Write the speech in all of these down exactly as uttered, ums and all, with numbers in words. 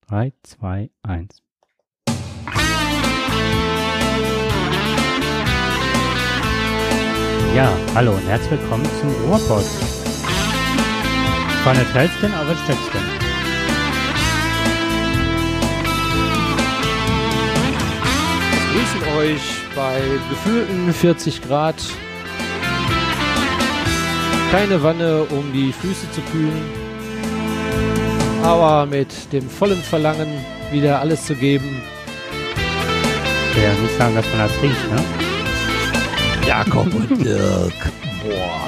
drei, zwei, eins. Ja, hallo und herzlich willkommen zum Ruhrpott. Von der Telskin auf der Stöckskin. Wir grüßen euch bei gefühlten vierzig Grad. Keine Wanne, um die Füße zu kühlen. Aber mit dem vollen Verlangen, wieder alles zu geben. Ja, nicht sagen, dass man das riecht, ne? Jakob und Dirk. Boah.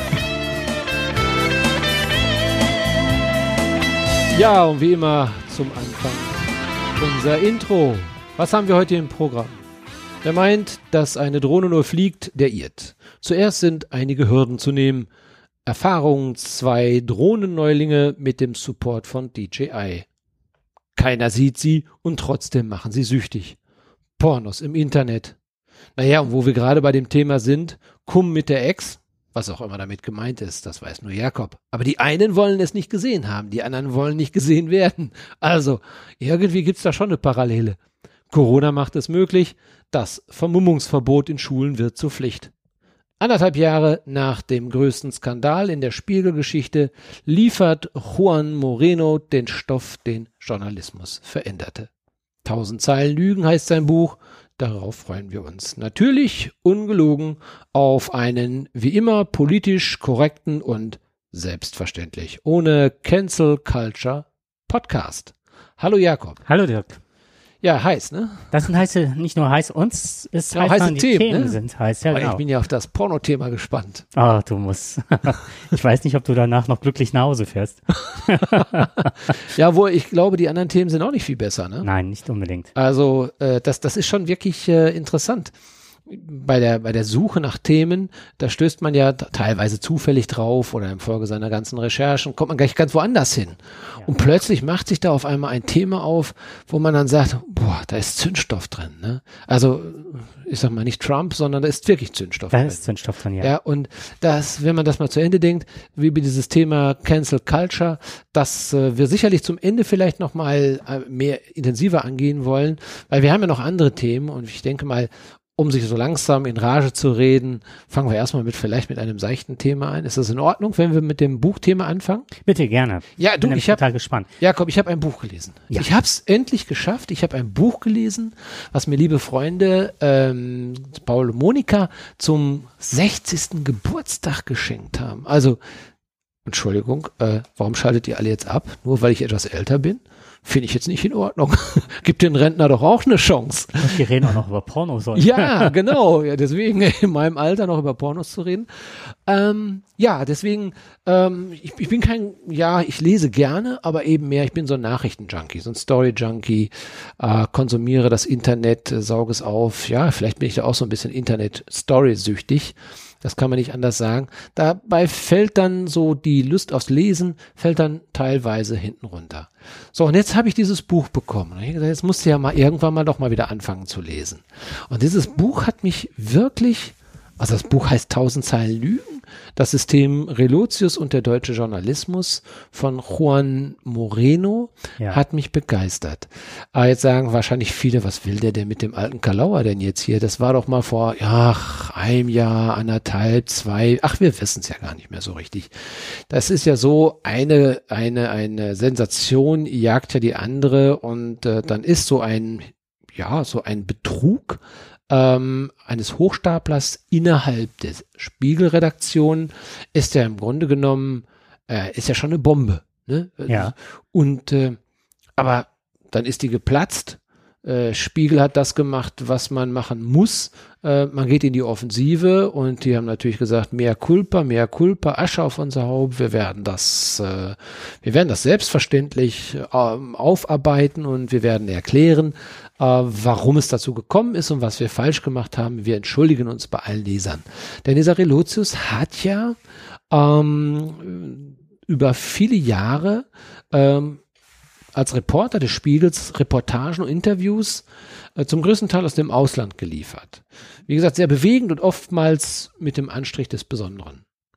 Ja, und wie immer zum Anfang unser Intro. Was haben wir heute im Programm? Wer meint, dass eine Drohne nur fliegt, der irrt. Zuerst sind einige Hürden zu nehmen. Erfahrung, zwei Drohnenneulinge mit dem Support von D J I. Keiner sieht sie und trotzdem machen sie süchtig. Pornos im Internet. Naja, und wo wir gerade bei dem Thema sind, Kumm mit der Ex, was auch immer damit gemeint ist, das weiß nur Jakob. Aber die einen wollen es nicht gesehen haben, die anderen wollen nicht gesehen werden. Also, irgendwie gibt's da schon eine Parallele. Corona macht es möglich, das Vermummungsverbot in Schulen wird zur Pflicht. Anderthalb Jahre nach dem größten Skandal in der Spiegelgeschichte liefert Juan Moreno den Stoff, den Journalismus veränderte. Tausend Zeilen Lügen heißt sein Buch. Darauf freuen wir uns. Natürlich ungelogen auf einen wie immer politisch korrekten und selbstverständlich ohne Cancel Culture Podcast. Hallo Jakob. Hallo Dirk. Ja, heiß, ne? Das sind heiße, nicht nur heiß, uns ist ja, heiß, heiße sondern die Themen, Themen ne? sind heiß. Ja, Aber genau. Ich bin ja auf das Porno-Thema gespannt. Ah, du musst. Ich weiß nicht, ob du danach noch glücklich nach Hause fährst. Ja, wo ich glaube, die anderen Themen sind auch nicht viel besser, ne? Nein, nicht unbedingt. Also äh, das, das ist schon wirklich äh, interessant. Bei der, bei der Suche nach Themen, da stößt man ja teilweise zufällig drauf oder im Folge seiner ganzen Recherchen, kommt man gleich ganz woanders hin. Ja. Und plötzlich macht sich da auf einmal ein Thema auf, wo man dann sagt, boah, da ist Zündstoff drin, ne? Also, ich sag mal nicht Trump, sondern da ist wirklich Zündstoff da drin. Da ist Zündstoff drin, ja. Ja, und das, wenn man das mal zu Ende denkt, wie bei dieses Thema Cancel Culture, das äh, wir sicherlich zum Ende vielleicht noch mal äh, mehr intensiver angehen wollen, weil wir haben ja noch andere Themen und ich denke mal, um sich so langsam in Rage zu reden, fangen wir erstmal mit vielleicht mit einem seichten Thema ein. Ist das in Ordnung, wenn wir mit dem Buchthema anfangen? Bitte, gerne. Ja, du, bin ich bin total gespannt. Jakob, ich habe ein Buch gelesen. Ja. Ich habe es endlich geschafft. Ich habe ein Buch gelesen, was mir liebe Freunde ähm, Paul und Monika zum sechzigsten Geburtstag geschenkt haben. Also, Entschuldigung, äh, warum schaltet ihr alle jetzt ab? Nur weil ich etwas älter bin? Finde ich jetzt nicht in Ordnung. Gibt den Rentner doch auch eine Chance. Und wir reden auch noch über Pornos. Ja, genau. Ja, deswegen in meinem Alter noch über Pornos zu reden. Ähm, ja, deswegen, ähm, ich, ich bin kein, ja, ich lese gerne, aber eben mehr, ich bin so ein Nachrichtenjunkie, so ein Story-Junkie, äh, konsumiere das Internet, äh, sauge es auf. Ja, vielleicht bin ich da auch so ein bisschen Internet-Story-süchtig. Das kann man nicht anders sagen. Dabei fällt dann so die Lust aufs Lesen, fällt dann teilweise hinten runter. So, und jetzt habe ich dieses Buch bekommen. Und ich habe gesagt, jetzt musst du ja mal irgendwann mal doch mal wieder anfangen zu lesen. Und dieses Buch hat mich wirklich, also das Buch heißt Tausend Zeilen Lügen, das System Relotius und der deutsche Journalismus von Juan Moreno, ja, hat mich begeistert. Aber jetzt sagen wahrscheinlich viele, was will der denn mit dem alten Kalauer denn jetzt hier? Das war doch mal vor, ja, einem Jahr, anderthalb, zwei, ach, wir wissen es ja gar nicht mehr so richtig. Das ist ja so, eine, eine, eine Sensation jagt ja die andere und äh, dann ist so ein, ja, so ein Betrug Ähm, eines Hochstaplers innerhalb der Spiegelredaktion ist ja im Grunde genommen, äh, ist ja schon eine Bombe. Ne? Ja. Und, äh, aber dann ist die geplatzt. Äh, Spiegel hat das gemacht, was man machen muss. Äh, man geht in die Offensive und die haben natürlich gesagt, mehr Culpa, mehr Culpa, Asche auf unser Haupt. Wir werden das, äh, wir werden das selbstverständlich äh, aufarbeiten und wir werden erklären, äh, warum es dazu gekommen ist und was wir falsch gemacht haben. Wir entschuldigen uns bei allen Lesern. Denn dieser Relotius hat ja ähm, über viele Jahre ähm, als Reporter des Spiegels Reportagen und Interviews äh, zum größten Teil aus dem Ausland geliefert. Wie gesagt, sehr bewegend und oftmals mit dem Anstrich des Besonderen.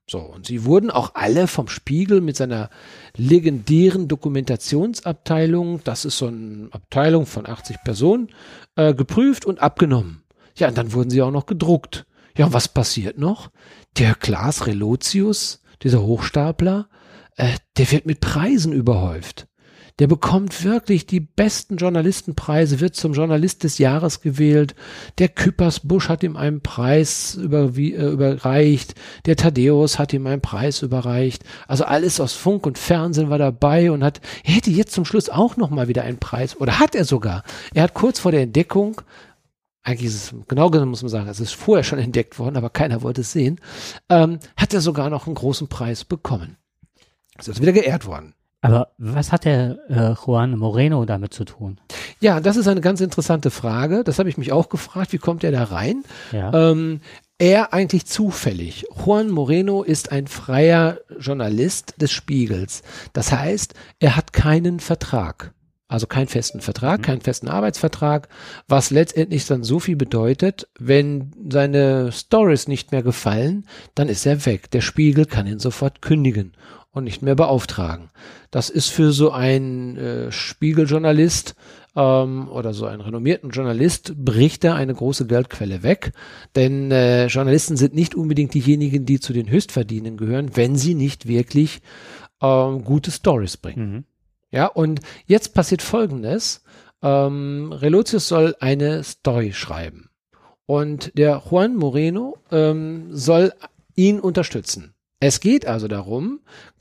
So, und sie wurden auch alle vom Spiegel mit seiner legendären Dokumentationsabteilung, das ist so eine Abteilung von achtzig Personen, äh, geprüft und abgenommen. Ja, und dann wurden sie auch noch gedruckt. Ja, und was passiert noch? Der Klaas Relotius, dieser Hochstapler, äh, der wird mit Preisen überhäuft. Der bekommt wirklich die besten Journalistenpreise, wird zum Journalist des Jahres gewählt. Der Küppersbusch hat ihm einen Preis über, wie, äh, überreicht. Der Thaddäus hat ihm einen Preis überreicht. Also alles aus Funk und Fernsehen war dabei und hat, er hätte jetzt zum Schluss auch nochmal wieder einen Preis. Oder hat er sogar. Er hat kurz vor der Entdeckung, eigentlich ist es, genau genommen muss man sagen, es ist vorher schon entdeckt worden, aber keiner wollte es sehen, ähm, hat er sogar noch einen großen Preis bekommen. Ist also wieder geehrt worden. Aber was hat der äh, Juan Moreno damit zu tun? Ja, das ist eine ganz interessante Frage. Das habe ich mich auch gefragt. Wie kommt er da rein? Ja. Ähm, er eigentlich zufällig. Juan Moreno ist ein freier Journalist des Spiegels. Das heißt, er hat keinen Vertrag. Also keinen festen Vertrag, mhm. keinen festen Arbeitsvertrag, was letztendlich dann so viel bedeutet, wenn seine Stories nicht mehr gefallen, dann ist er weg. Der Spiegel kann ihn sofort kündigen und nicht mehr beauftragen. Das ist für so einen äh, Spiegeljournalist ähm, oder so einen renommierten Journalist, bricht da eine große Geldquelle weg, denn äh, Journalisten sind nicht unbedingt diejenigen, die zu den Höchstverdienern gehören, wenn sie nicht wirklich ähm, gute Stories bringen. Mhm. Ja, und jetzt passiert Folgendes. Ähm, Relotius soll eine Story schreiben. Und der Juan Moreno ähm, soll ihn unterstützen. Es geht also darum,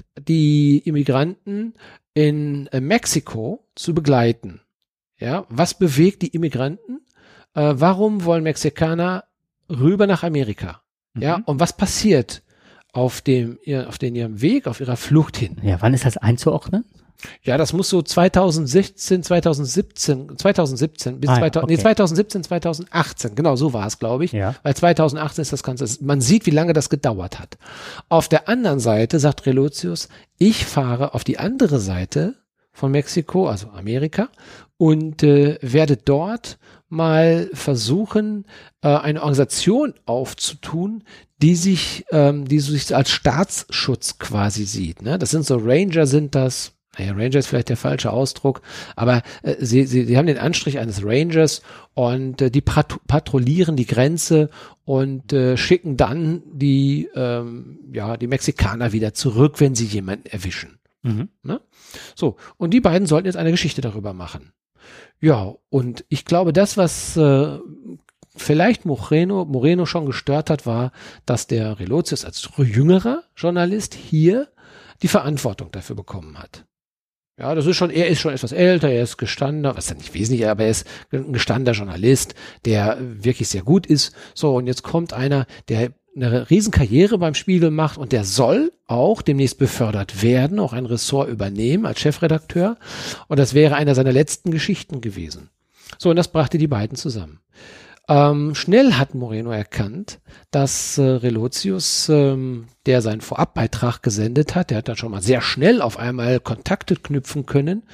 die Immigranten in äh, Mexiko zu begleiten. Ja, was bewegt die Immigranten? Äh, warum wollen Mexikaner rüber nach Amerika? Mhm. Ja, und was passiert auf dem, auf den ihrem Weg, auf ihrer Flucht hin? Ja, wann ist das einzuordnen? Ja, das muss so zweitausendsechzehn, zweitausendsiebzehn, zweitausendsiebzehn bis ah, ja, zweitausend, okay. nee, zweitausendsiebzehn, zweitausendachtzehn, genau so war es, glaube ich. Ja. Weil zweitausendachtzehn ist das Ganze, man sieht, wie lange das gedauert hat. Auf der anderen Seite sagt Relotius, ich fahre auf die andere Seite von Mexiko, also Amerika, und äh, werde dort mal versuchen, äh, eine Organisation aufzutun, die sich, ähm, die sich als Staatsschutz quasi sieht. Ne? Das sind so Ranger, sind das. Naja, Ranger ist vielleicht der falsche Ausdruck, aber äh, sie, sie, sie haben den Anstrich eines Rangers und äh, die pat- patrouillieren die Grenze und äh, schicken dann die, ähm, ja, die Mexikaner wieder zurück, wenn sie jemanden erwischen. Mhm. Ne? So, und die beiden sollten jetzt eine Geschichte darüber machen. Ja, und ich glaube, das, was äh, vielleicht Moreno, Moreno schon gestört hat, war, dass der Relotius als jüngerer Journalist hier die Verantwortung dafür bekommen hat. Ja, das ist schon, er ist schon etwas älter, er ist gestandener, was dann nicht wesentlich, aber er ist ein gestandener Journalist, der wirklich sehr gut ist. So, und jetzt kommt einer, der eine Riesenkarriere beim Spiegel macht und der soll auch demnächst befördert werden, auch ein Ressort übernehmen als Chefredakteur. Und das wäre einer seiner letzten Geschichten gewesen. So, und das brachte die beiden zusammen. Ähm, schnell hat Moreno erkannt, dass äh, Relotius, ähm, der seinen Vorabbeitrag gesendet hat, der hat dann schon mal sehr schnell auf einmal Kontakte knüpfen können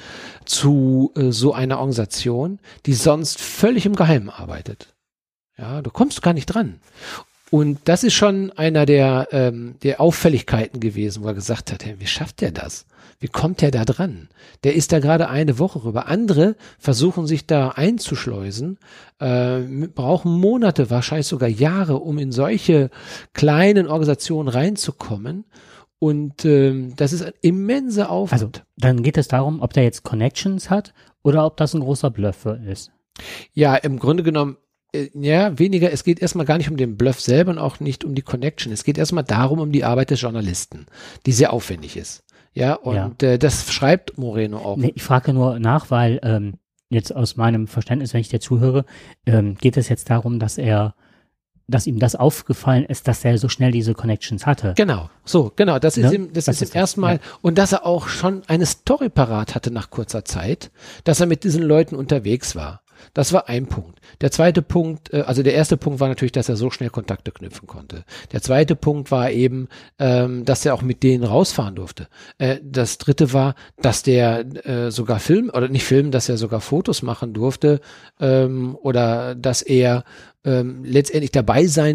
zu äh, so einer Organisation, die sonst völlig im Geheimen arbeitet. Ja, du kommst gar nicht dran. Und das ist schon einer der, ähm, der Auffälligkeiten gewesen, wo er gesagt hat, hey, wie schafft der das? Wie kommt der da dran? Der ist da gerade eine Woche rüber. Andere versuchen sich da einzuschleusen, äh, brauchen Monate, wahrscheinlich sogar Jahre, um in solche kleinen Organisationen reinzukommen. Und ähm, das ist ein immenser Aufwand. Also dann geht es darum, ob der jetzt Connections hat oder ob das ein großer Bluff ist. Ja, im Grunde genommen, äh, ja, weniger, es geht erstmal gar nicht um den Bluff selber und auch nicht um die Connection. Es geht erstmal darum, um die Arbeit des Journalisten, die sehr aufwendig ist. Ja, und ja. Äh, das schreibt Moreno auch. Nee, ich frage nur nach, weil ähm, jetzt aus meinem Verständnis, wenn ich dir zuhöre, ähm, geht es jetzt darum, dass er, dass ihm das aufgefallen ist, dass er so schnell diese Connections hatte. Genau, so, genau, das ist ne? ihm, das Was ist ihm ist erstmal, ja. Und dass er auch schon eine Story parat hatte nach kurzer Zeit, dass er mit diesen Leuten unterwegs war. Das war ein Punkt. Der zweite Punkt, also der erste Punkt war natürlich, dass er so schnell Kontakte knüpfen konnte. Der zweite Punkt war eben, ähm, dass er auch mit denen rausfahren durfte. Äh, das dritte war, dass der äh, sogar filmen, oder nicht filmen, dass er sogar Fotos machen durfte, ähm, oder dass er ähm, letztendlich dabei sein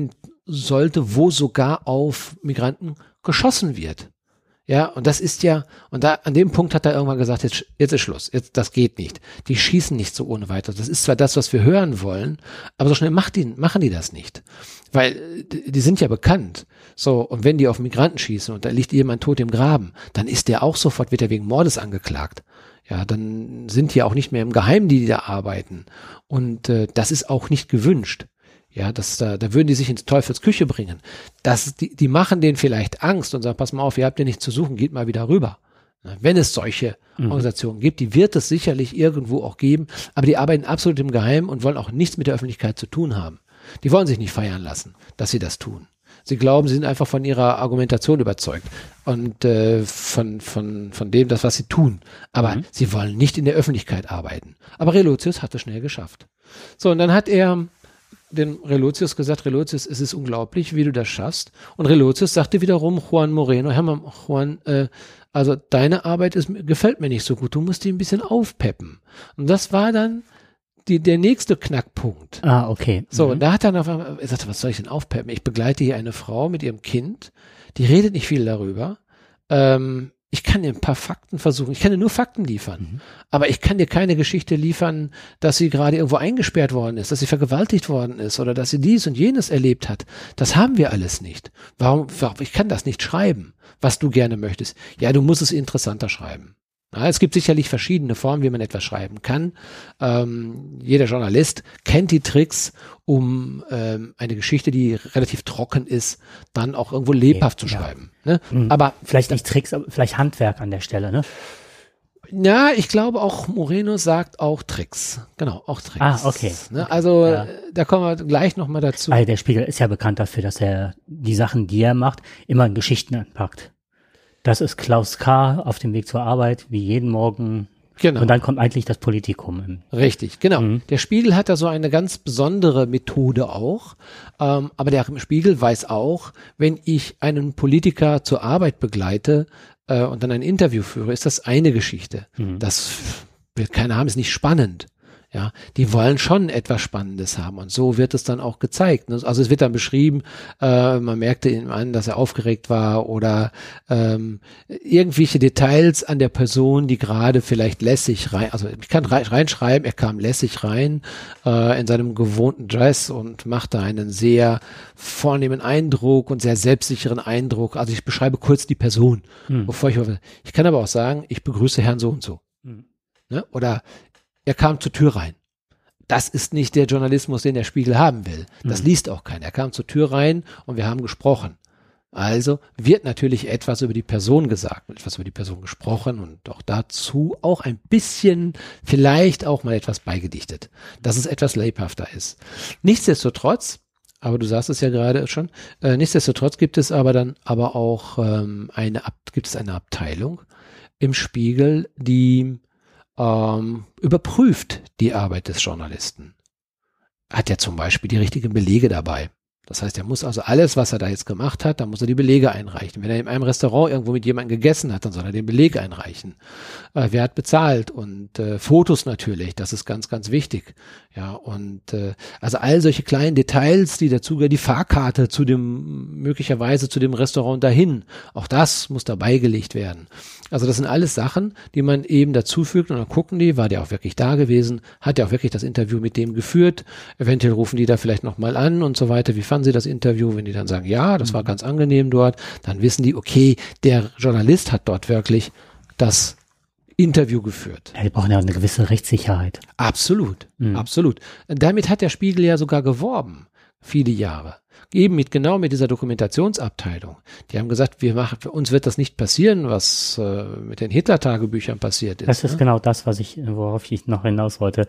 sollte, wo sogar auf Migranten geschossen wird. Ja, und das ist ja, und da, an dem Punkt hat er irgendwann gesagt, jetzt, jetzt ist Schluss, jetzt, das geht nicht. Die schießen nicht so ohne weiteres. Das ist zwar das, was wir hören wollen, aber so schnell macht die, machen die das nicht. Weil, die sind ja bekannt. So, und wenn die auf Migranten schießen und da liegt jemand tot im Graben, dann ist der auch sofort, wird er wegen Mordes angeklagt. Ja, dann sind die auch nicht mehr im Geheimen, die, die da arbeiten. Und, äh, das ist auch nicht gewünscht. Ja, das, da, da würden die sich ins Teufels Küche bringen. Das, die, die machen denen vielleicht Angst und sagen, pass mal auf, ihr habt ja nichts zu suchen, geht mal wieder rüber. Wenn es solche mhm. Organisationen gibt, die wird es sicherlich irgendwo auch geben, aber die arbeiten absolut im Geheimen und wollen auch nichts mit der Öffentlichkeit zu tun haben. Die wollen sich nicht feiern lassen, dass sie das tun. Sie glauben, sie sind einfach von ihrer Argumentation überzeugt und äh, von, von, von dem, das, was sie tun. Aber mhm. sie wollen nicht in der Öffentlichkeit arbeiten. Aber Relotius hat es schnell geschafft. So, und dann hat er den Relotius gesagt, Relotius, es ist unglaublich, wie du das schaffst. Und Relotius sagte wiederum Juan Moreno, hör mal, Juan, äh, also deine Arbeit ist, gefällt mir nicht so gut, du musst die ein bisschen aufpeppen. Und das war dann die, der nächste Knackpunkt. Ah, okay. So, mhm. und da hat er dann auf einmal, er sagte, was soll ich denn aufpeppen? Ich begleite hier eine Frau mit ihrem Kind, die redet nicht viel darüber. Ähm, Ich kann dir ein paar Fakten versuchen, ich kann dir nur Fakten liefern, mhm. aber ich kann dir keine Geschichte liefern, dass sie gerade irgendwo eingesperrt worden ist, dass sie vergewaltigt worden ist oder dass sie dies und jenes erlebt hat. Das haben wir alles nicht. Warum, warum ich kann das nicht schreiben, was du gerne möchtest. Ja, du musst es interessanter schreiben. Ja, es gibt sicherlich verschiedene Formen, wie man etwas schreiben kann. Ähm, jeder Journalist kennt die Tricks, um ähm, eine Geschichte, die relativ trocken ist, dann auch irgendwo lebhaft okay, zu schreiben. Ja. Ne? Mhm. Aber vielleicht nicht Tricks, aber vielleicht Handwerk an der Stelle, ne? Ja, ich glaube auch, Moreno sagt auch Tricks. Genau, auch Tricks. Ah, okay. Ne? Also, ja. da kommen wir gleich nochmal dazu. Weil der Spiegel ist ja bekannt dafür, dass er die Sachen, die er macht, immer in Geschichten anpackt. Das ist Klaus K. auf dem Weg zur Arbeit, wie jeden Morgen. Genau. Und dann kommt eigentlich das Politikum. Richtig, genau. Mhm. Der Spiegel hat da so eine ganz besondere Methode auch. Ähm, aber der Spiegel weiß auch, wenn ich einen Politiker zur Arbeit begleite äh, und dann ein Interview führe, ist das eine Geschichte. Mhm. Das will keiner haben, ist nicht spannend. Ja, die wollen schon etwas Spannendes haben und so wird es dann auch gezeigt. Also es wird dann beschrieben, äh, man merkte ihm an, dass er aufgeregt war oder ähm, irgendwelche Details an der Person, die gerade vielleicht lässig rein, also ich kann reinschreiben, er kam lässig rein äh, in seinem gewohnten Dress und machte einen sehr vornehmen Eindruck und sehr selbstsicheren Eindruck. Also ich beschreibe kurz die Person, hm. bevor ich, ich kann aber auch sagen, ich begrüße Herrn so und so. Hm. Ne? Oder er kam zur Tür rein. Das ist nicht der Journalismus, den der Spiegel haben will. Das mhm. liest auch keiner. Er kam zur Tür rein und wir haben gesprochen. Also wird natürlich etwas über die Person gesagt, etwas über die Person gesprochen und auch dazu auch ein bisschen, vielleicht auch mal etwas beigedichtet, dass es etwas lebhafter ist. Nichtsdestotrotz, aber du sagst es ja gerade schon, äh, nichtsdestotrotz gibt es aber dann aber auch ähm, eine, gibt es eine Abteilung im Spiegel, die Ähm, überprüft die Arbeit des Journalisten. Hat er zum Beispiel die richtigen Belege dabei. Das heißt, er muss also alles, was er da jetzt gemacht hat, da muss er die Belege einreichen. Wenn er in einem Restaurant irgendwo mit jemandem gegessen hat, dann soll er den Beleg einreichen. Äh, wer hat bezahlt? Und äh, Fotos natürlich, das ist ganz, ganz wichtig. Ja, und äh, also all solche kleinen Details, die dazugehören, die Fahrkarte zu dem, möglicherweise zu dem Restaurant dahin, auch das muss dabei gelegt werden. Also das sind alles Sachen, die man eben dazu fügt und dann gucken die, war der auch wirklich da gewesen, hat der auch wirklich das Interview mit dem geführt, eventuell rufen die da vielleicht nochmal an und so weiter, wie fanden sie das Interview, wenn die dann sagen, ja, das war ganz angenehm dort, dann wissen die, okay, der Journalist hat dort wirklich das Interview geführt. Ja, die brauchen ja eine gewisse Rechtssicherheit. Absolut, mhm. absolut. Damit hat der Spiegel ja sogar geworben, viele Jahre. Eben mit genau mit dieser Dokumentationsabteilung. Die haben gesagt, wir machen, für uns wird das nicht passieren, was äh, mit den Hitler-Tagebüchern passiert ist. Das ist ne? genau das, was ich, worauf ich noch hinaus wollte.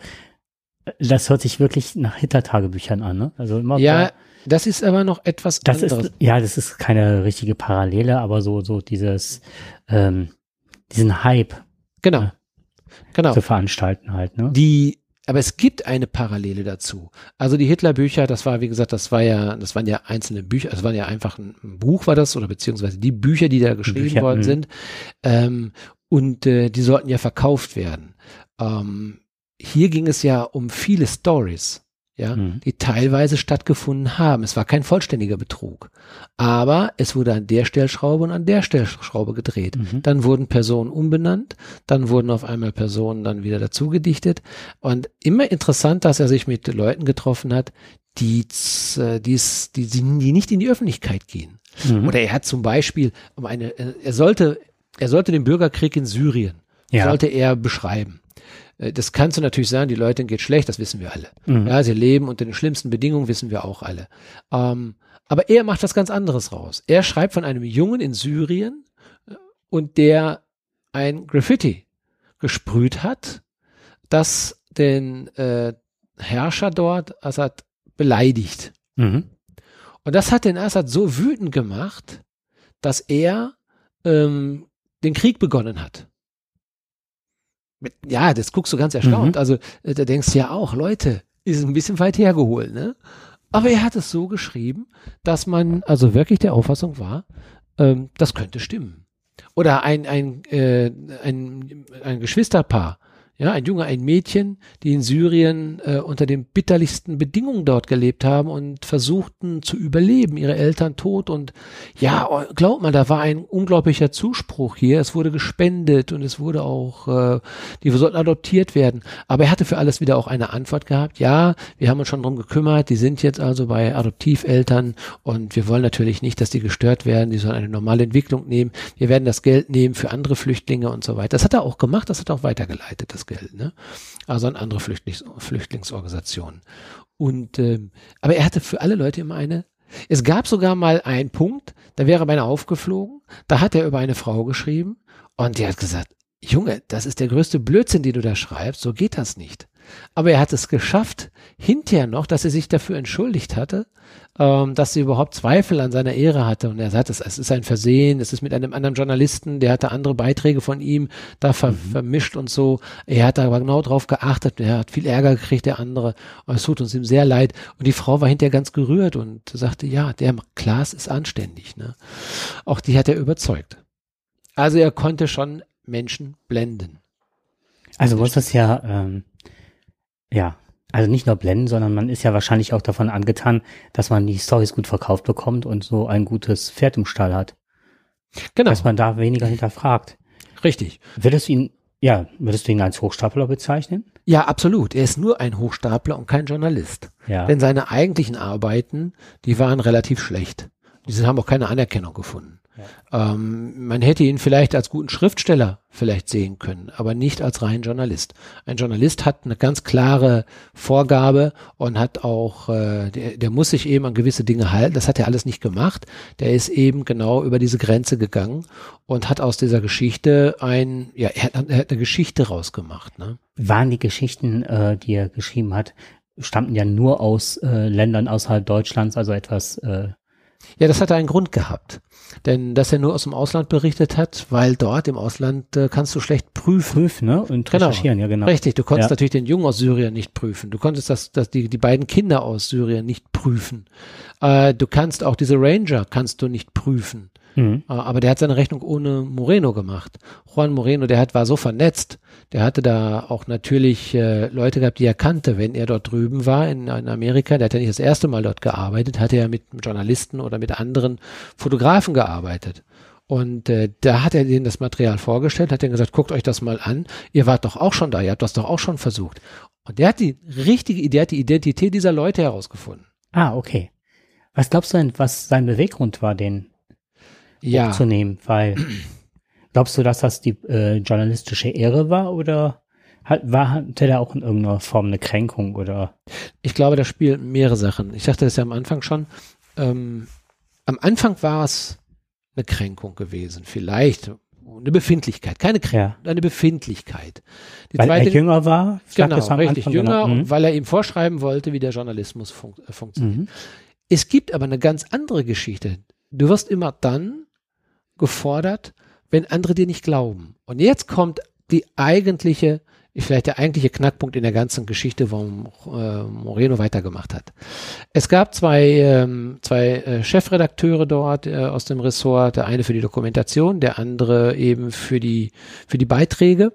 Das hört sich wirklich nach Hitler-Tagebüchern an, ne? Also immer ja, das ist aber noch etwas das anderes. Ist, ja, das ist keine richtige Parallele, aber so so dieses ähm, diesen Hype genau, äh, genau zu veranstalten halt, ne? Die Aber es gibt eine Parallele dazu. Also die Hitler-Bücher, das war, wie gesagt, das war ja, das waren ja einzelne Bücher, also waren ja einfach ein, ein Buch war das, oder beziehungsweise die Bücher, die da geschrieben Bücher, worden mh. sind. Ähm, und äh, die sollten ja verkauft werden. Ähm, hier ging es ja um viele Stories. ja, Mhm. die teilweise stattgefunden haben. Es war kein vollständiger Betrug. Aber es wurde an der Stellschraube und an der Stellschraube gedreht. Mhm. Dann wurden Personen umbenannt, dann wurden auf einmal Personen dann wieder dazu gedichtet. Und immer interessant, dass er sich mit Leuten getroffen hat, die, z- die's- die, die, die nicht in die Öffentlichkeit gehen. Mhm. Oder er hat zum Beispiel um eine, er sollte, er sollte den Bürgerkrieg in Syrien, Ja. sollte er beschreiben. Äh, Das kannst du natürlich sagen, die Leuten geht schlecht, das wissen wir alle. Mhm. Ja, sie leben unter den schlimmsten Bedingungen, wissen wir auch alle. Ähm, aber er macht was ganz anderes raus. Er schreibt von einem Jungen in Syrien äh, und der ein Graffiti gesprüht hat, das den äh, Herrscher dort, Assad, beleidigt. Mhm. Und das hat den Assad so wütend gemacht, dass er ähm, den Krieg begonnen hat. Mit, ja, das guckst du ganz erstaunt. Mhm. Also äh, da denkst du ja auch, Leute, ist ein bisschen weit hergeholt, ne? Aber er hat es so geschrieben, dass man also wirklich der Auffassung war, ähm, das könnte stimmen. Oder ein, ein, äh, ein, ein Geschwisterpaar, ja, ein Junge, ein Mädchen, die in Syrien äh, unter den bitterlichsten Bedingungen dort gelebt haben und versuchten zu überleben, ihre Eltern tot und ja, oh, glaub mal, da war ein unglaublicher Zuspruch hier, es wurde gespendet und es wurde auch, äh, die sollten adoptiert werden, aber er hatte für alles wieder auch eine Antwort gehabt, ja, wir haben uns schon drum gekümmert, die sind jetzt also bei Adoptiveltern und wir wollen natürlich nicht, dass die gestört werden, die sollen eine normale Entwicklung nehmen, wir werden das Geld nehmen für andere Flüchtlinge und so weiter. Das hat er auch gemacht, das hat er auch weitergeleitet, das Geld, ne? Also an andere Flüchtlings Flüchtlingsorganisationen. Und ähm, aber er hatte für alle Leute immer eine. Es gab sogar mal einen Punkt, da wäre beinahe aufgeflogen, da hat er über eine Frau geschrieben und die hat gesagt, Junge, das ist der größte Blödsinn, den du da schreibst, so geht das nicht. Aber er hat es geschafft, hinterher noch, dass er sich dafür entschuldigt hatte, ähm, dass sie überhaupt Zweifel an seiner Ehre hatte. Und er sagt, es, es ist ein Versehen, es ist mit einem anderen Journalisten, der hatte andere Beiträge von ihm da ver, Mhm. vermischt und so. Er hat aber genau drauf geachtet, er hat viel Ärger gekriegt, der andere. Und es tut uns ihm sehr leid. Und die Frau war hinterher ganz gerührt und sagte, ja, der Klaas ist anständig. Ne? Auch die hat er überzeugt. Also er konnte schon Menschen blenden. Also muss das ja, ähm, ja, also nicht nur blenden, sondern man ist ja wahrscheinlich auch davon angetan, dass man die Storys gut verkauft bekommt und so ein gutes Pferd im Stall hat. Genau, Dass man da weniger hinterfragt. richtig. Würdest du ihn, ja, würdest du ihn als Hochstapler bezeichnen? Ja, absolut. Er ist nur ein Hochstapler und kein Journalist. Ja. Denn seine eigentlichen Arbeiten, die waren relativ schlecht. Diese haben auch keine Anerkennung gefunden. Ja. Ähm, man hätte ihn vielleicht als guten Schriftsteller vielleicht sehen können, aber nicht als reinen Journalist. Ein Journalist hat eine ganz klare Vorgabe und hat auch, äh, der, der muss sich eben an gewisse Dinge halten. Das hat er alles nicht gemacht. Der ist eben genau über diese Grenze gegangen und hat aus dieser Geschichte ein, ja, er hat, er hat eine Geschichte rausgemacht, ne? Waren die Geschichten, äh, die er geschrieben hat, stammten ja nur aus äh, Ländern außerhalb Deutschlands, also etwas, äh, Ja, das hat einen Grund gehabt. Denn dass er nur aus dem Ausland berichtet hat, weil dort im Ausland äh, kannst du schlecht prüfen. prüfen, ne? Und Genau. recherchieren, ja genau. Richtig, du konntest Ja. natürlich den Jungen aus Syrien nicht prüfen. Du konntest das, das die, die beiden Kinder aus Syrien nicht prüfen. Äh, du kannst auch diese Ranger kannst du nicht prüfen. Mhm. Äh, aber der hat seine Rechnung ohne Moreno gemacht. Juan Moreno, der hat, war so vernetzt. Der hatte da auch natürlich äh, Leute gehabt, die er kannte, wenn er dort drüben war in, in Amerika. Der hat ja nicht das erste Mal dort gearbeitet, hatte ja mit Journalisten oder mit anderen Fotografen gearbeitet. Und äh, da hat er denen das Material vorgestellt, hat denen gesagt, guckt euch das mal an. Ihr wart doch auch schon da, ihr habt das doch auch schon versucht. Und der hat die richtige Idee, hat die Identität dieser Leute herausgefunden. Ah, okay. Was glaubst du denn, was sein Beweggrund war, den Ja. hochzunehmen? Weil, glaubst du, dass das die äh, journalistische Ehre war oder hat, war, hatte der auch in irgendeiner Form eine Kränkung oder? Ich glaube, da spielen mehrere Sachen. Ich sagte das ja am Anfang schon. Ähm, am Anfang war es eine Kränkung gewesen, vielleicht eine Befindlichkeit, keine Kränkung, eine Befindlichkeit. Die Weil zweite, er jünger war? genau, das am richtig Anfang, jünger, genau. Mhm. und weil er ihm vorschreiben wollte, wie der Journalismus fun äh, funktioniert. Mhm. Es gibt aber eine ganz andere Geschichte. Du wirst immer dann gefordert, wenn andere dir nicht glauben. Und jetzt kommt die eigentliche, vielleicht der eigentliche Knackpunkt in der ganzen Geschichte, warum äh, Moreno weitergemacht hat. Es gab zwei, ähm, zwei äh, Chefredakteure dort äh, aus dem Ressort, der eine für die Dokumentation, der andere eben für die, für die Beiträge.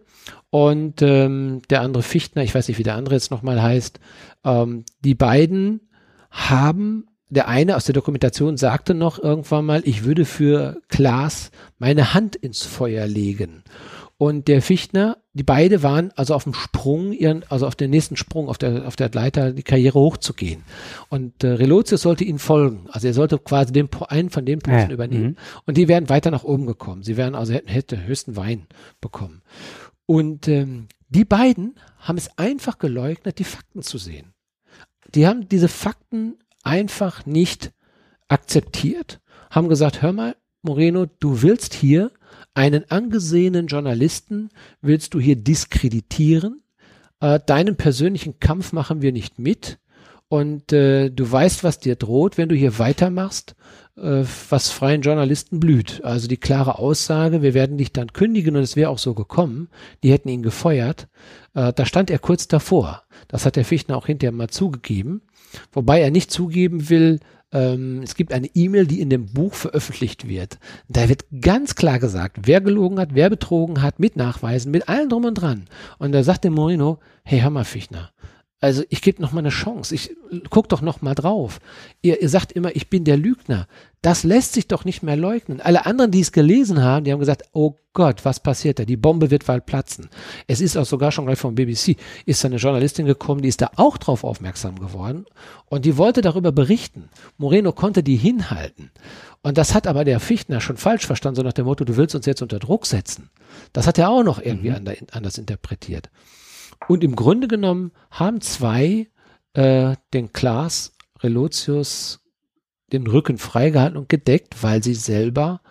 und ähm, der andere Fichtner, ich weiß nicht, wie der andere jetzt nochmal heißt, ähm, die beiden haben, der eine aus der Dokumentation sagte noch irgendwann mal, ich würde für Klaas meine Hand ins Feuer legen. Und der Fichtner, die beide waren also auf dem Sprung, ihren, also auf den nächsten Sprung, auf der, auf der Leiter, die Karriere hochzugehen. Und äh, Relotius sollte ihnen folgen. Also er sollte quasi den, einen von den Posten ja, übernehmen. M- Und die wären weiter nach oben gekommen. Sie wären also, hätten, hätten höchsten Wein bekommen. Und ähm, die beiden haben es einfach geleugnet, die Fakten zu sehen. Die haben diese Fakten einfach nicht akzeptiert, haben gesagt, hör mal, Moreno, du willst hier einen angesehenen Journalisten, willst du hier diskreditieren, äh, deinen persönlichen Kampf machen wir nicht mit und äh, du weißt, was dir droht, wenn du hier weitermachst, äh, was freien Journalisten blüht. Also die klare Aussage, wir werden dich dann kündigen und es wäre auch so gekommen, die hätten ihn gefeuert, äh, da stand er kurz davor. Das hat der Fichtner auch hinterher mal zugegeben, wobei er nicht zugeben will, ähm, es gibt eine E-Mail, die in dem Buch veröffentlicht wird. Da wird ganz klar gesagt, wer gelogen hat, wer betrogen hat, mit Nachweisen, mit allem drum und dran. Und da sagt der Moreno, hey, hör mal, Fichtner, also ich gebe noch mal eine Chance, ich guck doch noch mal drauf. Ihr, ihr sagt immer, ich bin der Lügner. Das lässt sich doch nicht mehr leugnen. Alle anderen, die es gelesen haben, die haben gesagt, oh Gott, was passiert da? Die Bombe wird bald platzen. Es ist auch sogar schon gleich vom B B C, ist da eine Journalistin gekommen, die ist da auch drauf aufmerksam geworden und die wollte darüber berichten. Moreno konnte die hinhalten. Und das hat aber der Fichtner schon falsch verstanden, so nach dem Motto, du willst uns jetzt unter Druck setzen. Das hat er auch noch irgendwie mhm. anders interpretiert. Und im Grunde genommen haben zwei äh, den Klaas Relotius den Rücken freigehalten und gedeckt, weil sie selber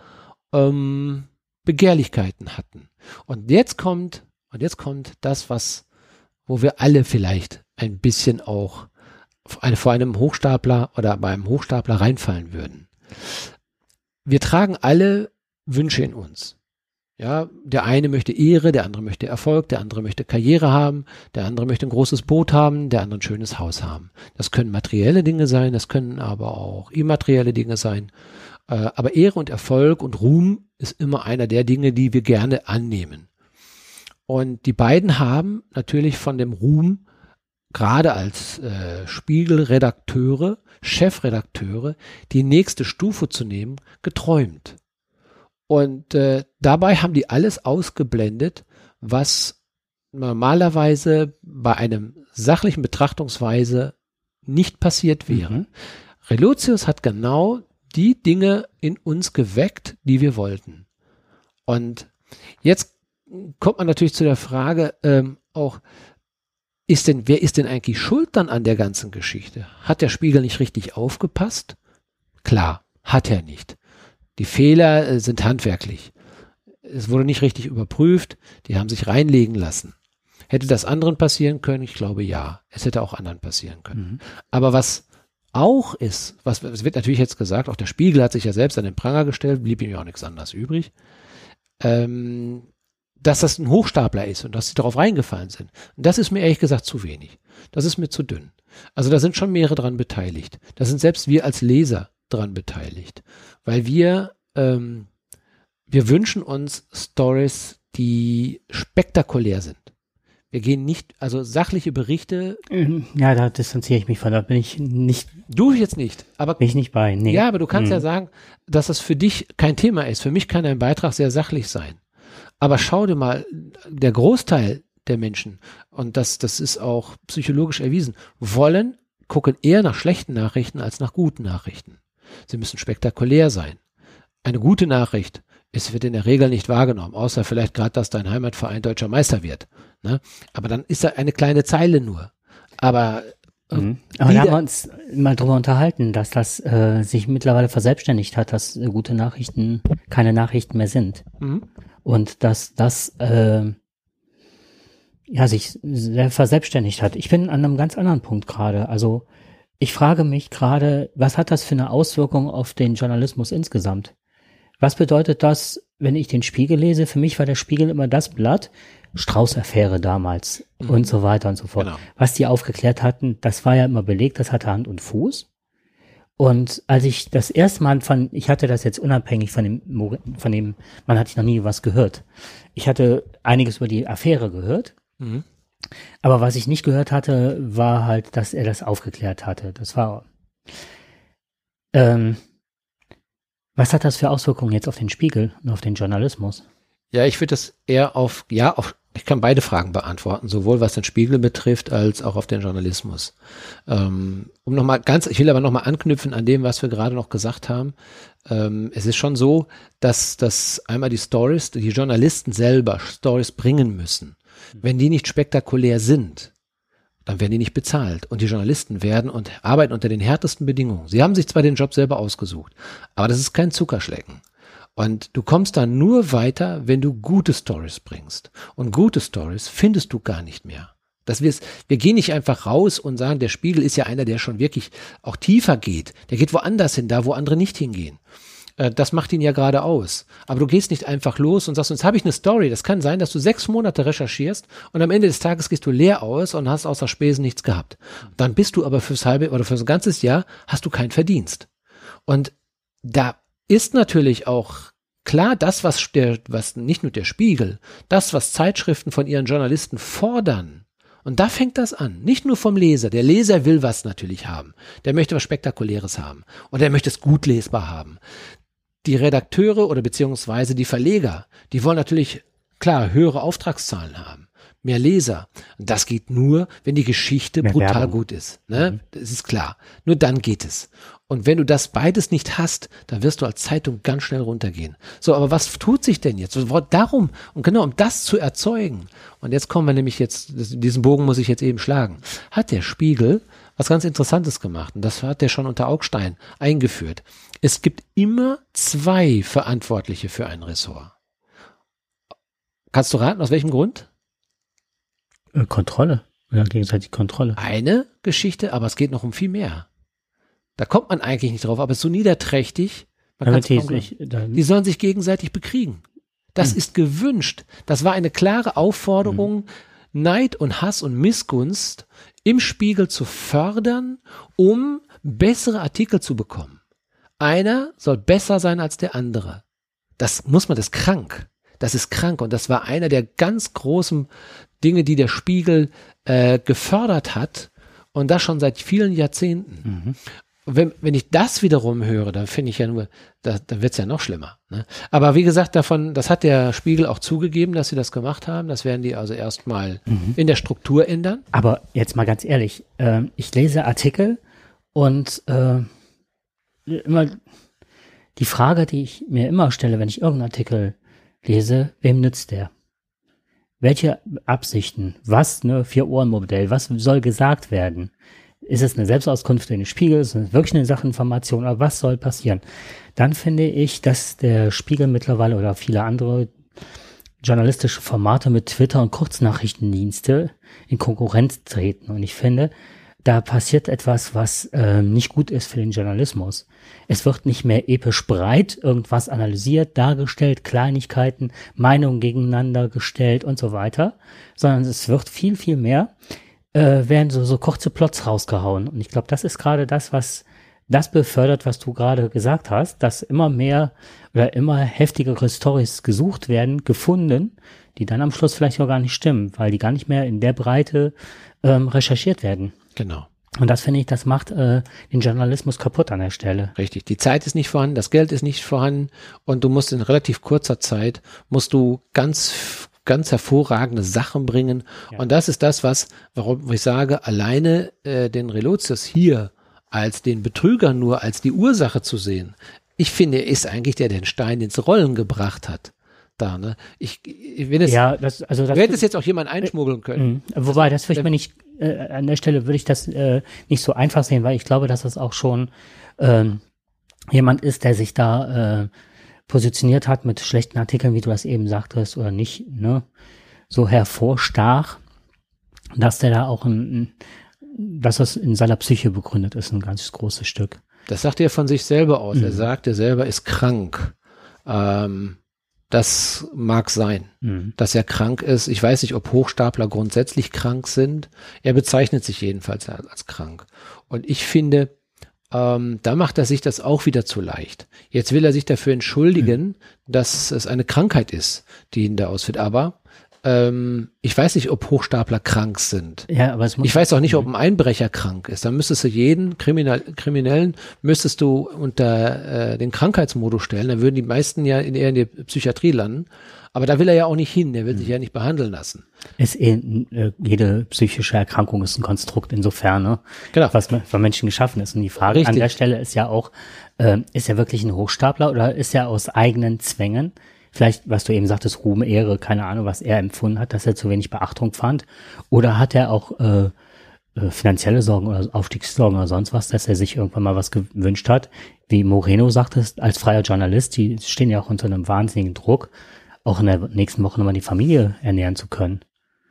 ähm, Begehrlichkeiten hatten. Und jetzt kommt, und jetzt kommt das, was, wo wir alle vielleicht ein bisschen auch eine, vor einem Hochstapler oder bei einem Hochstapler reinfallen würden. Wir tragen alle Wünsche in uns. Ja, der eine möchte Ehre, der andere möchte Erfolg, der andere möchte Karriere haben, der andere möchte ein großes Boot haben, der andere ein schönes Haus haben. Das können materielle Dinge sein, das können aber auch immaterielle Dinge sein. Äh, aber Ehre und Erfolg und Ruhm ist immer einer der Dinge, die wir gerne annehmen. Und die beiden haben natürlich von dem Ruhm, gerade als äh, Spiegelredakteure, Chefredakteure, die nächste Stufe zu nehmen, geträumt. Und äh, dabei haben die alles ausgeblendet, was normalerweise bei einem sachlichen Betrachtungsweise nicht passiert wäre. Mhm. Relotius hat genau die Dinge in uns geweckt, die wir wollten. Und jetzt kommt man natürlich zu der Frage, ähm, auch, ist denn, wer ist denn eigentlich schuld dann an der ganzen Geschichte? Hat der Spiegel nicht richtig aufgepasst? Klar, hat er nicht. Die Fehler äh, sind handwerklich. Es wurde nicht richtig überprüft, die haben sich reinlegen lassen. Hätte das anderen passieren können? Ich glaube ja. Es hätte auch anderen passieren können. Mhm. Aber was auch ist, was es wird natürlich jetzt gesagt, auch der Spiegel hat sich ja selbst an den Pranger gestellt, blieb ihm ja auch nichts anderes übrig, ähm, dass das ein Hochstapler ist und dass sie darauf reingefallen sind. Und das ist mir ehrlich gesagt zu wenig. Das ist mir zu dünn. Also da sind schon mehrere dran beteiligt. Da sind selbst wir als Leser dran beteiligt. Weil wir, ähm, wir wünschen uns Stories, die spektakulär sind. Wir gehen nicht, also sachliche Berichte. Ja, da distanziere ich mich von, da bin ich nicht. Du jetzt nicht, aber. Bin ich nicht bei, nee. Ja, aber du kannst mhm. ja sagen, dass das für dich kein Thema ist. Für mich kann ein Beitrag sehr sachlich sein. Aber schau dir mal, der Großteil der Menschen, und das, das ist auch psychologisch erwiesen, wollen, gucken eher nach schlechten Nachrichten als nach guten Nachrichten. Sie müssen spektakulär sein. Eine gute Nachricht, es wird in der Regel nicht wahrgenommen, außer vielleicht gerade, dass dein Heimatverein deutscher Meister wird. Ne? Aber dann ist da eine kleine Zeile nur. Aber, mhm. Aber da haben wir uns mal drüber unterhalten, dass das äh, sich mittlerweile verselbstständigt hat, dass äh, gute Nachrichten keine Nachrichten mehr sind. Mhm. Und dass das äh, ja sich sehr verselbstständigt hat. Ich bin an einem ganz anderen Punkt gerade. Also ich frage mich gerade, was hat das für eine Auswirkung auf den Journalismus insgesamt? Was bedeutet das, wenn ich den Spiegel lese? Für mich war der Spiegel immer das Blatt, Strauß-Affäre damals mhm. und so weiter und so fort. Genau. Was die aufgeklärt hatten, das war ja immer belegt, das hatte Hand und Fuß. Und als ich das erste Mal von, ich hatte das jetzt unabhängig von dem, von dem, man hatte noch nie was gehört. Ich hatte einiges über die Affäre gehört. Mhm. Aber was ich nicht gehört hatte, war halt, dass er das aufgeklärt hatte. Das war, ähm, was hat das für Auswirkungen jetzt auf den Spiegel und auf den Journalismus? Ja, ich würde das eher auf, ja, auf, ich kann beide Fragen beantworten, sowohl was den Spiegel betrifft, als auch auf den Journalismus. Ähm, um nochmal ganz, ich will aber nochmal anknüpfen an dem, was wir gerade noch gesagt haben. Ähm, es ist schon so, dass, dass einmal die Stories, die Journalisten selber Stories bringen müssen. Wenn die nicht spektakulär sind, dann werden die nicht bezahlt. Und die Journalisten werden und arbeiten unter den härtesten Bedingungen. Sie haben sich zwar den Job selber ausgesucht, aber das ist kein Zuckerschlecken. Und du kommst dann nur weiter, wenn du gute Stories bringst. Und gute Stories findest du gar nicht mehr. Das wir, wir gehen nicht einfach raus und sagen, der Spiegel ist ja einer, der schon wirklich auch tiefer geht. Der geht woanders hin, da wo andere nicht hingehen. Äh, das macht ihn ja gerade aus. Aber du gehst nicht einfach los und sagst, jetzt habe ich eine Story. Das kann sein, dass du sechs Monate recherchierst und am Ende des Tages gehst du leer aus und hast außer Spesen nichts gehabt. Dann bist du aber fürs halbe oder fürs ganzes Jahr hast du keinen Verdienst. Und da ist natürlich auch klar, das, was der, was nicht nur der Spiegel, das, was Zeitschriften von ihren Journalisten fordern, und da fängt das an, nicht nur vom Leser. Der Leser will was natürlich haben. Der möchte was Spektakuläres haben. Und er möchte es gut lesbar haben. Die Redakteure oder beziehungsweise die Verleger, die wollen natürlich, klar, höhere Auftragszahlen haben. Mehr Leser. Und das geht nur, wenn die Geschichte mehr brutal Werbung. Gut ist. Ne? Mhm. Das ist klar. Nur dann geht es. Und wenn du das beides nicht hast, dann wirst du als Zeitung ganz schnell runtergehen. So, aber was tut sich denn jetzt? Darum, und genau um das zu erzeugen, und jetzt kommen wir nämlich jetzt, diesen Bogen muss ich jetzt eben schlagen, hat der Spiegel was ganz Interessantes gemacht. Und das hat der schon unter Augstein eingeführt. Es gibt immer zwei Verantwortliche für ein Ressort. Kannst du raten, aus welchem Grund? Kontrolle. Ja, gegenseitig Kontrolle. Eine Geschichte, aber es geht noch um viel mehr. Da kommt man eigentlich nicht drauf, aber es ist so niederträchtig. Man die, sich, die sollen sich gegenseitig bekriegen. Das hm. ist gewünscht. Das war eine klare Aufforderung, hm. Neid und Hass und Missgunst im Spiegel zu fördern, um bessere Artikel zu bekommen. Einer soll besser sein als der andere. Das muss man, das ist krank. Das ist krank und das war einer der ganz großen Dinge, die der Spiegel äh, gefördert hat und das schon seit vielen Jahrzehnten. Mhm. Wenn, wenn ich das wiederum höre, dann finde ich ja nur, da, dann wird es ja noch schlimmer. Ne? Aber wie gesagt, davon, das hat der Spiegel auch zugegeben, dass sie das gemacht haben. Das werden die also erstmal mhm. in der Struktur ändern. Aber jetzt mal ganz ehrlich, äh, ich lese Artikel und äh, immer die Frage, die ich mir immer stelle, wenn ich irgendeinen Artikel lese, wem nützt der? Welche Absichten? Was, ne, Vier-Ohren-Modell? Was soll gesagt werden? Ist es eine Selbstauskunft in den Spiegel? Ist es wirklich eine Sachinformation? Aber was soll passieren? Dann finde ich, dass der Spiegel mittlerweile oder viele andere journalistische Formate mit Twitter und Kurznachrichtendienste in Konkurrenz treten. Und ich finde, da passiert etwas, was äh, nicht gut ist für den Journalismus. Es wird nicht mehr episch breit irgendwas analysiert, dargestellt, Kleinigkeiten, Meinungen gegeneinander gestellt und so weiter, sondern es wird viel, viel mehr, äh, werden so, so kurze Plots rausgehauen. Und ich glaube, das ist gerade das, was das befördert, was du gerade gesagt hast, dass immer mehr oder immer heftigere Storys gesucht werden, gefunden, die dann am Schluss vielleicht auch gar nicht stimmen, weil die gar nicht mehr in der Breite ähm, recherchiert werden. Genau. Und das finde ich, das macht äh, den Journalismus kaputt an der Stelle. Richtig. Die Zeit ist nicht vorhanden, das Geld ist nicht vorhanden und du musst in relativ kurzer Zeit, musst du ganz, ganz hervorragende Sachen bringen. Ja. Und das ist das, was, warum ich sage, alleine äh, den Relotius hier als den Betrüger nur als die Ursache zu sehen. Ich finde, er ist eigentlich der, der den Stein ins Rollen gebracht hat. Da, ne? Ich, wenn es, ja, das, also das, du hättest jetzt auch jemand einschmuggeln können. Äh, wobei, das würde ich mir nicht, äh, an der Stelle würde ich das äh, nicht so einfach sehen, weil ich glaube, dass das auch schon ähm, jemand ist, der sich da äh, positioniert hat mit schlechten Artikeln, wie du das eben sagtest, oder nicht, ne, so hervorstach, dass der da auch ein, dass das in seiner Psyche begründet ist, ein ganz großes Stück. Das sagt er von sich selber aus. Mhm. Er sagt, er selber ist krank. Ähm, Das mag sein, mhm. dass er krank ist. Ich weiß nicht, ob Hochstapler grundsätzlich krank sind. Er bezeichnet sich jedenfalls als krank. Und ich finde, Ähm, da macht er sich das auch wieder zu leicht. Jetzt will er sich dafür entschuldigen, mhm. dass es eine Krankheit ist, die ihn da ausführt. Aber ähm, ich weiß nicht, ob Hochstapler krank sind. Ja, aber es muss ich weiß auch nicht, ob ein Einbrecher krank ist. Dann müsstest du jeden Kriminal Kriminellen müsstest du unter äh, den Krankheitsmodus stellen. Dann würden die meisten ja in, eher in die Psychiatrie landen. Aber da will er ja auch nicht hin. Der will mhm. sich ja nicht behandeln lassen. Ist eh, äh, jede psychische Erkrankung ist ein Konstrukt insofern, ne? Genau. Was von Menschen geschaffen ist. Und die Frage Richtig. an der Stelle ist ja auch, äh, ist er wirklich ein Hochstapler oder ist er aus eigenen Zwängen, vielleicht, was du eben sagtest, Ruhm, Ehre, keine Ahnung, was er empfunden hat, dass er zu wenig Beachtung fand, oder hat er auch äh, äh, finanzielle Sorgen oder Aufstiegssorgen oder sonst was, dass er sich irgendwann mal was gewünscht hat, wie Moreno sagte, als freier Journalist, die stehen ja auch unter einem wahnsinnigen Druck, auch in der nächsten Woche nochmal die Familie ernähren zu können.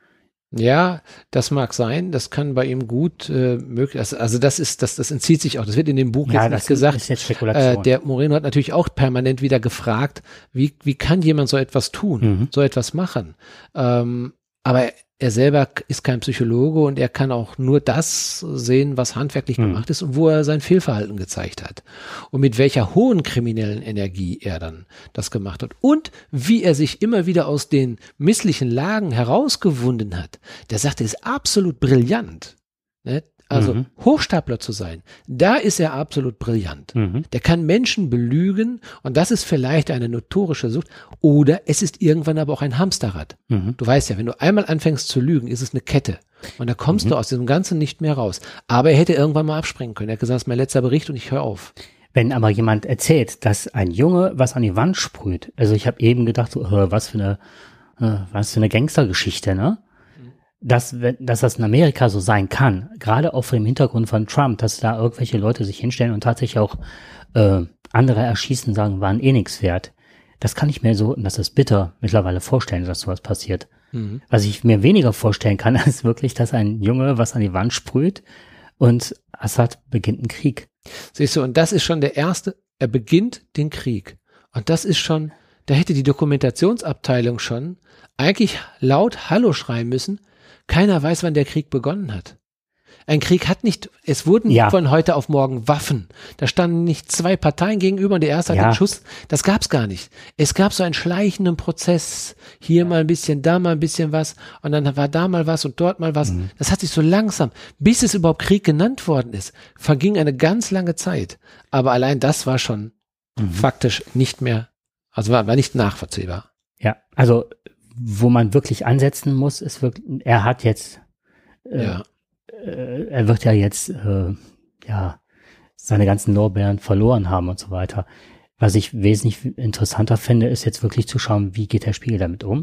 Ja, das mag sein, das kann bei ihm gut äh, möglich, also, also das ist, das, das entzieht sich auch, das wird in dem Buch ja, jetzt nicht gesagt. Ist jetzt Spekulation. Äh, der Moreno hat natürlich auch permanent wieder gefragt, wie, wie kann jemand so etwas tun, mhm. so etwas machen? Ähm, aber er selber ist kein Psychologe und er kann auch nur das sehen, was handwerklich mhm. gemacht ist und wo er sein Fehlverhalten gezeigt hat. Und mit welcher hohen kriminellen Energie er dann das gemacht hat. Und wie er sich immer wieder aus den misslichen Lagen herausgewunden hat. Der sagt, er ist absolut brillant. Ne? Also mhm. Hochstapler zu sein, da ist er absolut brillant. Mhm. Der kann Menschen belügen und das ist vielleicht eine notorische Sucht oder es ist irgendwann aber auch ein Hamsterrad. Mhm. Du weißt ja, wenn du einmal anfängst zu lügen, ist es eine Kette und da kommst mhm. du aus diesem Ganzen nicht mehr raus. Aber er hätte irgendwann mal abspringen können. Er hat gesagt, das ist mein letzter Bericht und ich höre auf. Wenn aber jemand erzählt, dass ein Junge was an die Wand sprüht, also ich habe eben gedacht, so, was für eine, was für eine Gangstergeschichte, ne? Dass, dass das in Amerika so sein kann, gerade auch vor dem Hintergrund von Trump, dass da irgendwelche Leute sich hinstellen und tatsächlich auch äh, andere erschießen, sagen, waren eh nichts wert. Das kann ich mir so, und das ist bitter, mittlerweile vorstellen, dass sowas passiert. Mhm. Was ich mir weniger vorstellen kann, ist wirklich, dass ein Junge was an die Wand sprüht und Assad beginnt einen Krieg. Siehst du, und das ist schon der erste, er beginnt den Krieg. Und das ist schon, da hätte die Dokumentationsabteilung schon eigentlich laut Hallo schreien müssen. Keiner weiß, wann der Krieg begonnen hat. Ein Krieg hat nicht, es wurden ja. von heute auf morgen Waffen. Da standen nicht zwei Parteien gegenüber und der erste ja. hat den Schuss. Das gab's gar nicht. Es gab so einen schleichenden Prozess. Hier ja. mal ein bisschen, da mal ein bisschen was und dann war da mal was und dort mal was. Mhm. Das hat sich so langsam, bis es überhaupt Krieg genannt worden ist, verging eine ganz lange Zeit. Aber allein das war schon mhm. faktisch nicht mehr, also war, war nicht nachvollziehbar. Ja, also wo man wirklich ansetzen muss, ist wirklich, er hat jetzt, äh, ja. äh, er wird ja jetzt, äh, ja, seine ganzen Lorbeeren verloren haben und so weiter. Was ich wesentlich interessanter finde, ist jetzt wirklich zu schauen, wie geht der Spiegel damit um?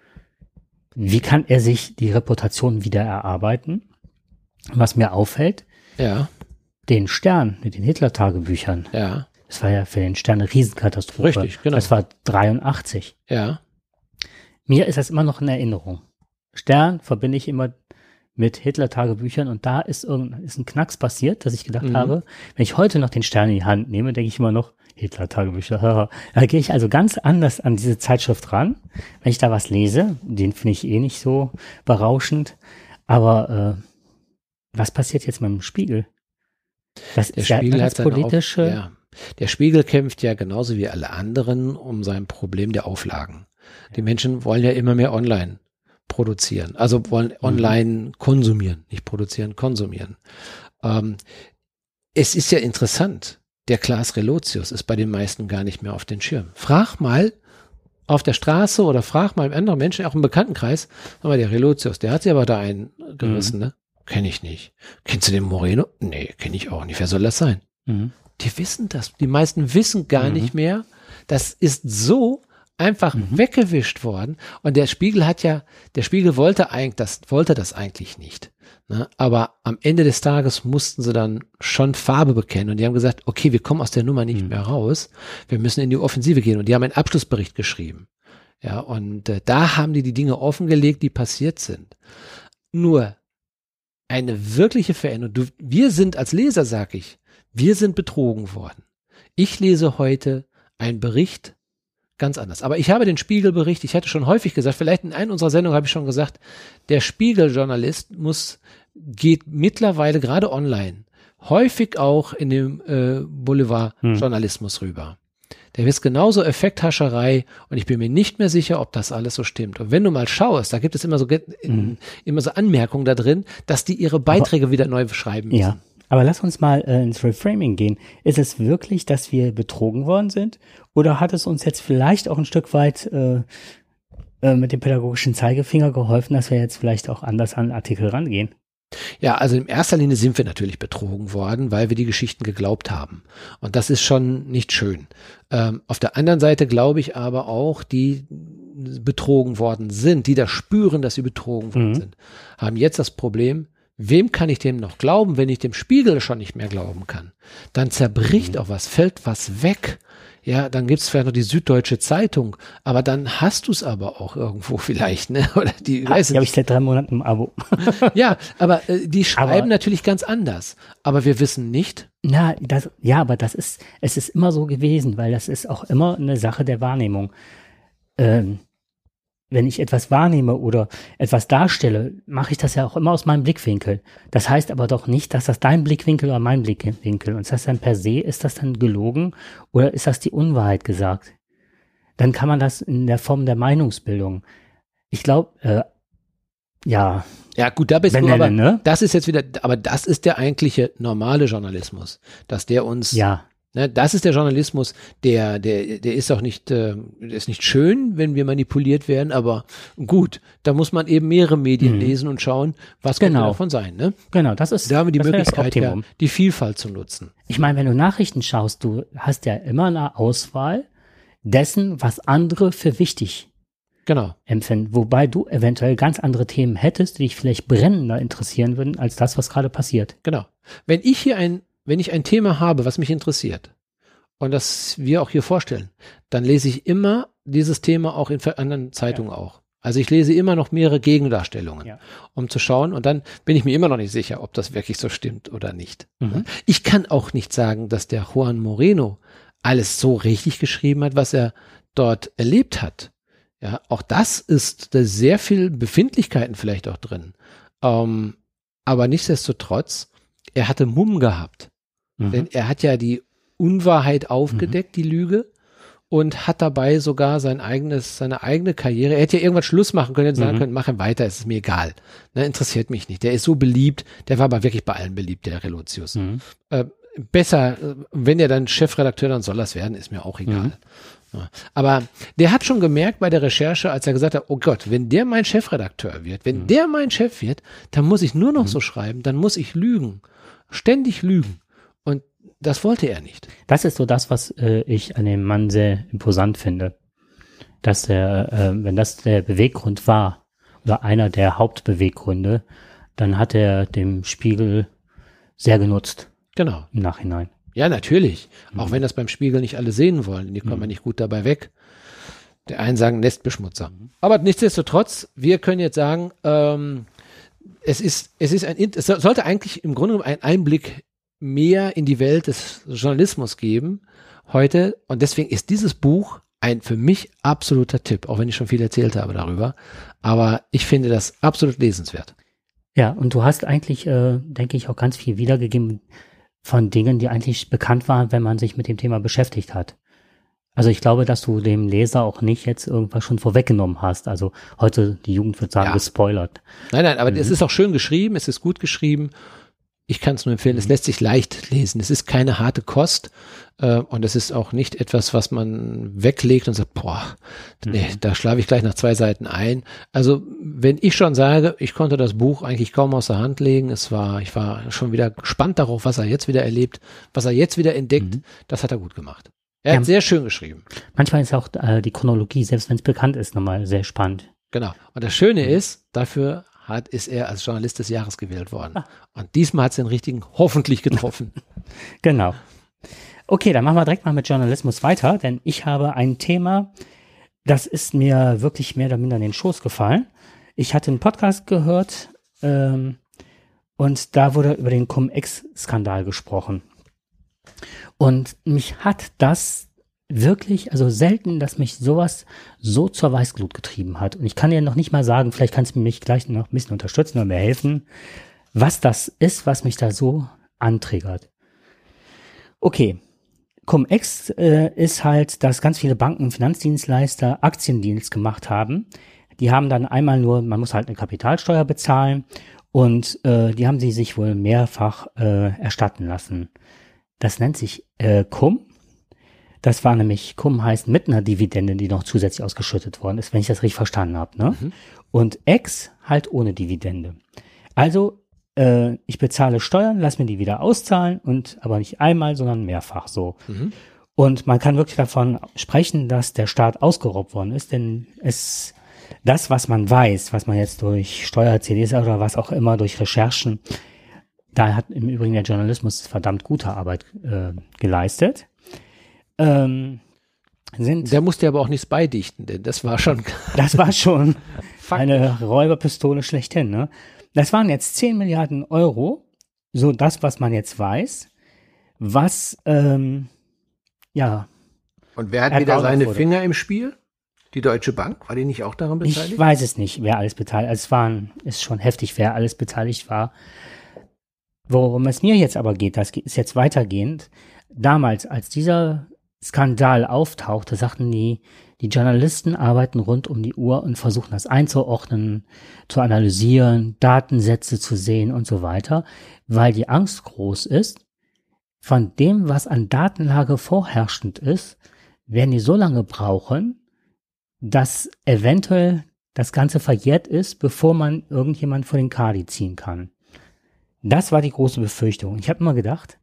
Wie kann er sich die Reputation wieder erarbeiten? Was mir auffällt, ja. den Stern mit den Hitler-Tagebüchern. Ja. Das war ja für den Stern eine Riesenkatastrophe. Richtig, genau. Das war dreiundachtzig. Ja. Mir ist das immer noch in Erinnerung. Stern verbinde ich immer mit Hitler-Tagebüchern und da ist irgendein ist ein Knacks passiert, dass ich gedacht mhm. habe, wenn ich heute noch den Stern in die Hand nehme, denke ich immer noch, Hitler-Tagebücher. Da gehe ich also ganz anders an diese Zeitschrift ran. Wenn ich da was lese, den finde ich eh nicht so berauschend. Aber äh, was passiert jetzt mit dem Spiegel? Das der ist Spiegel ja das hat politische. Auf, ja. Der Spiegel kämpft ja genauso wie alle anderen um sein Problem der Auflagen. Die Menschen wollen ja immer mehr online produzieren, also wollen online mhm. konsumieren, nicht produzieren, konsumieren. Ähm, es ist ja interessant, der Klaas Relotius ist bei den meisten gar nicht mehr auf den Schirm. Frag mal auf der Straße oder frag mal andere Menschen, auch im Bekanntenkreis, aber der Relotius, der hat sich aber da eingerissen, mhm. ne? Kenn ich nicht. Kennst du den Moreno? Nee, kenne ich auch nicht. Wer soll das sein? Mhm. Die wissen das. Die meisten wissen gar mhm. nicht mehr. Das ist so einfach mhm. weggewischt worden. Und der Spiegel hat ja, der Spiegel wollte eigentlich, das wollte das eigentlich nicht. Ne? Aber am Ende des Tages mussten sie dann schon Farbe bekennen. Und die haben gesagt, okay, wir kommen aus der Nummer nicht mhm. mehr raus. Wir müssen in die Offensive gehen. Und die haben einen Abschlussbericht geschrieben. Ja, und äh, da haben die die Dinge offengelegt, die passiert sind. Nur eine wirkliche Veränderung. Du, wir sind als Leser, sag ich, wir sind betrogen worden. Ich lese heute einen Bericht ganz anders. Aber ich habe den Spiegelbericht, ich hatte schon häufig gesagt, vielleicht in einer unserer Sendungen habe ich schon gesagt, der Spiegeljournalist muss, geht mittlerweile gerade online häufig auch in dem äh, Boulevardjournalismus hm. rüber. Der ist genauso Effekthascherei und ich bin mir nicht mehr sicher, ob das alles so stimmt. Und wenn du mal schaust, da gibt es immer so, mhm. immer so Anmerkungen da drin, dass die ihre Beiträge aber, wieder neu schreiben müssen. Ja, aber lass uns mal äh, ins Reframing gehen. Ist es wirklich, dass wir betrogen worden sind? Oder hat es uns jetzt vielleicht auch ein Stück weit äh, äh, mit dem pädagogischen Zeigefinger geholfen, dass wir jetzt vielleicht auch anders an Artikel rangehen? Ja, also in erster Linie sind wir natürlich betrogen worden, weil wir die Geschichten geglaubt haben. Und das ist schon nicht schön. Ähm, auf der anderen Seite glaube ich aber auch, die betrogen worden sind, die da spüren, dass sie betrogen worden mhm. sind, haben jetzt das Problem, wem kann ich dem noch glauben, wenn ich dem Spiegel schon nicht mehr glauben kann? Dann zerbricht mhm. auch was, fällt was weg. Ja, dann gibt's vielleicht noch die Süddeutsche Zeitung, aber dann hast du es aber auch irgendwo vielleicht, ne? Oder die, ah, weiß die habe ich seit drei Monaten im Abo. Ja, aber äh, die schreiben aber, natürlich ganz anders. Aber wir wissen nicht. Na, das, ja, aber das ist, es ist immer so gewesen, weil das ist auch immer eine Sache der Wahrnehmung. Ähm, wenn ich etwas wahrnehme oder etwas darstelle, mache ich das ja auch immer aus meinem Blickwinkel. Das heißt aber doch nicht, dass das dein Blickwinkel oder mein Blickwinkel. Und ist das dann per se, ist das dann gelogen oder ist das die Unwahrheit gesagt? Dann kann man das in der Form der Meinungsbildung. Ich glaube, äh, ja. Ja gut, da bist wenn du aber, ne? das ist jetzt wieder, aber das ist der eigentliche normale Journalismus, dass der uns ja. Ne, das ist der Journalismus, der, der, der ist auch nicht, äh, der ist nicht schön, wenn wir manipuliert werden, aber gut, da muss man eben mehrere Medien mhm. lesen und schauen, was genau. kann davon sein, ne? Genau, das ist, da haben wir die Möglichkeit, ja, die Vielfalt zu nutzen. Ich meine, wenn du Nachrichten schaust, du hast ja immer eine Auswahl dessen, was andere für wichtig genau. empfinden, wobei du eventuell ganz andere Themen hättest, die dich vielleicht brennender interessieren würden, als das, was gerade passiert. Genau. Wenn ich hier ein Wenn ich ein Thema habe, was mich interessiert und das wir auch hier vorstellen, dann lese ich immer dieses Thema auch in anderen Zeitungen ja. auch. Also ich lese immer noch mehrere Gegendarstellungen, ja. um zu schauen und dann bin ich mir immer noch nicht sicher, ob das wirklich so stimmt oder nicht. Mhm. Ich kann auch nicht sagen, dass der Juan Moreno alles so richtig geschrieben hat, was er dort erlebt hat. Ja, auch das ist da sehr viel Befindlichkeiten vielleicht auch drin. Ähm, aber nichtsdestotrotz, er hatte Mumm gehabt. Mhm. Denn er hat ja die Unwahrheit aufgedeckt, mhm. die Lüge, und hat dabei sogar sein eigenes, seine eigene Karriere. Er hätte ja irgendwann Schluss machen können, hätte sagen mhm. können, mach ihn weiter, es ist mir egal. Ne, interessiert mich nicht. Der ist so beliebt, der war aber wirklich bei allen beliebt, der Relotius. Mhm. Äh, besser, wenn er dann Chefredakteur, dann soll das werden, ist mir auch egal. Mhm. Ja. Aber der hat schon gemerkt bei der Recherche, als er gesagt hat, oh Gott, wenn der mein Chefredakteur wird, wenn mhm. der mein Chef wird, dann muss ich nur noch mhm. so schreiben, dann muss ich lügen. Ständig lügen. Und das wollte er nicht. Das ist so das, was äh, ich an dem Mann sehr imposant finde. Dass er, äh, wenn das der Beweggrund war, oder einer der Hauptbeweggründe, dann hat er dem Spiegel sehr genutzt. Genau. Im Nachhinein. Ja, natürlich. Mhm. Auch wenn das beim Spiegel nicht alle sehen wollen. Die kommen mhm. ja nicht gut dabei weg. Der einen sagen Nestbeschmutzer. Mhm. Aber nichtsdestotrotz, wir können jetzt sagen, ähm, es ist, es ist ein, es sollte eigentlich im Grunde genommen ein Einblick mehr in die Welt des Journalismus geben heute. Und deswegen ist dieses Buch ein für mich absoluter Tipp, auch wenn ich schon viel erzählt habe darüber. Aber ich finde das absolut lesenswert. Ja, und du hast eigentlich, äh, denke ich, auch ganz viel wiedergegeben von Dingen, die eigentlich bekannt waren, wenn man sich mit dem Thema beschäftigt hat. Also ich glaube, dass du dem Leser auch nicht jetzt irgendwas schon vorweggenommen hast. Also heute, die Jugend wird sagen, ja. gespoilert. Nein, nein, aber mhm. es ist auch schön geschrieben, es ist gut geschrieben. Ich kann es nur empfehlen, mhm. es lässt sich leicht lesen. Es ist keine harte Kost äh, und es ist auch nicht etwas, was man weglegt und sagt, boah, nee, mhm. da schlafe ich gleich nach zwei Seiten ein. Also wenn ich schon sage, ich konnte das Buch eigentlich kaum aus der Hand legen, es war, ich war schon wieder gespannt darauf, was er jetzt wieder erlebt, was er jetzt wieder entdeckt, mhm. das hat er gut gemacht. Er ja, hat sehr schön geschrieben. Manchmal ist auch äh, die Chronologie, selbst wenn es bekannt ist, nochmal sehr spannend. Genau. Und das Schöne mhm. ist, dafür hat, ist er als Journalist des Jahres gewählt worden. Ah. Und diesmal hat es den richtigen hoffentlich getroffen. Genau. Okay, dann machen wir direkt mal mit Journalismus weiter, denn ich habe ein Thema, das ist mir wirklich mehr oder minder in den Schoß gefallen. Ich hatte einen Podcast gehört ähm, und da wurde über den Cum-Ex-Skandal gesprochen. Und mich hat das wirklich, also selten, dass mich sowas so zur Weißglut getrieben hat. Und ich kann dir noch nicht mal sagen, vielleicht kannst du mich gleich noch ein bisschen unterstützen oder mir helfen, was das ist, was mich da so antriggert. Okay. Cum-Ex äh, ist halt, dass ganz viele Banken und Finanzdienstleister Aktiendeals gemacht haben. Die haben dann einmal nur, man muss halt eine Kapitalsteuer bezahlen und äh, die haben sie sich wohl mehrfach äh, erstatten lassen. Das nennt sich äh, Cum. Das war nämlich, Cum heißt mit einer Dividende, die noch zusätzlich ausgeschüttet worden ist, wenn ich das richtig verstanden habe. Ne? Mhm. Und Ex halt ohne Dividende. Also äh, ich bezahle Steuern, lass mir die wieder auszahlen und aber nicht einmal, sondern mehrfach so. Mhm. Und man kann wirklich davon sprechen, dass der Staat ausgeraubt worden ist, denn es das, was man weiß, was man jetzt durch Steuer-C Ds oder was auch immer, durch Recherchen, da hat im Übrigen der Journalismus verdammt gute Arbeit äh, geleistet. Ähm, sind der musste aber auch nichts beidichten, denn das war schon das war schon eine Räuberpistole schlechthin, ne? Das waren jetzt zehn Milliarden Euro, so das, was man jetzt weiß, was, ähm, ja. Und wer hat wieder seine wurde. Finger im Spiel? Die Deutsche Bank? War die nicht auch daran beteiligt? Ich weiß es nicht, wer alles beteiligt, es waren, ist schon heftig, wer alles beteiligt war. Worum es mir jetzt aber geht, das ist jetzt weitergehend. Damals, als dieser Skandal auftauchte, sagten die, die Journalisten arbeiten rund um die Uhr und versuchen das einzuordnen, zu analysieren, Datensätze zu sehen und so weiter, weil die Angst groß ist, von dem, was an Datenlage vorherrschend ist, werden die so lange brauchen, dass eventuell das Ganze verjährt ist, bevor man irgendjemand vor den Kadi ziehen kann. Das war die große Befürchtung. Ich habe immer gedacht,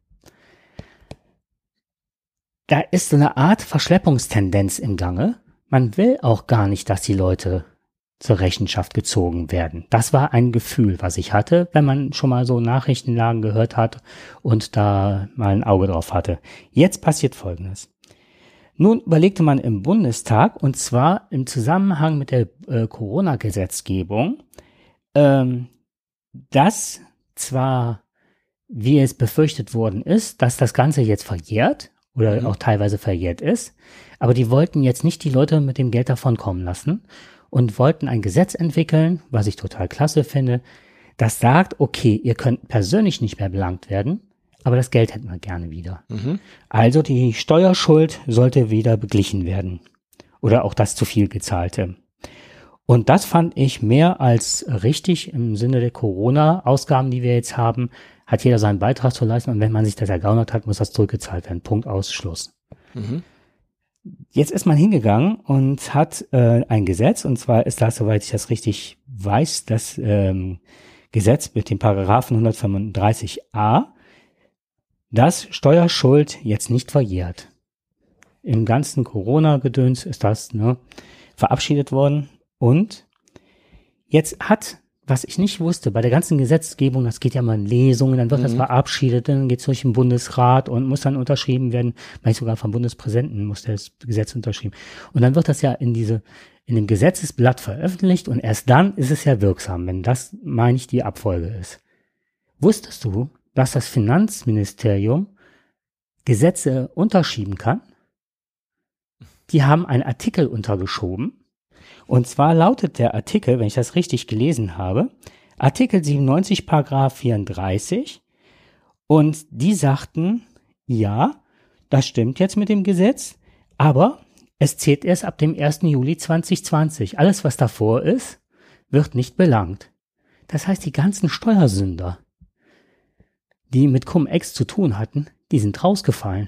da ist so eine Art Verschleppungstendenz im Gange. Man will auch gar nicht, dass die Leute zur Rechenschaft gezogen werden. Das war ein Gefühl, was ich hatte, wenn man schon mal so Nachrichtenlagen gehört hat und da mal ein Auge drauf hatte. Jetzt passiert Folgendes. Nun überlegte man im Bundestag, und zwar im Zusammenhang mit der äh, Corona-Gesetzgebung, ähm, dass zwar, wie es befürchtet worden ist, dass das Ganze jetzt verjährt, oder mhm. auch teilweise verjährt ist. Aber die wollten jetzt nicht die Leute mit dem Geld davonkommen lassen und wollten ein Gesetz entwickeln, was ich total klasse finde, das sagt, okay, ihr könnt persönlich nicht mehr belangt werden, aber das Geld hätten wir gerne wieder. Mhm. Also die Steuerschuld sollte wieder beglichen werden. Oder auch das zu viel gezahlte. Und das fand ich mehr als richtig im Sinne der Corona-Ausgaben, die wir jetzt haben, hat jeder seinen Beitrag zu leisten und wenn man sich das ergaunert hat, muss das zurückgezahlt werden. Punkt, aus, Schluss. Mhm. Jetzt ist man hingegangen und hat äh, ein Gesetz, und zwar ist das, soweit ich das richtig weiß, das ähm, Gesetz mit dem Paragraphen hundertfünfunddreißig a, das Steuerschuld jetzt nicht verjährt. Im ganzen Corona-Gedöns ist das ne, verabschiedet worden und jetzt hat was ich nicht wusste, bei der ganzen Gesetzgebung, das geht ja mal in Lesungen, dann wird mhm. das verabschiedet, dann geht es durch den Bundesrat und muss dann unterschrieben werden, manchmal sogar vom Bundespräsidenten muss das Gesetz unterschrieben. Und dann wird das ja in diese, in dem Gesetzesblatt veröffentlicht und erst dann ist es ja wirksam, wenn das, meine ich, die Abfolge ist. Wusstest du, dass das Finanzministerium Gesetze unterschieben kann? Die haben einen Artikel untergeschoben. Und zwar lautet der Artikel, wenn ich das richtig gelesen habe, Artikel siebenundneunzig, Paragraph vierunddreißig. Und die sagten, ja, das stimmt jetzt mit dem Gesetz, aber es zählt erst ab dem ersten Juli zweitausendzwanzig. Alles, was davor ist, wird nicht belangt. Das heißt, die ganzen Steuersünder, die mit Cum-Ex zu tun hatten, die sind rausgefallen.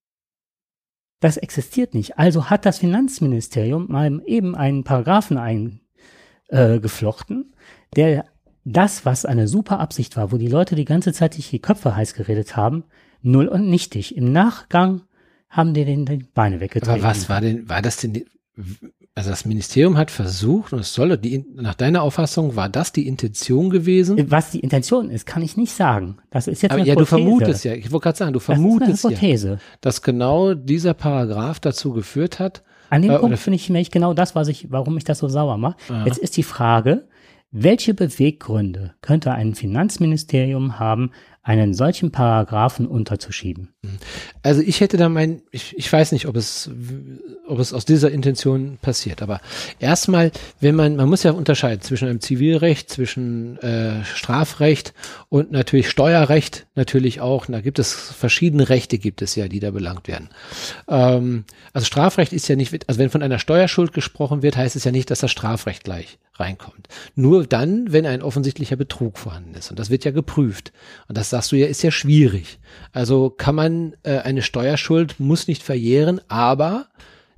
Das existiert nicht. Also hat das Finanzministerium mal eben einen Paragraphen eingeflochten, äh, der das, was eine super Absicht war, wo die Leute die ganze Zeit sich die Köpfe heiß geredet haben, null und nichtig. Im Nachgang haben die den die Beine weggetreten. Aber was war denn, war das denn, also das Ministerium hat versucht, und es soll, die, nach deiner Auffassung, war das die Intention gewesen? Was die Intention ist, kann ich nicht sagen. Das ist jetzt aber eine ja, Hypothese. Du vermutest ja, ich wollte gerade sagen, du vermutest das ist eine Hypothese. Ja, dass genau dieser Paragraph dazu geführt hat. An dem äh, Punkt finde ich nämlich genau das, was ich, warum ich das so sauer mache. Aha. Jetzt ist die Frage, welche Beweggründe könnte ein Finanzministerium haben, einen solchen Paragraphen unterzuschieben? Also ich hätte da mein, ich, ich weiß nicht, ob es, ob es aus dieser Intention passiert, aber erstmal, wenn man, man muss ja unterscheiden zwischen einem Zivilrecht, zwischen äh, Strafrecht und natürlich Steuerrecht natürlich auch. Und da gibt es verschiedene Rechte, gibt es ja, die da belangt werden. Ähm, also Strafrecht ist ja nicht, also wenn von einer Steuerschuld gesprochen wird, heißt es ja nicht, dass das Strafrecht gleich reinkommt. Nur dann, wenn ein offensichtlicher Betrug vorhanden ist. Und das wird ja geprüft. Und das sagst du ja, ist ja schwierig. Also kann man, äh, eine Steuerschuld muss nicht verjähren, aber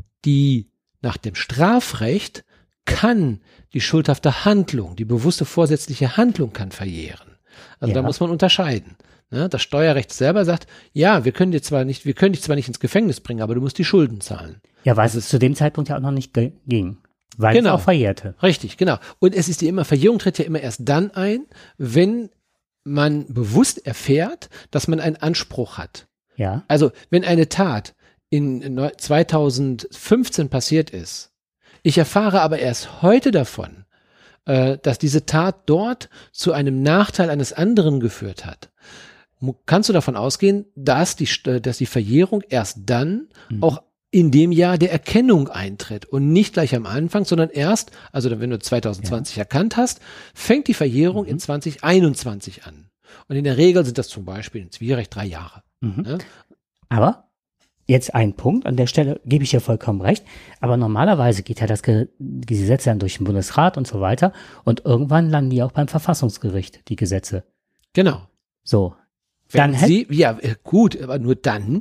die nach dem Strafrecht kann die schuldhafte Handlung, die bewusste vorsätzliche Handlung kann verjähren. Also ja. Da muss man unterscheiden. Ne? Das Steuerrecht selber sagt, ja, wir können dir zwar nicht, wir können dich zwar nicht ins Gefängnis bringen, aber du musst die Schulden zahlen. Ja, weil es zu dem Zeitpunkt ja auch noch nicht ge- ging. Weil genau. es auch verjährte. Richtig, genau. Und es ist ja immer, Verjährung tritt ja immer erst dann ein, wenn man bewusst erfährt, dass man einen Anspruch hat. Ja. Also, wenn eine Tat in zweitausendfünfzehn passiert ist, ich erfahre aber erst heute davon, äh, dass diese Tat dort zu einem Nachteil eines anderen geführt hat, kannst du davon ausgehen, dass die, dass die Verjährung erst dann mhm. auch in dem Jahr der Erkennung eintritt und nicht gleich am Anfang, sondern erst, also wenn du zwanzig zwanzig ja. erkannt hast, fängt die Verjährung mhm. in zwanzig einundzwanzig an. Und in der Regel sind das zum Beispiel im Zivilrecht drei Jahre. Mhm. Ja? Aber jetzt ein Punkt, an der Stelle gebe ich dir vollkommen recht, aber normalerweise geht ja das Ge- die Gesetze dann durch den Bundesrat und so weiter und irgendwann landen die auch beim Verfassungsgericht, die Gesetze. Genau. So. Wenn dann sie, ja gut, aber nur dann,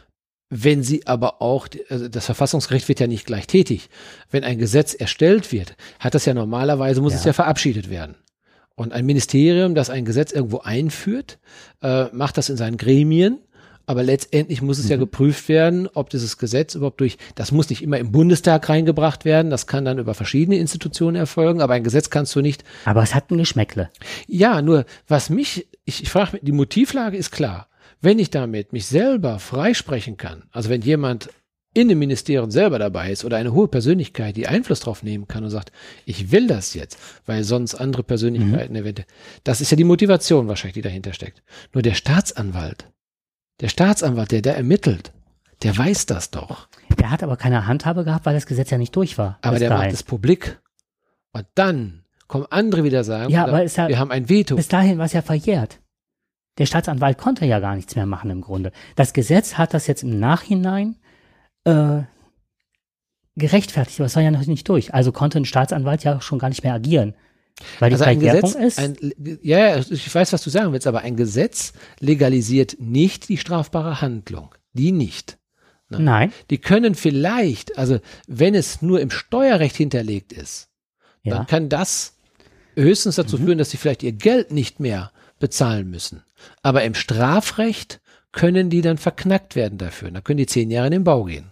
wenn sie aber auch, also das Verfassungsgericht wird ja nicht gleich tätig. Wenn ein Gesetz erstellt wird, hat das ja normalerweise, muss ja. es ja verabschiedet werden. Und ein Ministerium, das ein Gesetz irgendwo einführt, äh, macht das in seinen Gremien, aber letztendlich muss es mhm. ja geprüft werden, ob dieses Gesetz überhaupt durch, das muss nicht immer im Bundestag reingebracht werden, das kann dann über verschiedene Institutionen erfolgen, aber ein Gesetz kannst du nicht. Aber es hat ein Geschmäckle. Ja, nur was mich, ich, ich frage mich, die Motivlage ist klar. Wenn ich damit mich selber freisprechen kann, also wenn jemand in dem Ministerium selber dabei ist oder eine hohe Persönlichkeit, die Einfluss drauf nehmen kann und sagt, ich will das jetzt, weil sonst andere Persönlichkeiten mhm. eventuell, das ist ja die Motivation wahrscheinlich, die dahinter steckt. Nur der Staatsanwalt, der Staatsanwalt, der da ermittelt, der weiß das doch. Der hat aber keine Handhabe gehabt, weil das Gesetz ja nicht durch war. Aber der dahin. macht es publik. Und dann kommen andere wieder sagen, ja, aber ist ja, wir haben ein Veto. Bis dahin war es ja verjährt. Der Staatsanwalt konnte ja gar nichts mehr machen im Grunde. Das Gesetz hat das jetzt im Nachhinein äh, gerechtfertigt, aber es war ja noch nicht durch. Also konnte ein Staatsanwalt ja schon gar nicht mehr agieren. Weil die also ein Gesetz, ist. Ein, ja, ich weiß, was du sagen willst, aber ein Gesetz legalisiert nicht die strafbare Handlung. Die nicht. Ne? Nein. Die können vielleicht, also wenn es nur im Steuerrecht hinterlegt ist, ja. dann kann das höchstens dazu mhm. führen, dass sie vielleicht ihr Geld nicht mehr bezahlen müssen. Aber im Strafrecht können die dann verknackt werden dafür. Da können die zehn Jahre in den Bau gehen.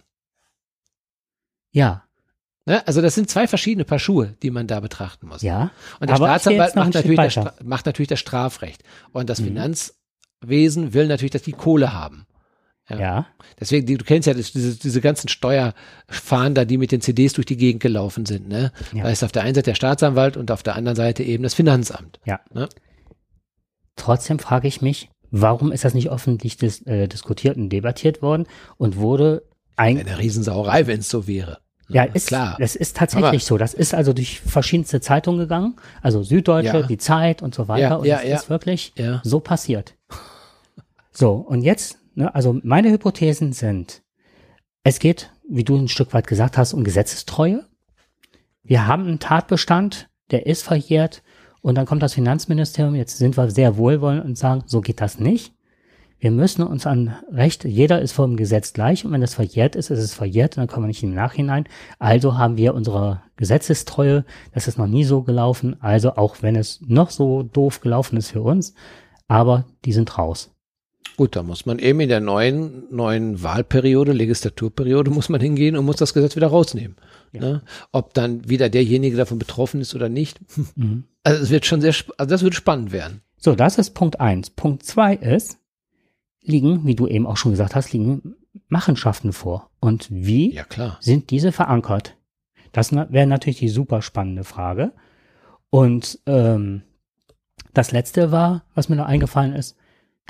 Ja. Ne? Also das sind zwei verschiedene Paar Schuhe, die man da betrachten muss. Ja. Und der Staatsanwalt macht natürlich das, Stra- macht natürlich das Strafrecht. Und das mhm. Finanzwesen will natürlich, dass die Kohle haben. Ja. ja. Deswegen, die, du kennst ja das, diese, diese ganzen Steuerfahnder, die mit den C Ds durch die Gegend gelaufen sind. Ne? Ja. Da ist auf der einen Seite der Staatsanwalt und auf der anderen Seite eben das Finanzamt. Ja. Ne? Trotzdem frage ich mich, warum ist das nicht öffentlich dis- äh, diskutiert und debattiert worden und wurde eigentlich eine Riesensauerei, wenn es so wäre. Ja, ist, klar. Das ist tatsächlich Aber so. Das ist also durch verschiedenste Zeitungen gegangen, also Süddeutsche, ja. die Zeit und so weiter. Ja, und ja, das ja. ist wirklich ja. so passiert. So, und jetzt, ne, also meine Hypothesen sind, es geht, wie du ein Stück weit gesagt hast, um Gesetzestreue. Wir haben einen Tatbestand, der ist verjährt. Und dann kommt das Finanzministerium, jetzt sind wir sehr wohlwollend und sagen, so geht das nicht. Wir müssen uns an Recht, jeder ist vor dem Gesetz gleich und wenn das verjährt ist, ist es verjährt und dann kommen wir nicht im Nachhinein. Also haben wir unsere Gesetzestreue, das ist noch nie so gelaufen, also auch wenn es noch so doof gelaufen ist für uns, aber die sind raus. Gut, da muss man eben in der neuen, neuen Wahlperiode, Legislaturperiode, muss man hingehen und muss das Gesetz wieder rausnehmen. Ja. Ne? Ob dann wieder derjenige davon betroffen ist oder nicht. Mhm. Also es wird schon sehr, also das wird spannend werden. So, das ist Punkt eins. Punkt zwei ist, liegen, wie du eben auch schon gesagt hast, liegen Machenschaften vor. Und wie ja, klar. sind diese verankert? Das wäre natürlich die super spannende Frage. Und ähm, das letzte war, was mir noch eingefallen ist,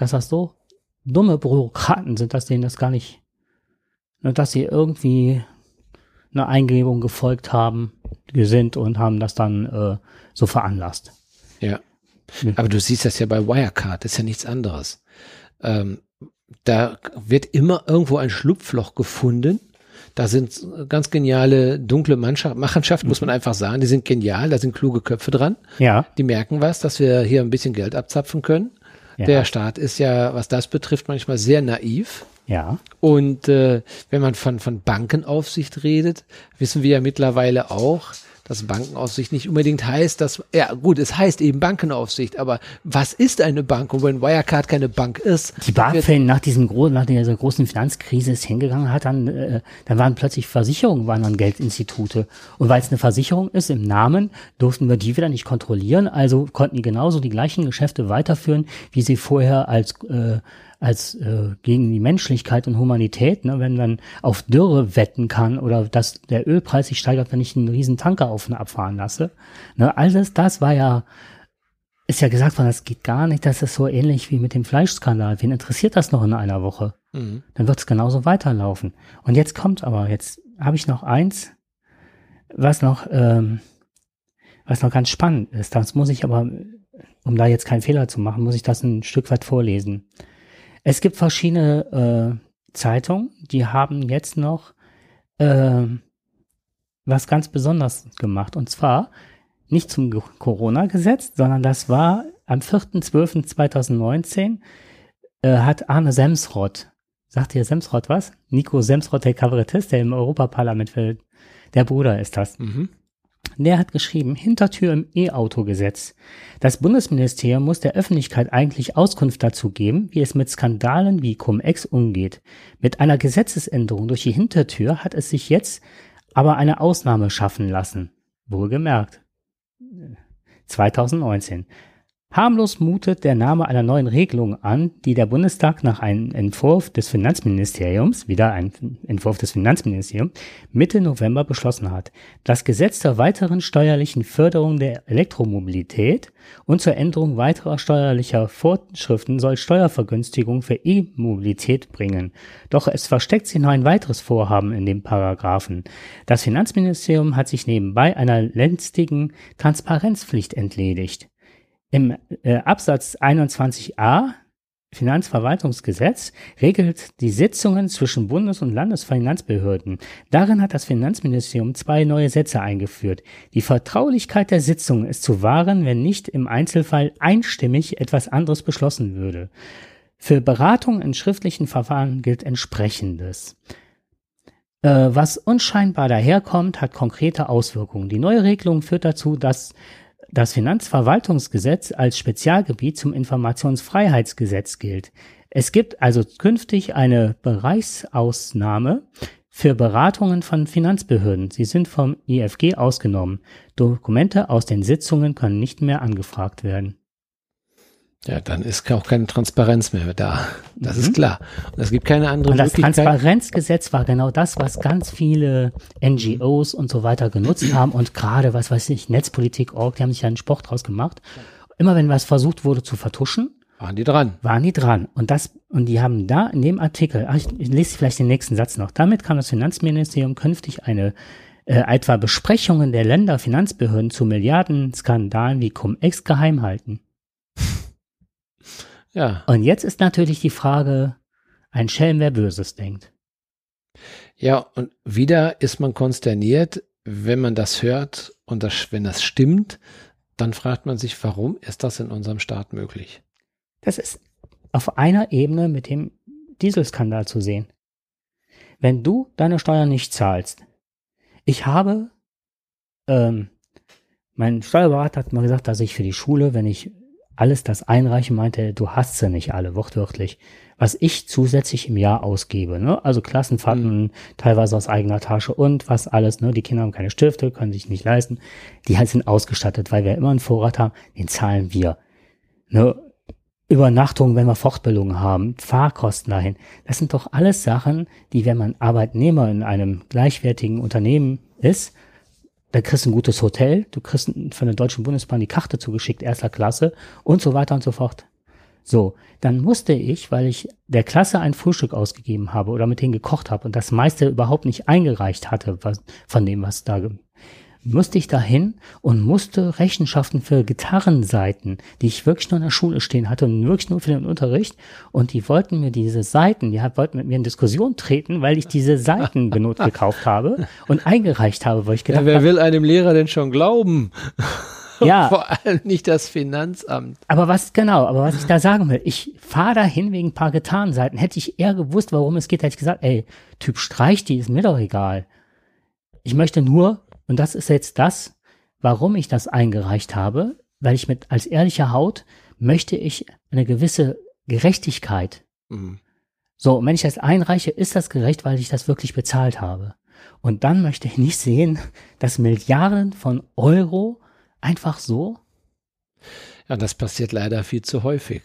dass das so dumme Bürokraten sind, dass denen das gar nicht, dass sie irgendwie eine Eingebung gefolgt haben, sind und haben das dann äh, so veranlasst. Ja, aber du siehst das ja bei Wirecard, das ist ja nichts anderes. Ähm, da wird immer irgendwo ein Schlupfloch gefunden. Da sind ganz geniale dunkle Mannschaft, Machenschaften, muss man einfach sagen. Die sind genial, da sind kluge Köpfe dran. Ja. Die merken was, dass wir hier ein bisschen Geld abzapfen können. Ja. Der Staat ist ja, was das betrifft, manchmal sehr naiv. Ja. Und äh, wenn man von, von Bankenaufsicht redet, wissen wir ja mittlerweile auch, dass Bankenaufsicht nicht unbedingt heißt, dass, ja gut, es heißt eben Bankenaufsicht, aber was ist eine Bank? Und wenn Wirecard keine Bank ist. Die BaFin nach diesem gro- nach dieser großen Finanzkrise ist hingegangen hat, dann, äh, dann waren plötzlich Versicherungen, waren dann Geldinstitute. Und weil es eine Versicherung ist im Namen, durften wir die wieder nicht kontrollieren, also konnten die genauso die gleichen Geschäfte weiterführen, wie sie vorher als äh, als äh, gegen die Menschlichkeit und Humanität, ne, wenn man auf Dürre wetten kann oder dass der Ölpreis sich steigert, wenn ich einen riesen Tanker auf und abfahren lasse. Ne, alles das war ja, ist ja gesagt worden, das geht gar nicht, das ist so ähnlich wie mit dem Fleischskandal. Wen interessiert das noch in einer Woche? Mhm. Dann wird es genauso weiterlaufen. Und jetzt kommt aber, jetzt habe ich noch eins, was noch, ähm, was noch ganz spannend ist. Das muss ich aber, um da jetzt keinen Fehler zu machen, muss ich das ein Stück weit vorlesen. Es gibt verschiedene äh, Zeitungen, die haben jetzt noch äh, was ganz Besonderes gemacht. Und zwar nicht zum Corona-Gesetz, sondern das war am vierten zwölften zweitausendneunzehn äh, hat Arne Semsrott, sagt ihr Semsrott was? Nico Semsrott, der Kabarettist, der im Europaparlament will, der Bruder ist das. Mhm. Der hat geschrieben, Hintertür im E-Auto-Gesetz. Das Bundesministerium muss der Öffentlichkeit eigentlich Auskunft dazu geben, wie es mit Skandalen wie Cum-Ex umgeht. Mit einer Gesetzesänderung durch die Hintertür hat es sich jetzt aber eine Ausnahme schaffen lassen. Wohlgemerkt. zweitausendneunzehn. Harmlos mutet der Name einer neuen Regelung an, die der Bundestag nach einem Entwurf des Finanzministeriums, wieder ein Entwurf des Finanzministeriums, Mitte November beschlossen hat. Das Gesetz zur weiteren steuerlichen Förderung der Elektromobilität und zur Änderung weiterer steuerlicher Vorschriften soll Steuervergünstigungen für E-Mobilität bringen. Doch es versteckt sich noch ein weiteres Vorhaben in dem Paragraphen. Das Finanzministerium hat sich nebenbei einer lästigen Transparenzpflicht entledigt. Im äh, Absatz einundzwanzig a Finanzverwaltungsgesetz regelt die Sitzungen zwischen Bundes- und Landesfinanzbehörden. Darin hat das Finanzministerium zwei neue Sätze eingeführt. Die Vertraulichkeit der Sitzungen ist zu wahren, wenn nicht im Einzelfall einstimmig etwas anderes beschlossen würde. Für Beratungen in schriftlichen Verfahren gilt Entsprechendes. Äh, was unscheinbar daherkommt, hat konkrete Auswirkungen. Die neue Regelung führt dazu, dass das Finanzverwaltungsgesetz als Spezialgebiet zum Informationsfreiheitsgesetz gilt. Es gibt also künftig eine Bereichsausnahme für Beratungen von Finanzbehörden. Sie sind vom I F G ausgenommen. Dokumente aus den Sitzungen können nicht mehr angefragt werden. Ja, dann ist auch keine Transparenz mehr da. Das mhm. ist klar. Und es gibt keine andere Und das Möglichkeit. Transparenzgesetz war genau das, was ganz viele N G Os und so weiter genutzt haben. Und gerade, was weiß ich, Netzpolitik Punkt org, die haben sich ja einen Sport draus gemacht. Immer wenn was versucht wurde zu vertuschen, waren die dran. Waren die dran. Und das, und die haben da in dem Artikel, ach, ich, ich lese vielleicht den nächsten Satz noch. Damit kann das Finanzministerium künftig eine äh, etwa Besprechungen der Länderfinanzbehörden zu Milliardenskandalen wie Cum-Ex geheim halten. Ja. Und jetzt ist natürlich die Frage, ein Schelm, wer Böses denkt. Ja, und wieder ist man konsterniert, wenn man das hört und das, wenn das stimmt, dann fragt man sich, warum ist das in unserem Staat möglich? Das ist auf einer Ebene mit dem Dieselskandal zu sehen. Wenn du deine Steuern nicht zahlst, ich habe, ähm, mein Steuerberater hat mal gesagt, dass ich für die Schule, wenn ich alles das einreichen, meinte, du hast sie nicht alle, wortwörtlich, was ich zusätzlich im Jahr ausgebe, ne? Also Klassenfahrten, mhm. teilweise aus eigener Tasche und was alles, ne? Die Kinder haben keine Stifte, können sich nicht leisten, die halt sind ausgestattet, weil wir immer einen Vorrat haben, den zahlen wir, ne? Übernachtung, wenn wir Fortbildungen haben, Fahrkosten dahin, das sind doch alles Sachen, die, wenn man Arbeitnehmer in einem gleichwertigen Unternehmen ist, da kriegst du ein gutes Hotel, du kriegst von der Deutschen Bundesbahn die Karte zugeschickt, erster Klasse und so weiter und so fort. So, dann musste ich, weil ich der Klasse ein Frühstück ausgegeben habe oder mit denen gekocht habe und das meiste überhaupt nicht eingereicht hatte, was, von dem, was da, musste ich dahin und musste Rechenschaften für Gitarrenseiten, die ich wirklich nur in der Schule stehen hatte und wirklich nur für den Unterricht, und die wollten mir diese Seiten, die wollten mit mir in Diskussion treten, weil ich diese Seiten benutzt gekauft habe und eingereicht habe, weil ich gedacht habe, ja, wer will einem Lehrer denn schon glauben? Ja. Vor allem nicht das Finanzamt. Aber was, genau, aber was ich da sagen will, ich fahre dahin wegen ein paar Gitarrenseiten. Hätte ich eher gewusst, worum es geht, hätte ich gesagt, ey, Typ, streich die, ist mir doch egal. Ich möchte nur, und das ist jetzt das, warum ich das eingereicht habe, weil ich mit, als ehrlicher Haut, möchte ich eine gewisse Gerechtigkeit. Mhm. So, und wenn ich das einreiche, ist das gerecht, weil ich das wirklich bezahlt habe. Und dann möchte ich nicht sehen, dass Milliarden von Euro einfach so. Ja, das passiert leider viel zu häufig.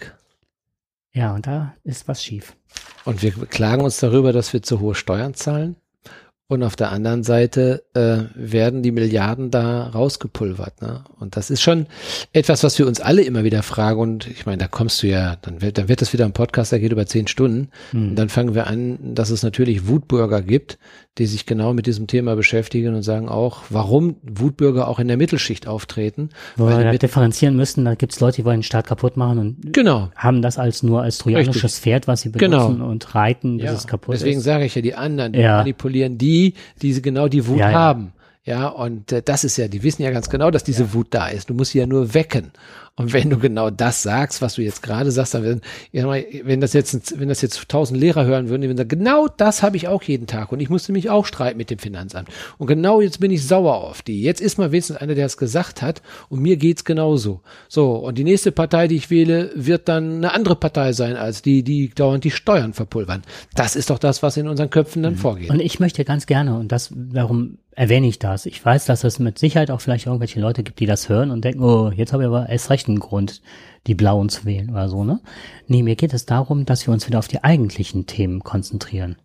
Ja, und da ist was schief. Und wir klagen uns darüber, dass wir zu hohe Steuern zahlen. Und auf der anderen Seite äh, werden die Milliarden da rausgepulvert. Ne? Und das ist schon etwas, was wir uns alle immer wieder fragen. Und ich meine, da kommst du ja, dann wird, dann wird das wieder ein Podcast, der geht über zehn Stunden. Hm. Und dann fangen wir an, dass es natürlich Wutbürger gibt, die sich genau mit diesem Thema beschäftigen und sagen auch, warum Wutbürger auch in der Mittelschicht auftreten. Wo weil wir wir differenzieren müssen, da gibt es Leute, die wollen den Staat kaputt machen und genau. haben das als nur als trojanisches Richtig. Pferd, was sie benutzen genau. und reiten, bis ja. es kaputt Deswegen ist. Deswegen sage ich ja, die anderen, die ja. manipulieren die, die genau die Wut ja, ja. haben. Ja, und äh, das ist ja, die wissen ja ganz genau, dass diese ja. Wut da ist. Du musst sie ja nur wecken. Und wenn du genau das sagst, was du jetzt gerade sagst, dann werden, wenn das jetzt, wenn das jetzt tausend Lehrer hören würden, die würden sagen, genau das habe ich auch jeden Tag und ich musste mich auch streiten mit dem Finanzamt. Und genau jetzt bin ich sauer auf die. Jetzt ist mal wenigstens einer, der es gesagt hat und mir geht's genauso. So, und die nächste Partei, die ich wähle, wird dann eine andere Partei sein als die, die dauernd die Steuern verpulvern. Das ist doch das, was in unseren Köpfen dann mhm. vorgeht. Und ich möchte ganz gerne, und das, darum erwähne ich das. Ich weiß, dass es mit Sicherheit auch vielleicht irgendwelche Leute gibt, die das hören und denken, oh, jetzt habe ich aber erst recht einen Grund, die Blauen zu wählen oder so, ne? Nee, mir geht es darum, dass wir uns wieder auf die eigentlichen Themen konzentrieren.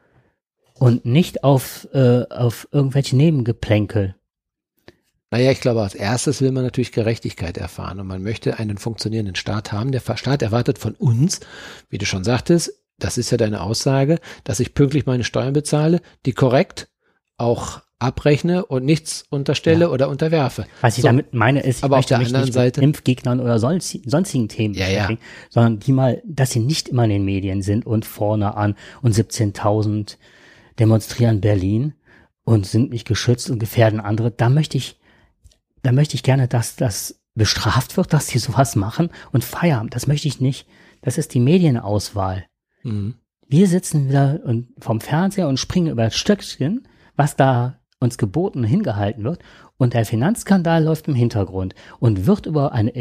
Und nicht auf, äh, auf irgendwelche Nebengeplänkel. Naja, ich glaube, als erstes will man natürlich Gerechtigkeit erfahren und man möchte einen funktionierenden Staat haben. Der Staat erwartet von uns, wie du schon sagtest, das ist ja deine Aussage, dass ich pünktlich meine Steuern bezahle, die korrekt auch abrechne und nichts unterstelle ja. oder unterwerfe. Was ich so, damit meine, ist, ich aber möchte auf der mich anderen nicht Seite, mit Impfgegnern oder sonstigen Themen ja, ja. sondern die mal, dass sie nicht immer in den Medien sind und vorne an und siebzehntausend demonstrieren Berlin und sind nicht geschützt und gefährden andere. Da möchte ich, da möchte ich gerne, dass das bestraft wird, dass die sowas machen und Feierabend. Das möchte ich nicht. Das ist die Medienauswahl. Mhm. Wir sitzen wieder vom Fernseher und springen über das Stöckchen, was da uns geboten hingehalten wird, und der Finanzskandal läuft im Hintergrund und wird über ein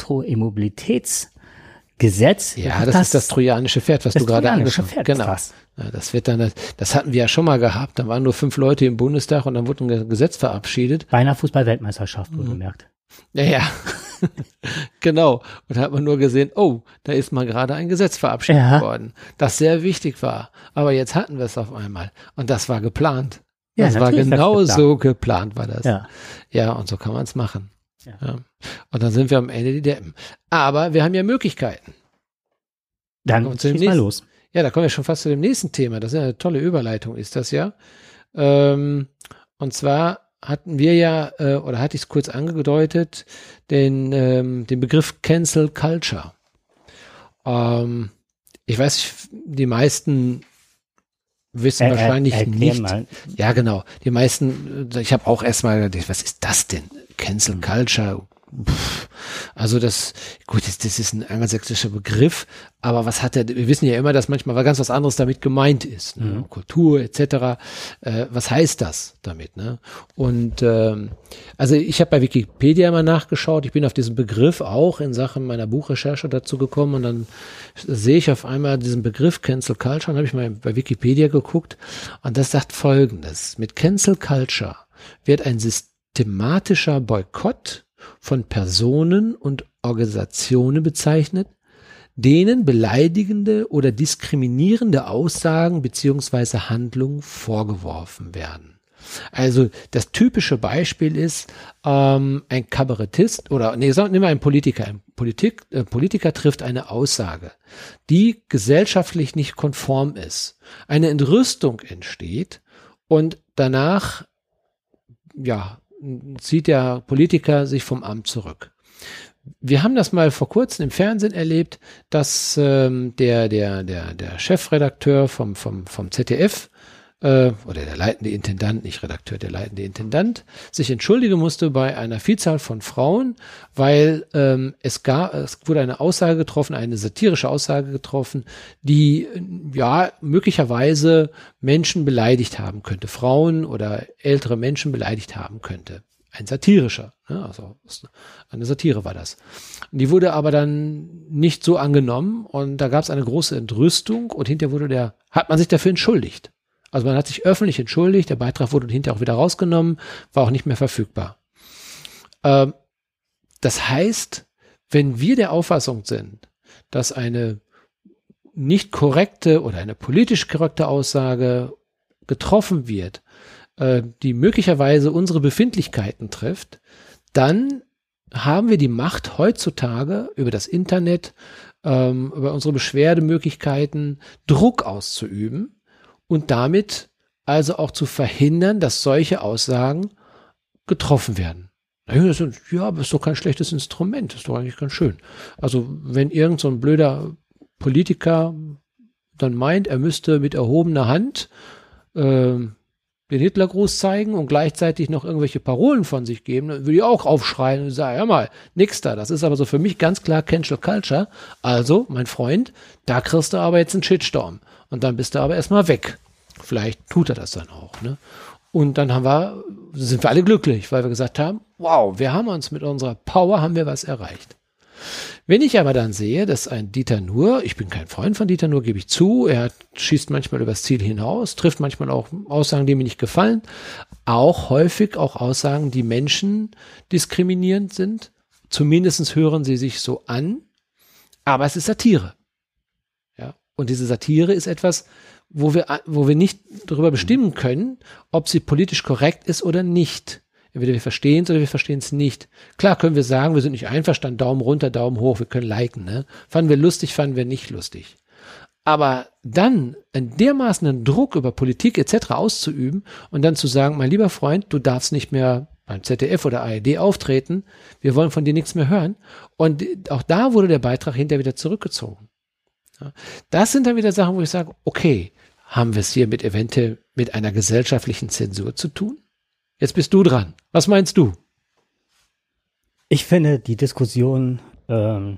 Elektromobilitätsgesetz. Ja, das, das ist das trojanische Pferd, was du gerade angesprochen hast. Genau. Das. Ja, das wird dann, das hatten wir ja schon mal gehabt. Da waren nur fünf Leute im Bundestag und dann wurde ein Gesetz verabschiedet. Bei einer Fußball-Weltmeisterschaft, wohlgemerkt. Ja, ja. Genau. Und da hat man nur gesehen, oh, da ist mal gerade ein Gesetz verabschiedet ja. worden, das sehr wichtig war. Aber jetzt hatten wir es auf einmal. Und das war geplant. Ja, das war genau so geplant, war das. Ja, ja, und so kann man es machen. Ja. Ja. Und dann sind wir am Ende die Deppen. Aber wir haben ja Möglichkeiten. Dann schieß mal los. Ja, da kommen wir schon fast zu dem nächsten Thema. Das ist eine tolle Überleitung, ist das ja. Ähm, und zwar hatten wir ja, äh, oder hatte ich es kurz angedeutet, den, ähm, den Begriff Cancel Culture. Ähm, ich weiß, die meisten wissen äh, wahrscheinlich äh, nicht. Mal. Ja, genau. Die meisten, ich habe auch erstmal gedacht, was ist das denn? Cancel Culture. Pff. Also das, gut, das, das ist ein angelsächsischer Begriff, aber was hat der, wir wissen ja immer, dass manchmal ganz was anderes damit gemeint ist, ne? Mhm. Kultur et cetera. Äh, was heißt das damit? Ne? Und ähm, also ich habe bei Wikipedia mal nachgeschaut, ich bin auf diesen Begriff auch in Sachen meiner Buchrecherche dazu gekommen und dann sehe ich auf einmal diesen Begriff Cancel Culture und habe ich mal bei Wikipedia geguckt und das sagt Folgendes: Mit Cancel Culture wird ein systematischer Boykott von Personen und Organisationen bezeichnet, denen beleidigende oder diskriminierende Aussagen beziehungsweise Handlungen vorgeworfen werden. Also das typische Beispiel ist, ähm, ein Kabarettist oder nee, sagen, nehmen wir einen Politiker. Ein Politik, äh, Politiker trifft eine Aussage, die gesellschaftlich nicht konform ist. Eine Entrüstung entsteht und danach ja, zieht der Politiker sich vom Amt zurück. Wir haben das mal vor kurzem im Fernsehen erlebt, dass ähm, der, der, der, der Chefredakteur vom, vom, vom Z D F äh, oder der leitende Intendant, nicht Redakteur, der leitende Intendant, sich entschuldigen musste bei einer Vielzahl von Frauen, weil ähm, es gab, es wurde eine Aussage getroffen, eine satirische Aussage getroffen, die ja möglicherweise Menschen beleidigt haben könnte, Frauen oder ältere Menschen beleidigt haben könnte. Ein satirischer, ne? Also eine Satire war das. Die wurde aber dann nicht so angenommen und da gab es eine große Entrüstung und hinterher wurde der, hat man sich dafür entschuldigt. Also man hat sich öffentlich entschuldigt, der Beitrag wurde hinterher auch wieder rausgenommen, war auch nicht mehr verfügbar. Ähm, das heißt, wenn wir der Auffassung sind, dass eine nicht korrekte oder eine politisch korrekte Aussage getroffen wird, die möglicherweise unsere Befindlichkeiten trifft, dann haben wir die Macht heutzutage über das Internet, ähm, über unsere Beschwerdemöglichkeiten Druck auszuüben und damit also auch zu verhindern, dass solche Aussagen getroffen werden. Ja, aber ist doch kein schlechtes Instrument, ist doch eigentlich ganz schön. Also wenn irgend so ein blöder Politiker dann meint, er müsste mit erhobener Hand äh, den Hitlergruß zeigen und gleichzeitig noch irgendwelche Parolen von sich geben, dann würde ich auch aufschreien und sagen, ja mal, nix da. Das ist aber so für mich ganz klar Cancel Culture. Also, mein Freund, da kriegst du aber jetzt einen Shitstorm. Und dann bist du aber erstmal weg. Vielleicht tut er das dann auch, ne? Und dann haben wir, sind wir alle glücklich, weil wir gesagt haben, wow, wir haben uns mit unserer Power, haben wir was erreicht. Wenn ich aber dann sehe, dass ein Dieter Nuhr, ich bin kein Freund von Dieter Nuhr, gebe ich zu, er schießt manchmal übers Ziel hinaus, trifft manchmal auch Aussagen, die mir nicht gefallen, auch häufig auch Aussagen, die Menschen diskriminierend sind, zumindest hören sie sich so an, aber es ist Satire. Ja, und diese Satire ist etwas, wo wir, wo wir nicht darüber bestimmen können, ob sie politisch korrekt ist oder nicht. Entweder wir verstehen es oder wir verstehen es nicht. Klar können wir sagen, wir sind nicht einverstanden, Daumen runter, Daumen hoch, wir können liken, ne? Fanden wir lustig, fanden wir nicht lustig. Aber dann einen dermaßenen Druck über Politik et cetera auszuüben und dann zu sagen, mein lieber Freund, du darfst nicht mehr beim Z D F oder A R D auftreten, wir wollen von dir nichts mehr hören. Und auch da wurde der Beitrag hinterher wieder zurückgezogen. Ja? Das sind dann wieder Sachen, wo ich sage, okay, haben wir es hier mit eventuell mit einer gesellschaftlichen Zensur zu tun? Jetzt bist du dran. Was meinst du? Ich finde die Diskussion ähm,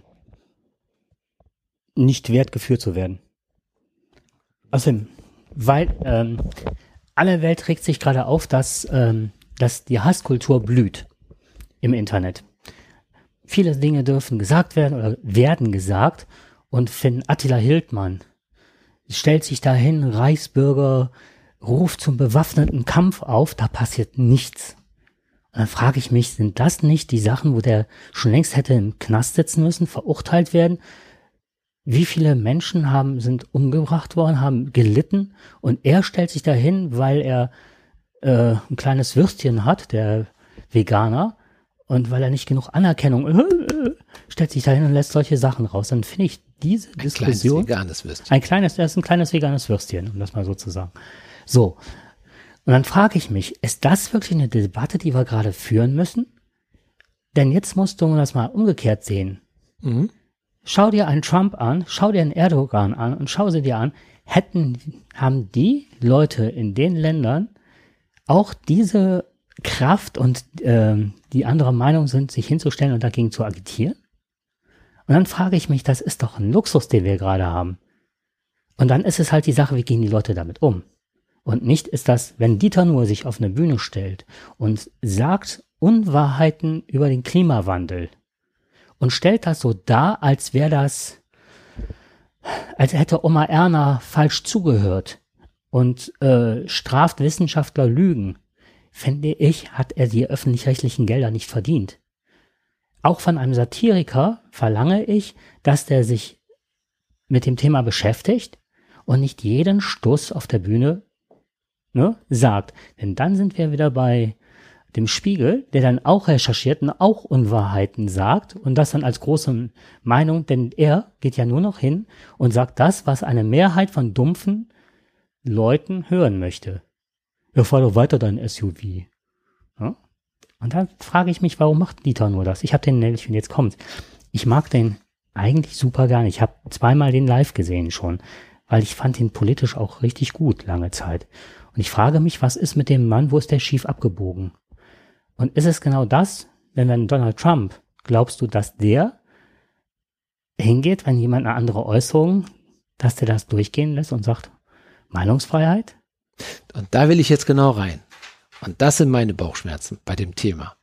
nicht wert, geführt zu werden. Außerdem, weil ähm, alle Welt regt sich gerade auf, dass, ähm, dass die Hasskultur blüht im Internet. Viele Dinge dürfen gesagt werden oder werden gesagt und finden Attila Hildmann stellt sich dahin, Reichsbürger, ruft zum bewaffneten Kampf auf, da passiert nichts. Und dann frage ich mich, sind das nicht die Sachen, wo der schon längst hätte im Knast sitzen müssen, verurteilt werden? Wie viele Menschen haben, sind umgebracht worden, haben gelitten und er stellt sich dahin, weil er äh, ein kleines Würstchen hat, der Veganer, und weil er nicht genug Anerkennung äh, stellt sich dahin und lässt solche Sachen raus. Dann finde ich diese ein Diskussion... Ein kleines veganes Würstchen. Ein kleines, das ist ein kleines veganes Würstchen, um das mal so zu sagen. So, und dann frage ich mich, ist das wirklich eine Debatte, die wir gerade führen müssen? Denn jetzt musst du das mal umgekehrt sehen. Mhm. Schau dir einen Trump an, schau dir einen Erdogan an und schau sie dir an. Hätten, haben die Leute in den Ländern auch diese Kraft und ähm, die anderer Meinung sind, sich hinzustellen und dagegen zu agitieren? Und dann frage ich mich, das ist doch ein Luxus, den wir gerade haben. Und dann ist es halt die Sache, wie gehen die Leute damit um? Und nicht ist das, wenn Dieter Nuhr sich auf eine Bühne stellt und sagt Unwahrheiten über den Klimawandel und stellt das so dar, als wäre das, als hätte Oma Erna falsch zugehört und äh, straft Wissenschaftler Lügen, finde ich, hat er die öffentlich-rechtlichen Gelder nicht verdient. Auch von einem Satiriker verlange ich, dass der sich mit dem Thema beschäftigt und nicht jeden Stuss auf der Bühne ne, sagt. Denn dann sind wir wieder bei dem Spiegel, der dann auch recherchiert und auch Unwahrheiten sagt und das dann als große Meinung, denn er geht ja nur noch hin und sagt das, was eine Mehrheit von dumpfen Leuten hören möchte. Ja, fahr doch weiter dein S U V. Ja? Und dann frage ich mich, warum macht Dieter nur das? Ich habe den nämlich, wenn jetzt kommt, ich mag den eigentlich super gerne. Ich habe zweimal den live gesehen schon, weil ich fand ihn politisch auch richtig gut lange Zeit. Und ich frage mich, was ist mit dem Mann, wo ist der schief abgebogen? Und ist es genau das, wenn wenn Donald Trump, glaubst du, dass der hingeht, wenn jemand eine andere Äußerung, dass der das durchgehen lässt und sagt, Meinungsfreiheit? Und da will ich jetzt genau rein. Und das sind meine Bauchschmerzen bei dem Thema.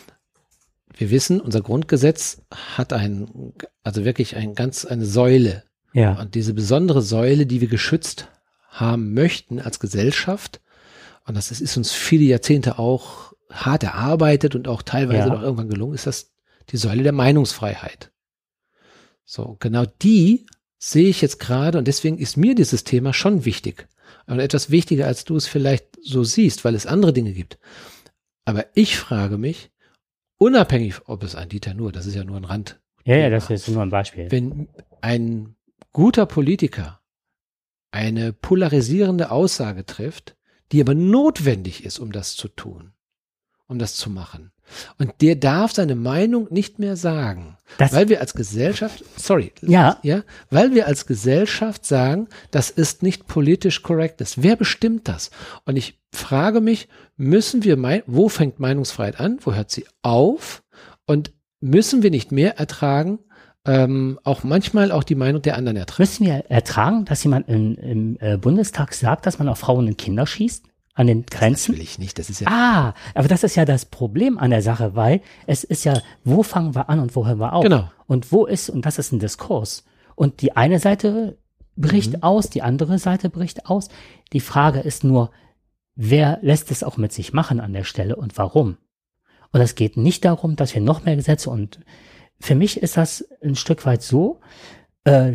Wir wissen, unser Grundgesetz hat ein, also wirklich ein ganz, eine Säule. Ja. Und diese besondere Säule, die wir geschützt haben möchten als Gesellschaft, und das ist, ist uns viele Jahrzehnte auch hart erarbeitet und auch teilweise ja. noch irgendwann gelungen, ist das die Säule der Meinungsfreiheit. So, genau die sehe ich jetzt gerade und deswegen ist mir dieses Thema schon wichtig. Und etwas wichtiger, als du es vielleicht so siehst, weil es andere Dinge gibt. Aber ich frage mich, unabhängig, ob es ein Dieter Nuhr, das ist ja nur ein Rand. Ja, ja, das ist nur ein Beispiel. Wenn ein guter Politiker eine polarisierende Aussage trifft, die aber notwendig ist, um das zu tun, um das zu machen. Und der darf seine Meinung nicht mehr sagen, das, weil wir als Gesellschaft, sorry, ja. ja, weil wir als Gesellschaft sagen, das ist nicht politisch korrekt. Wer bestimmt das? Und ich frage mich, müssen wir, mein, wo fängt Meinungsfreiheit an? Wo hört sie auf? Und müssen wir nicht mehr ertragen, ähm, auch manchmal auch die Meinung der anderen ertragen? Müssen wir ertragen, dass jemand in, im äh, Bundestag sagt, dass man auf Frauen und Kinder schießt? An den Grenzen? Das will ich nicht, das ist ja. Ah, aber das ist ja das Problem an der Sache, weil es ist ja, wo fangen wir an und wo hören wir auf? Genau. Und wo ist, und das ist ein Diskurs. Und die eine Seite bricht mhm. aus, die andere Seite bricht aus. Die Frage ist nur, wer lässt es auch mit sich machen an der Stelle und warum? Und es geht nicht darum, dass wir noch mehr Gesetze und für mich ist das ein Stück weit so, äh,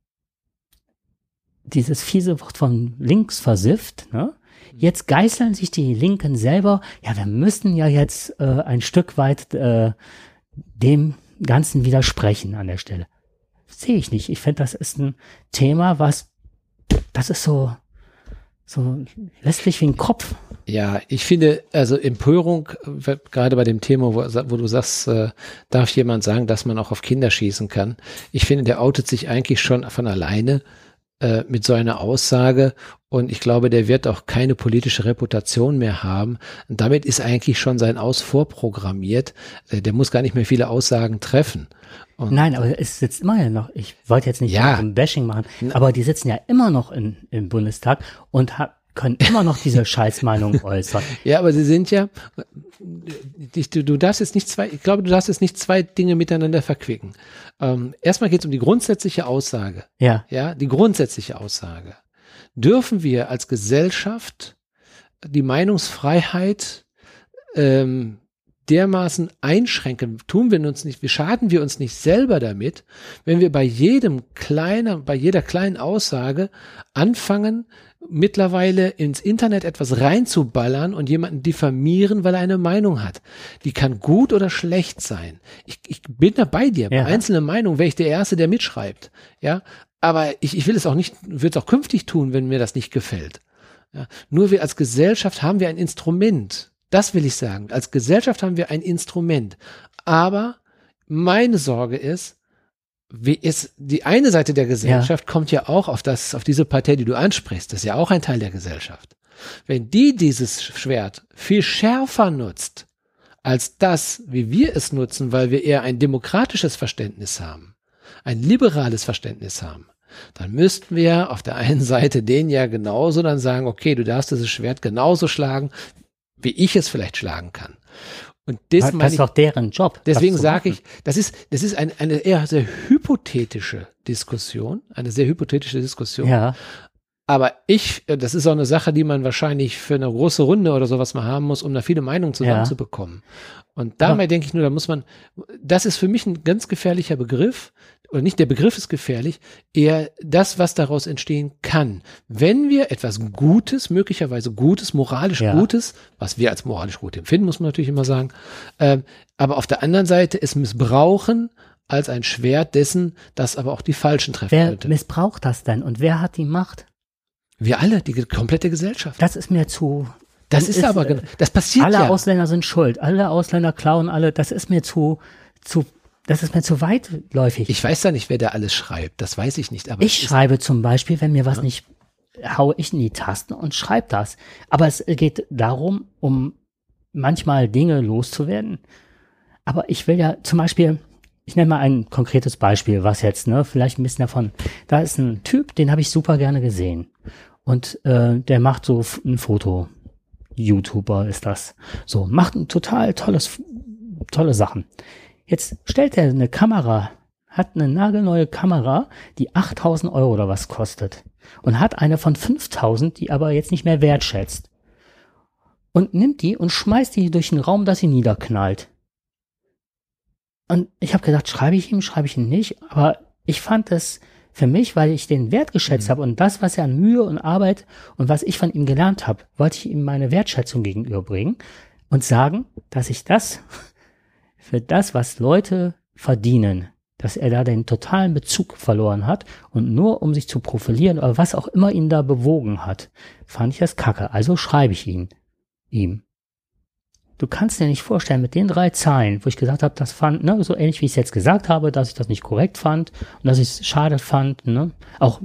dieses fiese Wort von links versifft, ne? Jetzt geißeln sich die Linken selber, ja, wir müssen ja jetzt äh, ein Stück weit äh, dem Ganzen widersprechen an der Stelle. Sehe ich nicht. Ich finde, das ist ein Thema, was, das ist so, so lässlich wie ein Kopf. Ja, ich finde, also Empörung, gerade bei dem Thema, wo, wo du sagst, äh, darf jemand sagen, dass man auch auf Kinder schießen kann. Ich finde, der outet sich eigentlich schon von alleine äh, mit so einer Aussage. Und ich glaube, der wird auch keine politische Reputation mehr haben. Und damit ist eigentlich schon sein Aus vorprogrammiert. Der muss gar nicht mehr viele Aussagen treffen. Und Nein, aber es sitzt immer ja noch, ich wollte jetzt nicht ja. ein Bashing machen, aber die sitzen ja immer noch in, im Bundestag und ha- können immer noch diese Scheißmeinung äußern. Ja, aber sie sind ja, du, du darfst jetzt nicht zwei, ich glaube, du darfst jetzt nicht zwei Dinge miteinander verquicken. Ähm, erstmal geht es um die grundsätzliche Aussage. Ja. Ja, die grundsätzliche Aussage. Dürfen wir als Gesellschaft die Meinungsfreiheit ähm, dermaßen einschränken? Tun wir uns nicht, wir schaden wir uns nicht selber damit, wenn wir bei jedem kleinen, bei jeder kleinen Aussage anfangen, mittlerweile ins Internet etwas reinzuballern und jemanden diffamieren, weil er eine Meinung hat. Die kann gut oder schlecht sein. Ich, ich bin da bei dir. Ja. Bei einzelnen Meinungen wäre ich der Erste, der mitschreibt. Ja, aber ich, ich will es auch nicht, will es auch künftig tun, wenn mir das nicht gefällt. Ja, nur wir als Gesellschaft haben wir ein Instrument. Das will ich sagen. Als Gesellschaft haben wir ein Instrument. Aber meine Sorge ist, wie ist die eine Seite der Gesellschaft ja. kommt ja auch auf das, auf diese Partei, die du ansprichst. Das ist ja auch ein Teil der Gesellschaft. Wenn die dieses Schwert viel schärfer nutzt, als das, wie wir es nutzen, weil wir eher ein demokratisches Verständnis haben, ein liberales Verständnis haben, dann müssten wir auf der einen Seite denen ja genauso dann sagen, okay, du darfst dieses Schwert genauso schlagen, wie ich es vielleicht schlagen kann. Und das, das ist doch deren Job. Deswegen sage ich, das ist, das ist ein, eine eher sehr hypothetische Diskussion, eine sehr hypothetische Diskussion. Ja. Aber ich, das ist auch eine Sache, die man wahrscheinlich für eine große Runde oder sowas mal haben muss, um da viele Meinungen zusammenzubekommen. Ja. Und dabei ja. denke ich nur, da muss man, das ist für mich ein ganz gefährlicher Begriff, oder nicht der Begriff ist gefährlich, eher das, was daraus entstehen kann. Wenn wir etwas Gutes, möglicherweise Gutes, moralisch ja. Gutes, was wir als moralisch gut empfinden, muss man natürlich immer sagen, ähm, aber auf der anderen Seite es missbrauchen als ein Schwert dessen, das aber auch die Falschen treffen wer könnte. Wer missbraucht das denn und wer hat die Macht? Wir alle, die komplette Gesellschaft. Das ist mir zu... Das ist, ist aber, das passiert alle ja. Alle Ausländer sind schuld, alle Ausländer klauen alle, das ist mir zu, zu, das ist mir zu weitläufig. Ich weiß ja nicht, wer da alles schreibt, das weiß ich nicht. Aber ich schreibe zum Beispiel, wenn mir was ja. nicht, haue ich in die Tasten und schreibe das. Aber es geht darum, um manchmal Dinge loszuwerden. Aber ich will ja zum Beispiel, ich nenne mal ein konkretes Beispiel, was jetzt, ne, vielleicht ein bisschen davon. Da ist ein Typ, den habe ich super gerne gesehen. Und äh, der macht so ein Foto. YouTuber ist das. So, macht ein total tolles, tolle Sachen. Jetzt stellt er eine Kamera, hat eine nagelneue Kamera, die achttausend Euro oder was kostet. Und hat eine von fünftausend, die aber jetzt nicht mehr wertschätzt. Und nimmt die und schmeißt die durch den Raum, dass sie niederknallt. Und ich habe gedacht, schreibe ich ihm, schreibe ich ihn nicht. Aber ich fand es für mich, weil ich den Wert geschätzt mhm. habe und das, was er an Mühe und Arbeit und was ich von ihm gelernt habe, wollte ich ihm meine Wertschätzung gegenüberbringen und sagen, dass ich das für das, was Leute verdienen, dass er da den totalen Bezug verloren hat und nur um sich zu profilieren oder was auch immer ihn da bewogen hat, fand ich das kacke. Also schreibe ich ihn, ihm. Du kannst dir nicht vorstellen, mit den drei Zeilen, wo ich gesagt habe, das fand, ne, so ähnlich wie ich es jetzt gesagt habe, dass ich das nicht korrekt fand und dass ich es schade fand, ne, auch,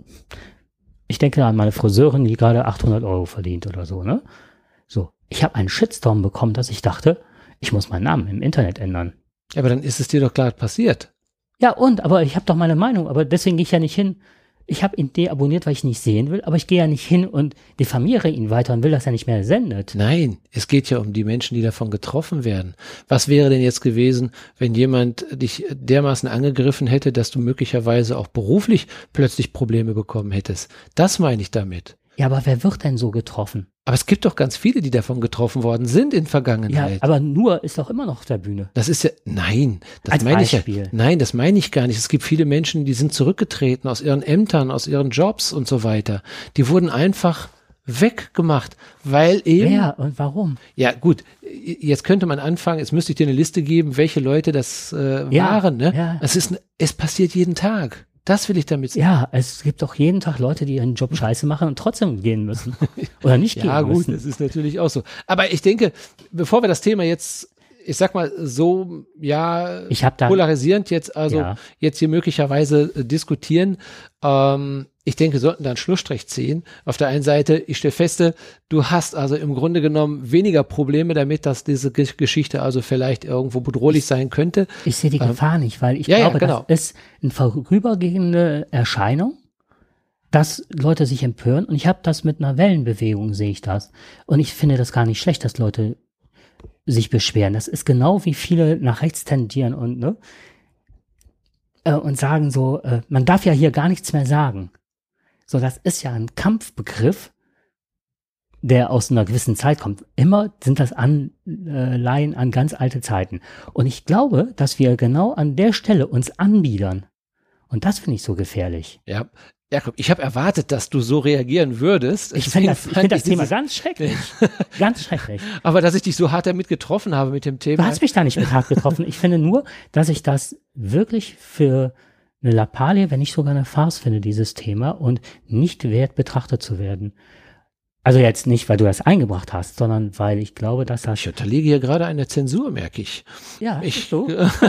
ich denke an meine Friseurin, die gerade achthundert Euro verdient oder so, ne, so, ich habe einen Shitstorm bekommen, dass ich dachte, ich muss meinen Namen im Internet ändern. Ja, aber dann ist es dir doch klar passiert. Ja, und, aber ich habe doch meine Meinung, aber deswegen gehe ich ja nicht hin. Ich habe ihn deabonniert, weil ich ihn nicht sehen will, aber ich gehe ja nicht hin und diffamiere ihn weiter und will, dass er nicht mehr sendet. Nein, es geht ja um die Menschen, die davon getroffen werden. Was wäre denn jetzt gewesen, wenn jemand dich dermaßen angegriffen hätte, dass du möglicherweise auch beruflich plötzlich Probleme bekommen hättest? Das meine ich damit. Ja, aber wer wird denn so getroffen? Aber es gibt doch ganz viele, die davon getroffen worden sind in Vergangenheit. Ja, aber nur ist doch immer noch auf der Bühne. Das ist ja, nein, das Als meine Beispiel. ich ja, nein, das meine ich gar nicht. Es gibt viele Menschen, die sind zurückgetreten aus ihren Ämtern, aus ihren Jobs und so weiter. Die wurden einfach weggemacht, weil eben. Wer und warum? Ja, gut. Jetzt könnte man anfangen, jetzt müsste ich dir eine Liste geben, welche Leute das äh, ja, waren, ne? Ja. Es ist, es passiert jeden Tag. Das will ich damit sagen. Ja, es gibt doch jeden Tag Leute, die ihren Job scheiße machen und trotzdem gehen müssen. Oder nicht gehen ja, müssen. Ja gut, das ist natürlich auch so. Aber ich denke, bevor wir das Thema jetzt, ich sag mal, so, ja, ich hab da, polarisierend jetzt, also ja. jetzt hier möglicherweise äh, diskutieren, ähm, ich denke, wir sollten da einen Schlussstrich ziehen. Auf der einen Seite, ich stelle fest, du hast also im Grunde genommen weniger Probleme damit, dass diese G- Geschichte also vielleicht irgendwo bedrohlich sein könnte. Ich sehe die ähm, Gefahr nicht, weil ich ja, glaube, ja, genau. das ist eine vorübergehende Erscheinung, dass Leute sich empören. Und ich habe das mit einer Wellenbewegung, sehe ich das. Und ich finde das gar nicht schlecht, dass Leute sich beschweren. Das ist genau wie viele nach rechts tendieren und, ne, äh, und sagen so, äh, man darf ja hier gar nichts mehr sagen. So, das ist ja ein Kampfbegriff, der aus einer gewissen Zeit kommt. Immer sind das Anleihen an ganz alte Zeiten. Und ich glaube, dass wir genau an der Stelle uns anbiedern. Und das finde ich so gefährlich. Ja, Jakob, ich habe erwartet, dass du so reagieren würdest. Ich finde das, ich find das Thema ganz schrecklich. Ganz schrecklich. Aber dass ich dich so hart damit getroffen habe mit dem Thema. Du hast mich da nicht mit hart getroffen. Ich finde nur, dass ich das wirklich für eine Lappalie, wenn nicht sogar eine Farce finde, dieses Thema, und nicht wert betrachtet zu werden. Also jetzt nicht, weil du das eingebracht hast, sondern weil ich glaube, dass das... Ich unterliege hier gerade einer Zensur, merke ich. Ja, ich so.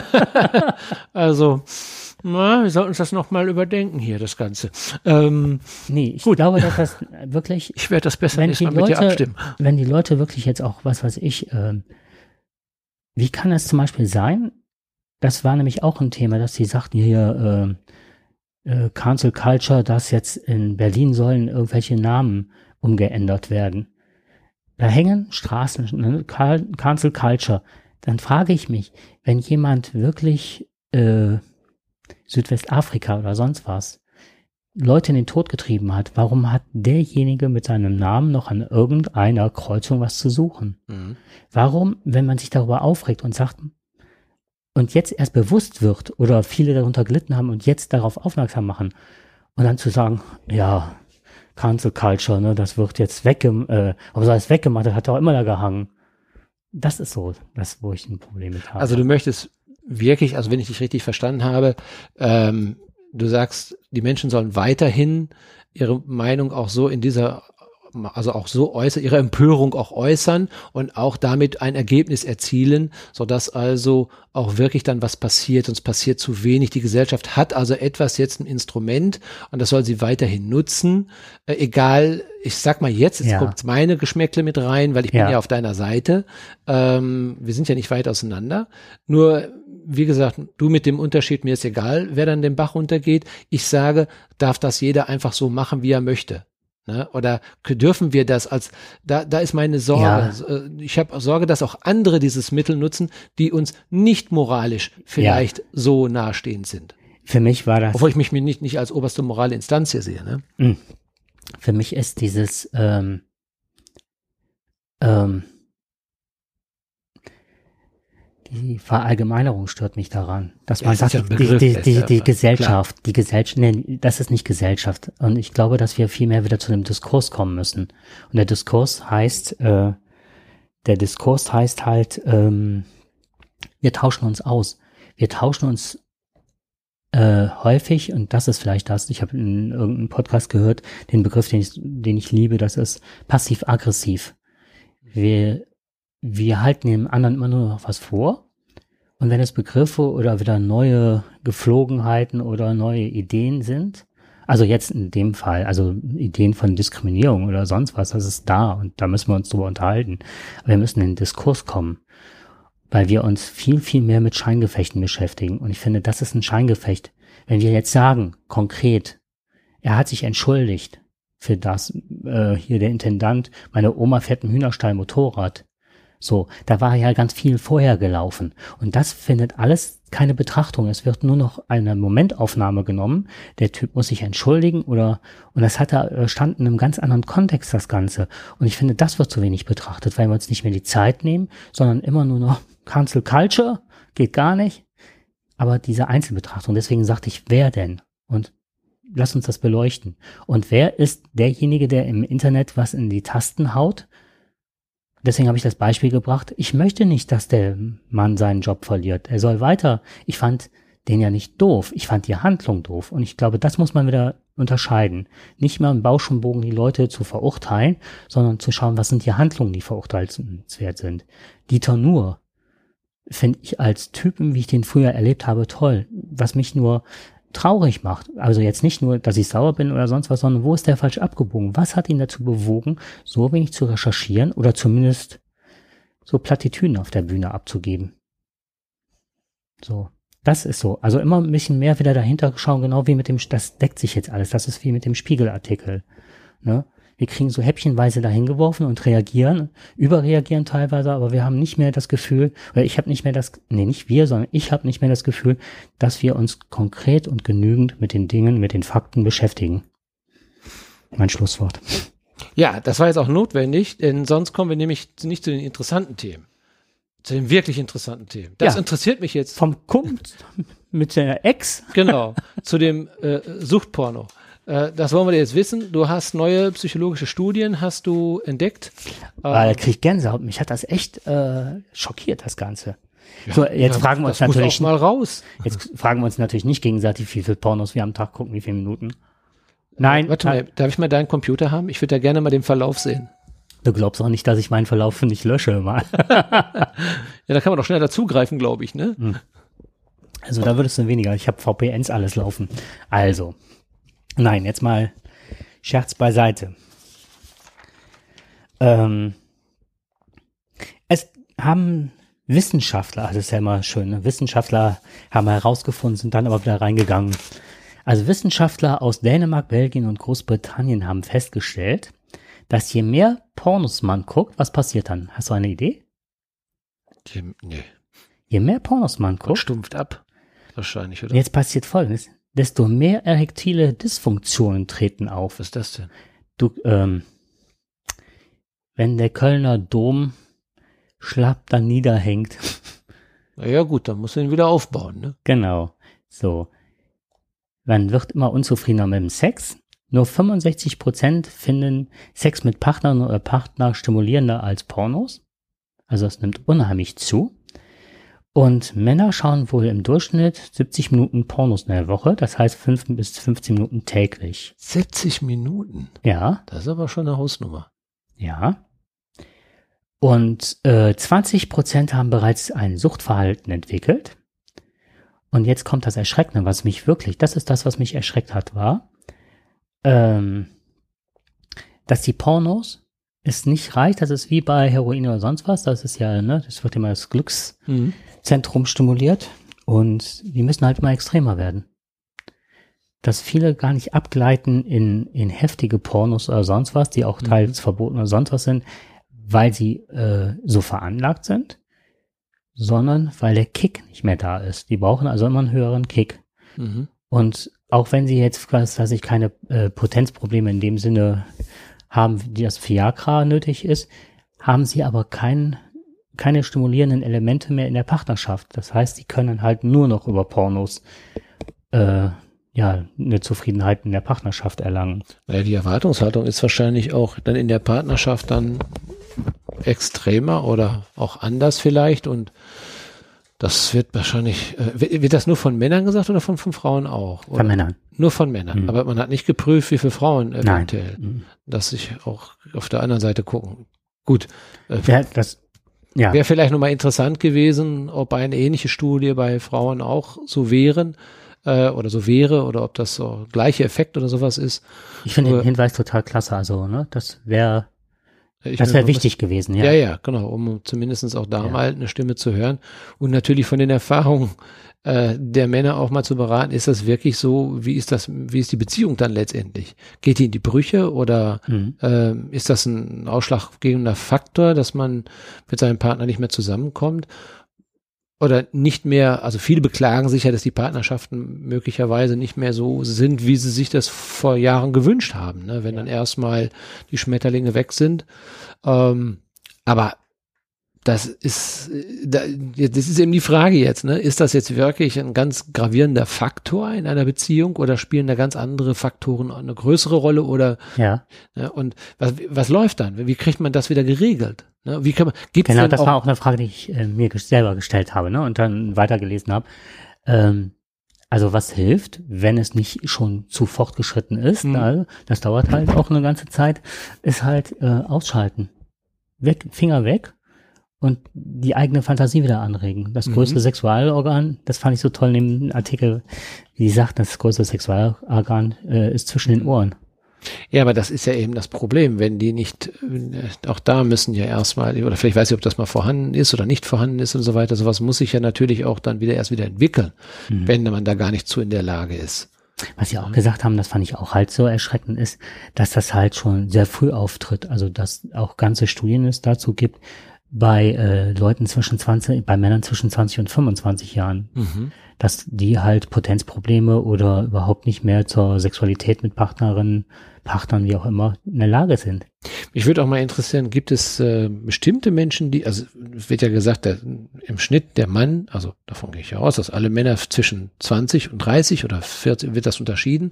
Also, na, wir sollten uns das nochmal überdenken hier, das Ganze. Ähm, nee, ich gut. glaube, dass das wirklich... Ich werde das besser wenn nächstes die Mal mit Leute, dir abstimmen. Wenn die Leute wirklich jetzt auch, was weiß ich, äh, wie kann das zum Beispiel sein? Das war nämlich auch ein Thema, dass die sagten hier, äh, äh, Cancel Culture, dass jetzt in Berlin sollen irgendwelche Namen umgeändert werden. Da hängen Straßen, ne, Cancel Culture. Dann frage ich mich, wenn jemand wirklich äh, Südwestafrika oder sonst was Leute in den Tod getrieben hat, warum hat derjenige mit seinem Namen noch an irgendeiner Kreuzung was zu suchen? Mhm. Warum, wenn man sich darüber aufregt und sagt, und jetzt erst bewusst wird oder viele darunter gelitten haben und jetzt darauf aufmerksam machen und dann zu sagen, ja, Cancel Culture, ne, das wird jetzt weggemacht, äh, aber so alles weggemacht, das hat auch immer da gehangen. Das ist so, das, wo ich ein Problem mit habe. Also du möchtest wirklich, also wenn ich dich richtig verstanden habe, ähm, du sagst, die Menschen sollen weiterhin ihre Meinung auch so in dieser, also auch so äußern, ihre Empörung auch äußern und auch damit ein Ergebnis erzielen, sodass also auch wirklich dann was passiert, und es passiert zu wenig. Die Gesellschaft hat also etwas, jetzt ein Instrument, und das soll sie weiterhin nutzen, äh, egal, ich sag mal jetzt, jetzt ja. kommt meine Geschmäckle mit rein, weil ich ja. bin ja auf deiner Seite, ähm, wir sind ja nicht weit auseinander, nur wie gesagt, du mit dem Unterschied, mir ist egal, wer dann den Bach runtergeht. Ich sage, darf das jeder einfach so machen, wie er möchte. Ne? Oder dürfen wir das als, da, da ist meine Sorge. Ja. Ich habe Sorge, dass auch andere dieses Mittel nutzen, die uns nicht moralisch vielleicht ja. so nahestehend sind. Für mich war das. Obwohl ich mich nicht, nicht als oberste morale Instanz hier sehe. Ne? Für mich ist dieses, ähm, ähm, die Verallgemeinerung stört mich daran, dass ja, man sagt, ja Begriff, die, die, die, die, die Gesellschaft, klar. die Gesellschaft, nee, das ist nicht Gesellschaft. Und ich glaube, dass wir viel mehr wieder zu dem Diskurs kommen müssen. Und der Diskurs heißt, äh, der Diskurs heißt halt, ähm, wir tauschen uns aus. Wir tauschen uns äh, häufig, und das ist vielleicht das, ich habe in irgendeinem Podcast gehört, den Begriff, den ich, den ich liebe, das ist passiv-aggressiv. Wir Wir halten dem anderen immer nur noch was vor, und wenn es Begriffe oder wieder neue Geflogenheiten oder neue Ideen sind, also jetzt in dem Fall, also Ideen von Diskriminierung oder sonst was, das ist da und da müssen wir uns drüber unterhalten. Aber wir müssen in den Diskurs kommen, weil wir uns viel, viel mehr mit Scheingefechten beschäftigen, und ich finde, das ist ein Scheingefecht. Wenn wir jetzt sagen, konkret, er hat sich entschuldigt für das, äh, hier der Intendant, meine Oma fährt im Hühnerstall Motorrad. So, da war ja ganz viel vorher gelaufen. Und das findet alles keine Betrachtung. Es wird nur noch eine Momentaufnahme genommen. Der Typ muss sich entschuldigen oder, und das hat da, stand in einem ganz anderen Kontext, das Ganze. Und ich finde, das wird zu wenig betrachtet, weil wir uns nicht mehr die Zeit nehmen, sondern immer nur noch Cancel Culture, geht gar nicht. Aber diese Einzelbetrachtung, deswegen sagte ich, wer denn? Und lass uns das beleuchten. Und wer ist derjenige, der im Internet was in die Tasten haut? Deswegen habe ich das Beispiel gebracht. Ich möchte nicht, dass der Mann seinen Job verliert. Er soll weiter. Ich fand den ja nicht doof. Ich fand die Handlung doof. Und ich glaube, das muss man wieder unterscheiden. Nicht mehr im Bausch und Bogen die Leute zu verurteilen, sondern zu schauen, was sind die Handlungen, die verurteilenswert sind. Dieter Nuhr finde ich als Typen, wie ich den früher erlebt habe, toll. Was mich nur traurig macht, also jetzt nicht nur, dass ich sauer bin oder sonst was, sondern wo ist der falsch abgebogen? Was hat ihn dazu bewogen, so wenig zu recherchieren oder zumindest so Plattitüden auf der Bühne abzugeben? So, das ist so. Also immer ein bisschen mehr wieder dahinter schauen, genau wie mit dem, das deckt sich jetzt alles, das ist wie mit dem Spiegelartikel, ne? Wir kriegen so häppchenweise dahin geworfen und reagieren, überreagieren teilweise, aber wir haben nicht mehr das Gefühl, oder ich habe nicht mehr das, nee, nicht wir, sondern ich habe nicht mehr das Gefühl, dass wir uns konkret und genügend mit den Dingen, mit den Fakten beschäftigen. Mein Schlusswort. Ja, das war jetzt auch notwendig, denn sonst kommen wir nämlich nicht zu den interessanten Themen. Zu den wirklich interessanten Themen. Das ja, interessiert mich jetzt. Vom Kumpel mit seiner Ex. Genau, zu dem äh, Suchtporno. Das wollen wir jetzt wissen. Du hast neue psychologische Studien, hast du entdeckt. Weil er kriegt Gänsehaut. Mich hat das echt äh, schockiert, das Ganze. Ja, so, jetzt ja, fragen wir uns das natürlich muss auch mal raus. Jetzt fragen wir uns natürlich nicht gegenseitig, wie viele Pornos wir am Tag gucken, wie viele Minuten. Nein. Äh, warte mal, darf ich mal deinen Computer haben? Ich würde da gerne mal den Verlauf sehen. Du glaubst auch nicht, dass ich meinen Verlauf nicht lösche mal. Ja, da kann man doch schneller zugreifen, glaube ich, ne? Hm. Also da würdest du weniger. Ich habe V P Ns alles laufen. Also. Nein, jetzt mal Scherz beiseite. Ähm, es haben Wissenschaftler, das ist ja immer schön, ne? Wissenschaftler haben herausgefunden, sind dann aber wieder reingegangen. Also Wissenschaftler aus Dänemark, Belgien und Großbritannien haben festgestellt, dass je mehr Pornos man guckt, was passiert dann? Hast du eine Idee? Nee. Je mehr Pornos man guckt, man stumpft ab, wahrscheinlich, oder? Jetzt passiert Folgendes. desto mehr erektile Dysfunktionen treten auf. Was ist das denn? Du, ähm, wenn der Kölner Dom schlapp dann niederhängt. Na ja gut, dann musst du ihn wieder aufbauen, ne? Genau, so. Man wird immer unzufriedener mit dem Sex. Nur fünfundsechzig Prozent finden Sex mit Partnern oder Partner stimulierender als Pornos. Also es nimmt unheimlich zu. Und Männer schauen wohl im Durchschnitt siebzig Minuten Pornos in der Woche. Das heißt fünf bis fünfzehn Minuten täglich. siebzig Minuten? Ja. Das ist aber schon eine Hausnummer. Ja. Und äh, zwanzig Prozent haben bereits ein Suchtverhalten entwickelt. Und jetzt kommt das Erschreckende, was mich wirklich, das ist das, was mich erschreckt hat, war, ähm, dass die Pornos es nicht reicht, das ist wie bei Heroin oder sonst was, das ist ja, ne, das wird immer das Glückszentrum mhm. stimuliert und die müssen halt immer extremer werden. Dass viele gar nicht abgleiten in, in heftige Pornos oder sonst was, die auch mhm. teils verboten oder sonst was sind, weil sie äh, so veranlagt sind, sondern weil der Kick nicht mehr da ist. Die brauchen also immer einen höheren Kick. Mhm. Und auch wenn sie jetzt, dass ich keine äh, Potenzprobleme in dem Sinne haben, die das Viagra nötig ist, haben sie aber kein, keine stimulierenden Elemente mehr in der Partnerschaft. Das heißt, sie können halt nur noch über Pornos äh, ja, eine Zufriedenheit in der Partnerschaft erlangen. Naja, die Erwartungshaltung ist wahrscheinlich auch dann in der Partnerschaft dann extremer oder auch anders vielleicht und das wird wahrscheinlich, äh, wird das nur von Männern gesagt oder von, von Frauen auch? Oder? Von Männern. Nur von Männern. Mhm. Aber man hat nicht geprüft, wie viele Frauen eventuell, mhm. dass sich auch auf der anderen Seite gucken. Gut. Äh, ja, das, ja. Wäre vielleicht nochmal interessant gewesen, ob eine ähnliche Studie bei Frauen auch so wären äh, oder so wäre oder ob das so gleiche Effekt oder sowas ist. Ich finde den Hinweis total klasse. Also, ne, das wäre Ich das wäre wichtig gewesen, ja. Ja, ja, genau, um zumindest auch da ja. mal eine Stimme zu hören und natürlich von den Erfahrungen äh, der Männer auch mal zu beraten, ist das wirklich so, wie ist das, wie ist die Beziehung dann letztendlich? Geht die in die Brüche oder mhm. äh, ist das ein ausschlaggebender Faktor, dass man mit seinem Partner nicht mehr zusammenkommt? Oder nicht mehr, also viele beklagen sich ja, dass die Partnerschaften möglicherweise nicht mehr so sind, wie sie sich das vor Jahren gewünscht haben, ne? Wenn dann erstmal die Schmetterlinge weg sind. Ähm, aber das ist, das ist eben die Frage jetzt, ne? Ist das jetzt wirklich ein ganz gravierender Faktor in einer Beziehung oder spielen da ganz andere Faktoren eine größere Rolle oder? Ja. Ne? Und was, was läuft dann? Wie kriegt man das wieder geregelt? Ne? Wie kann man, gibt's genau, denn das auch, war auch eine Frage, die ich äh, mir selber gestellt habe, ne? Und dann weitergelesen habe. Ähm, also was hilft, wenn es nicht schon zu fortgeschritten ist, mhm. also das dauert halt auch eine ganze Zeit, ist halt äh, ausschalten. Weg, Finger weg. Und die eigene Fantasie wieder anregen. Das größte mhm. Sexualorgan, das fand ich so toll in dem Artikel, wie sagt, das größte Sexualorgan äh, ist zwischen den Ohren. Ja, aber das ist ja eben das Problem, wenn die nicht, auch da müssen ja erstmal, oder vielleicht weiß ich, ob das mal vorhanden ist oder nicht vorhanden ist und so weiter, sowas muss sich ja natürlich auch dann wieder erst wieder entwickeln, mhm. wenn man da gar nicht zu in der Lage ist. Was Sie auch gesagt haben, das fand ich auch halt so erschreckend ist, dass das halt schon sehr früh auftritt, also dass auch ganze Studien es dazu gibt, bei äh, Leuten zwischen zwanzig, bei Männern zwischen zwanzig und fünfundzwanzig Jahren, mhm. dass die halt Potenzprobleme oder überhaupt nicht mehr zur Sexualität mit Partnerinnen, Partnern, wie auch immer, in der Lage sind. Mich würde auch mal interessieren, gibt es äh, bestimmte Menschen, die, also es wird ja gesagt, der, im Schnitt der Mann, also davon gehe ich ja aus, dass alle Männer zwischen zwanzig und dreißig oder vierzig, wird das unterschieden,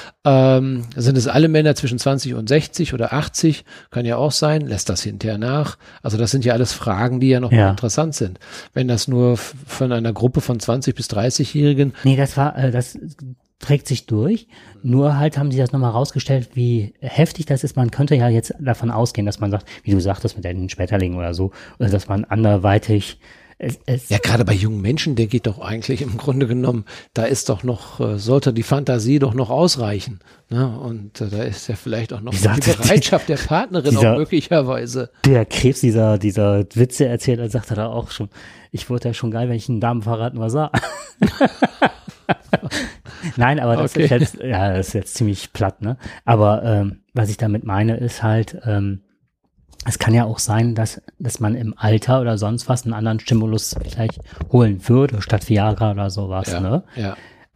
ähm, sind es alle Männer zwischen zwanzig und sechzig oder achtzig, kann ja auch sein, lässt das hinterher nach. Also das sind ja alles Fragen, die ja noch ja. mal interessant sind. Wenn das nur von einer Gruppe von zwanzig bis dreißig-Jährigen. Nee, das war, äh, das trägt sich durch. Nur halt haben sie das nochmal rausgestellt, wie heftig das ist. Man könnte ja jetzt davon ausgehen, dass man sagt, wie du sagtest, mit den Schmetterlingen oder so, oder dass man anderweitig es, es ja, gerade bei jungen Menschen, der geht doch eigentlich im Grunde genommen, da ist doch noch, sollte die Fantasie doch noch ausreichen. Ne? Und äh, da ist ja vielleicht auch noch die Bereitschaft der Partnerin dieser, auch möglicherweise. Der Krebs, dieser, dieser Witzeerzähler, sagte da auch schon, ich wurde ja schon geil, wenn ich einen Damenfahrrad nur sah. Nein, aber das okay. ist jetzt, ja, das ist jetzt ziemlich platt, ne? Aber ähm, was ich damit meine, ist halt, ähm, es kann ja auch sein, dass dass man im Alter oder sonst was einen anderen Stimulus vielleicht holen würde, statt Viagra oder sowas, ja, ne? Ja.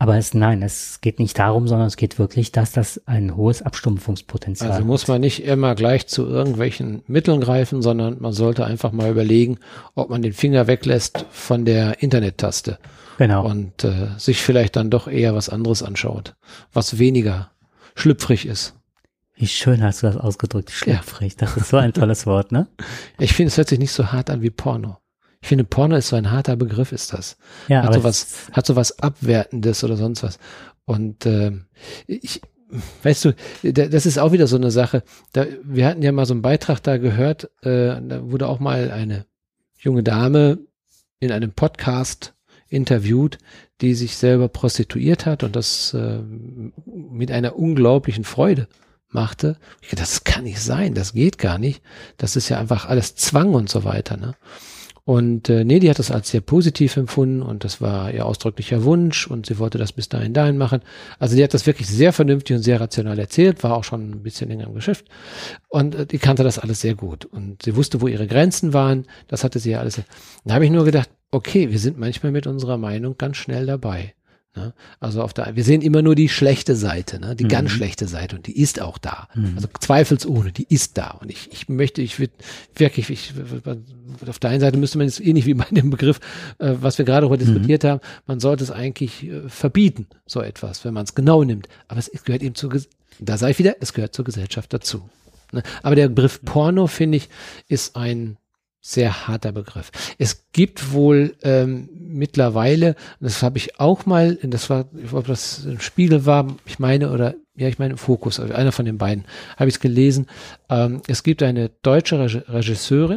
Aber es, nein, es geht nicht darum, sondern es geht wirklich, dass das ein hohes Abstumpfungspotenzial hat. Also muss man nicht immer gleich zu irgendwelchen Mitteln greifen, sondern man sollte einfach mal überlegen, ob man den Finger weglässt von der Internet-Taste. Genau. Und äh, sich vielleicht dann doch eher was anderes anschaut, was weniger schlüpfrig ist. Wie schön hast du das ausgedrückt, schlüpfrig. Ja. Das ist so ein tolles Wort, ne? Ich finde, es hört sich nicht so hart an wie Porno. Ich finde, Porno ist so ein harter Begriff, ist das. Ja, hat so was, hat so was Abwertendes oder sonst was. Und äh, ich, weißt du, das ist auch wieder so eine Sache. Da, wir hatten ja mal so einen Beitrag da gehört, äh, da wurde auch mal eine junge Dame in einem Podcast interviewt, die sich selber prostituiert hat und das äh, mit einer unglaublichen Freude machte. Ich dachte, das kann nicht sein, das geht gar nicht. Das ist ja einfach alles Zwang und so weiter, ne? Und äh, nee, die hat das als sehr positiv empfunden und das war ihr ausdrücklicher Wunsch und sie wollte das bis dahin dahin machen. Also die hat das wirklich sehr vernünftig und sehr rational erzählt, war auch schon ein bisschen länger im Geschäft und äh, die kannte das alles sehr gut und sie wusste, wo ihre Grenzen waren, das hatte sie ja alles. Da habe ich nur gedacht, okay, wir sind manchmal mit unserer Meinung ganz schnell dabei. Ne? Also auf der, wir sehen immer nur die schlechte Seite, ne? Die mhm. ganz schlechte Seite und die ist auch da. Mhm. Also zweifelsohne, die ist da. Und ich, ich möchte, ich würde wirklich, ich, auf der einen Seite müsste man jetzt ähnlich wie bei dem Begriff, äh, was wir gerade heute mhm. diskutiert haben, man sollte es eigentlich äh, verbieten, so etwas, wenn man es genau nimmt. Aber es gehört eben zur, da sage ich wieder, es gehört zur Gesellschaft dazu. Ne? Aber der Begriff Porno, finde ich, ist ein sehr harter Begriff. Es gibt wohl ähm, mittlerweile, das habe ich auch mal, das war, ob das im Spiegel war, ich meine, oder ja, ich meine im Fokus, also einer von den beiden, habe ich es gelesen. Ähm, es gibt eine deutsche Reg- Regisseurin,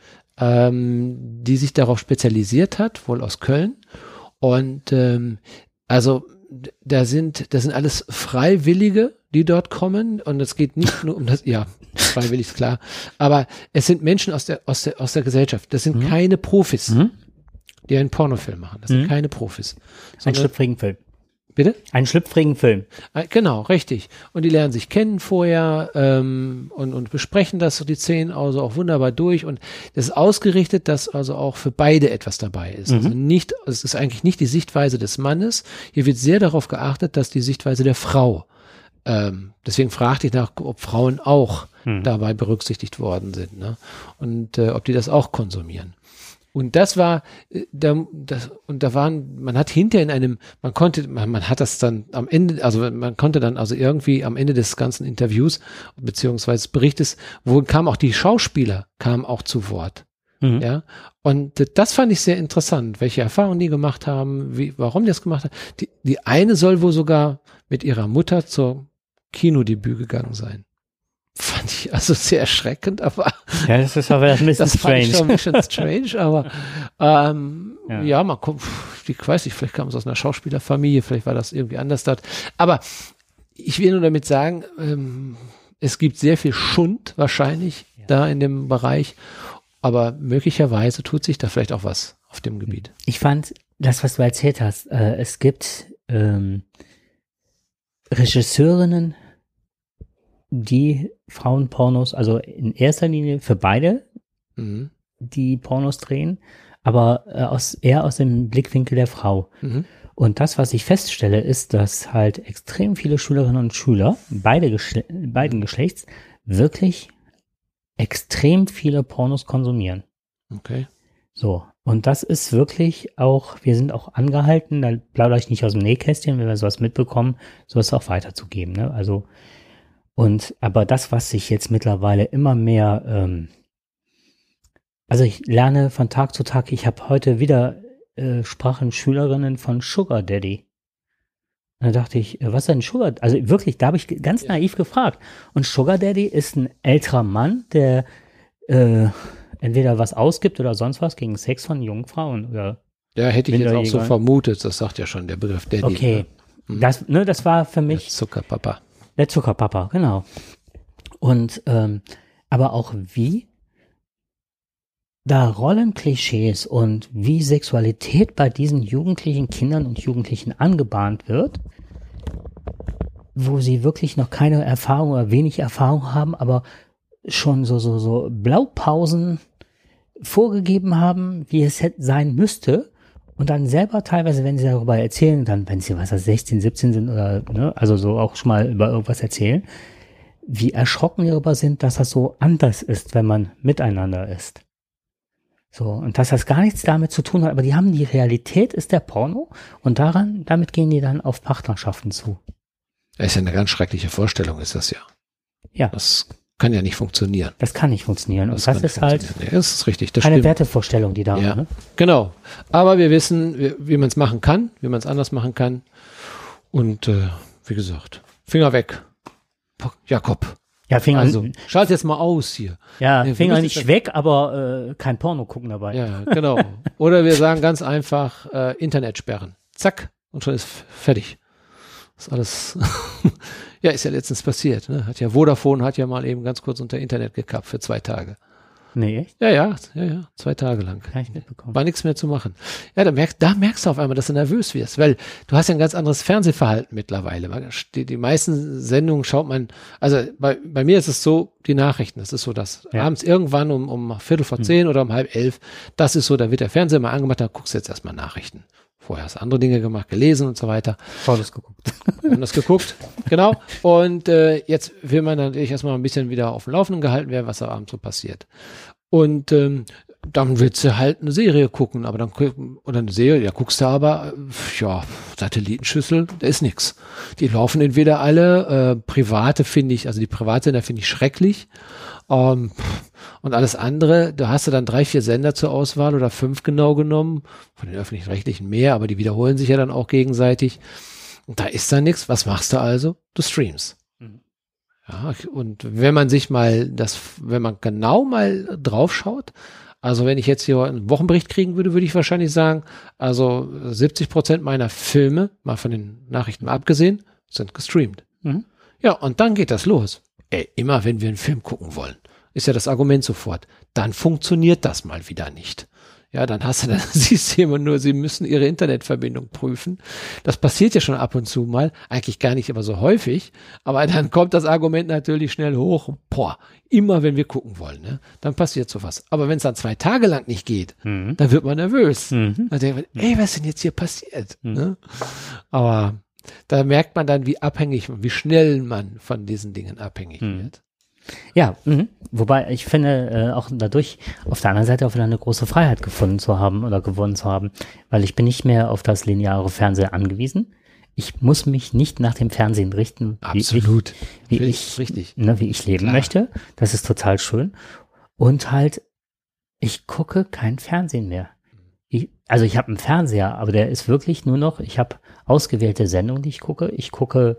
ähm, die sich darauf spezialisiert hat, wohl aus Köln. Und ähm, also da sind, das sind alles Freiwillige, die dort kommen und es geht nicht nur um das, ja, freiwillig ist klar, aber es sind Menschen aus der, aus der, aus der Gesellschaft. Das sind mhm. keine Profis, mhm. die einen Pornofilm machen. Das mhm. sind keine Profis. Ein schlüpfrigen Film. Bitte? Einen schlüpfrigen Film. Genau, richtig. Und die lernen sich kennen vorher ähm, und, und besprechen das, so die Szenen also auch wunderbar durch und das ist ausgerichtet, dass also auch für beide etwas dabei ist. Mhm. Also nicht, es ist eigentlich nicht die Sichtweise des Mannes. Hier wird sehr darauf geachtet, dass die Sichtweise der Frau, ähm, deswegen fragte ich nach, ob Frauen auch mhm. dabei berücksichtigt worden sind, ne? Und äh, ob die das auch konsumieren. Und das war, da, das, und da waren, man hat hinter in einem, man konnte, man, man hat das dann am Ende, also man konnte dann also irgendwie am Ende des ganzen Interviews beziehungsweise des Berichtes, wo kamen auch die Schauspieler, kamen auch zu Wort. Mhm. Ja, und das fand ich sehr interessant, welche Erfahrungen die gemacht haben, wie, warum die das gemacht haben. Die, die eine soll wohl sogar mit ihrer Mutter zur Kinodebüt gegangen sein. Fand ich also sehr erschreckend, aber ja, das ist aber ein bisschen das strange. Fand ich schon ein bisschen strange, aber ähm, ja. ja, man kommt, ich weiß nicht, vielleicht kam es aus einer Schauspielerfamilie, vielleicht war das irgendwie anders dort. Aber ich will nur damit sagen, ähm, es gibt sehr viel Schund wahrscheinlich ja. da in dem Bereich, aber möglicherweise tut sich da vielleicht auch was auf dem Gebiet. Ich fand das, was du erzählt hast, äh, es gibt ähm, Regisseurinnen, die Frauenpornos, also in erster Linie für beide, mhm. die Pornos drehen, aber äh, aus, eher aus dem Blickwinkel der Frau. Mhm. Und das, was ich feststelle, ist, dass halt extrem viele Schülerinnen und Schüler, beide Geschle- beiden Geschlechts, wirklich extrem viele Pornos konsumieren. Okay. So, und das ist wirklich auch, wir sind auch angehalten, da plaudere ich nicht aus dem Nähkästchen, wenn wir sowas mitbekommen, sowas auch weiterzugeben, ne? Also und aber das, was sich jetzt mittlerweile immer mehr, ähm, also ich lerne von Tag zu Tag, ich habe heute wieder äh, sprachen Schülerinnen von Sugar Daddy. Und da dachte ich, äh, was ist denn Sugar? Also wirklich, da habe ich ganz naiv gefragt. Und Sugar Daddy ist ein älterer Mann, der äh, entweder was ausgibt oder sonst was gegen Sex von jungen Frauen. Oder ja, hätte ich jetzt auch so vermutet, das sagt ja schon der Begriff Daddy. Okay, ne? Mhm. das, ne, das war für mich... Der Zuckerpapa. Der Zuckerpapa, genau. Und ähm, aber auch wie da Rollenklischees und wie Sexualität bei diesen jugendlichen Kindern und Jugendlichen angebahnt wird, wo sie wirklich noch keine Erfahrung oder wenig Erfahrung haben, aber schon so so so Blaupausen vorgegeben haben, wie es sein müsste, Und dann selber teilweise, wenn sie darüber erzählen, dann, wenn sie, was weiß ich, sechzehn, siebzehn sind oder, ne, also so auch schon mal über irgendwas erzählen, wie erschrocken die darüber sind, dass das so anders ist, wenn man miteinander ist. So, und dass das gar nichts damit zu tun hat, aber die haben, die Realität ist der Porno und daran, damit gehen die dann auf Partnerschaften zu. Das ist ja eine ganz schreckliche Vorstellung, ist das ja. Ja. Das kann ja nicht funktionieren. Das kann nicht funktionieren. Das und das ist halt ja, das ist richtig, das eine stimmt. Wertevorstellung, die da ja. ne? Genau. Aber wir wissen, wie, wie man es machen kann, wie man es anders machen kann. Und äh, wie gesagt, Finger weg. Jakob. Ja, Finger, also, schalt jetzt mal aus hier. Ja, nee, Finger nicht weg, aber äh, kein Porno gucken dabei. Ja, genau. Oder wir sagen ganz einfach, äh, Internet sperren. Zack, und schon ist fertig. Das ist alles, ja, ist ja letztens passiert. Ne? Hat ja Vodafone hat ja mal eben ganz kurz unter Internet gekappt für zwei Tage. Nee, echt? Ja, ja, ja, ja, zwei Tage lang. Kann ich mitbekommen. War nichts mehr zu machen. Ja, da merkst, da merkst du auf einmal, dass du nervös wirst, weil du hast ja ein ganz anderes Fernsehverhalten mittlerweile. Die, die meisten Sendungen schaut man, also bei, bei mir ist es so, die Nachrichten, das ist so, dass ja. abends irgendwann um, um Viertel vor zehn hm. oder um halb elf, das ist so, da wird der Fernseher mal angemacht, da guckst du jetzt erstmal Nachrichten. Vorher hast du andere Dinge gemacht, gelesen und so weiter. Volles geguckt. Wir haben das geguckt, genau. Und äh, jetzt will man natürlich erstmal ein bisschen wieder auf dem Laufenden gehalten werden, was da abends so passiert. Und ähm, dann willst du halt eine Serie gucken, aber dann oder eine Serie, ja, guckst du aber, ja, Satellitenschüssel, da ist nix. Die laufen entweder alle, äh, private finde ich, also die Privatsender finde ich schrecklich. Ähm, und alles andere, da hast du dann drei, vier Sender zur Auswahl oder fünf genau genommen, von den öffentlich-rechtlichen mehr, aber die wiederholen sich ja dann auch gegenseitig. Und da ist dann nichts. Was machst du also? Du streamst. Mhm. Ja, und wenn man sich mal das, wenn man genau mal drauf schaut, also wenn ich jetzt hier einen Wochenbericht kriegen würde, würde ich wahrscheinlich sagen, also siebzig Prozent meiner Filme, mal von den Nachrichten mal abgesehen, sind gestreamt. Mhm. Ja, und dann geht das los. Ey, immer wenn wir einen Film gucken wollen, ist ja das Argument sofort, dann funktioniert das mal wieder nicht. Ja, dann hast du dann siehst du immer nur, sie müssen ihre Internetverbindung prüfen. Das passiert ja schon ab und zu mal, eigentlich gar nicht immer so häufig, aber dann kommt das Argument natürlich schnell hoch, boah, immer wenn wir gucken wollen, ne, dann passiert sowas. Aber wenn es dann zwei Tage lang nicht geht, mhm. dann wird man nervös. Mhm. Dann denkt man, ey, was ist denn jetzt hier passiert? Mhm. Ne? Aber da merkt man dann, wie abhängig, wie schnell man von diesen Dingen abhängig mhm. wird. Ja, mh. wobei ich finde, äh, auch dadurch auf der anderen Seite auch wieder eine große Freiheit gefunden zu haben oder gewonnen zu haben, weil ich bin nicht mehr auf das lineare Fernsehen angewiesen. Ich muss mich nicht nach dem Fernsehen richten, Absolut. wie ich, wie ich, richtig. Ne, wie ich leben Klar. möchte. Das ist total schön. Und halt, ich gucke kein Fernsehen mehr. Ich, also ich habe einen Fernseher, aber der ist wirklich nur noch, ich habe ausgewählte Sendungen, die ich gucke. Ich gucke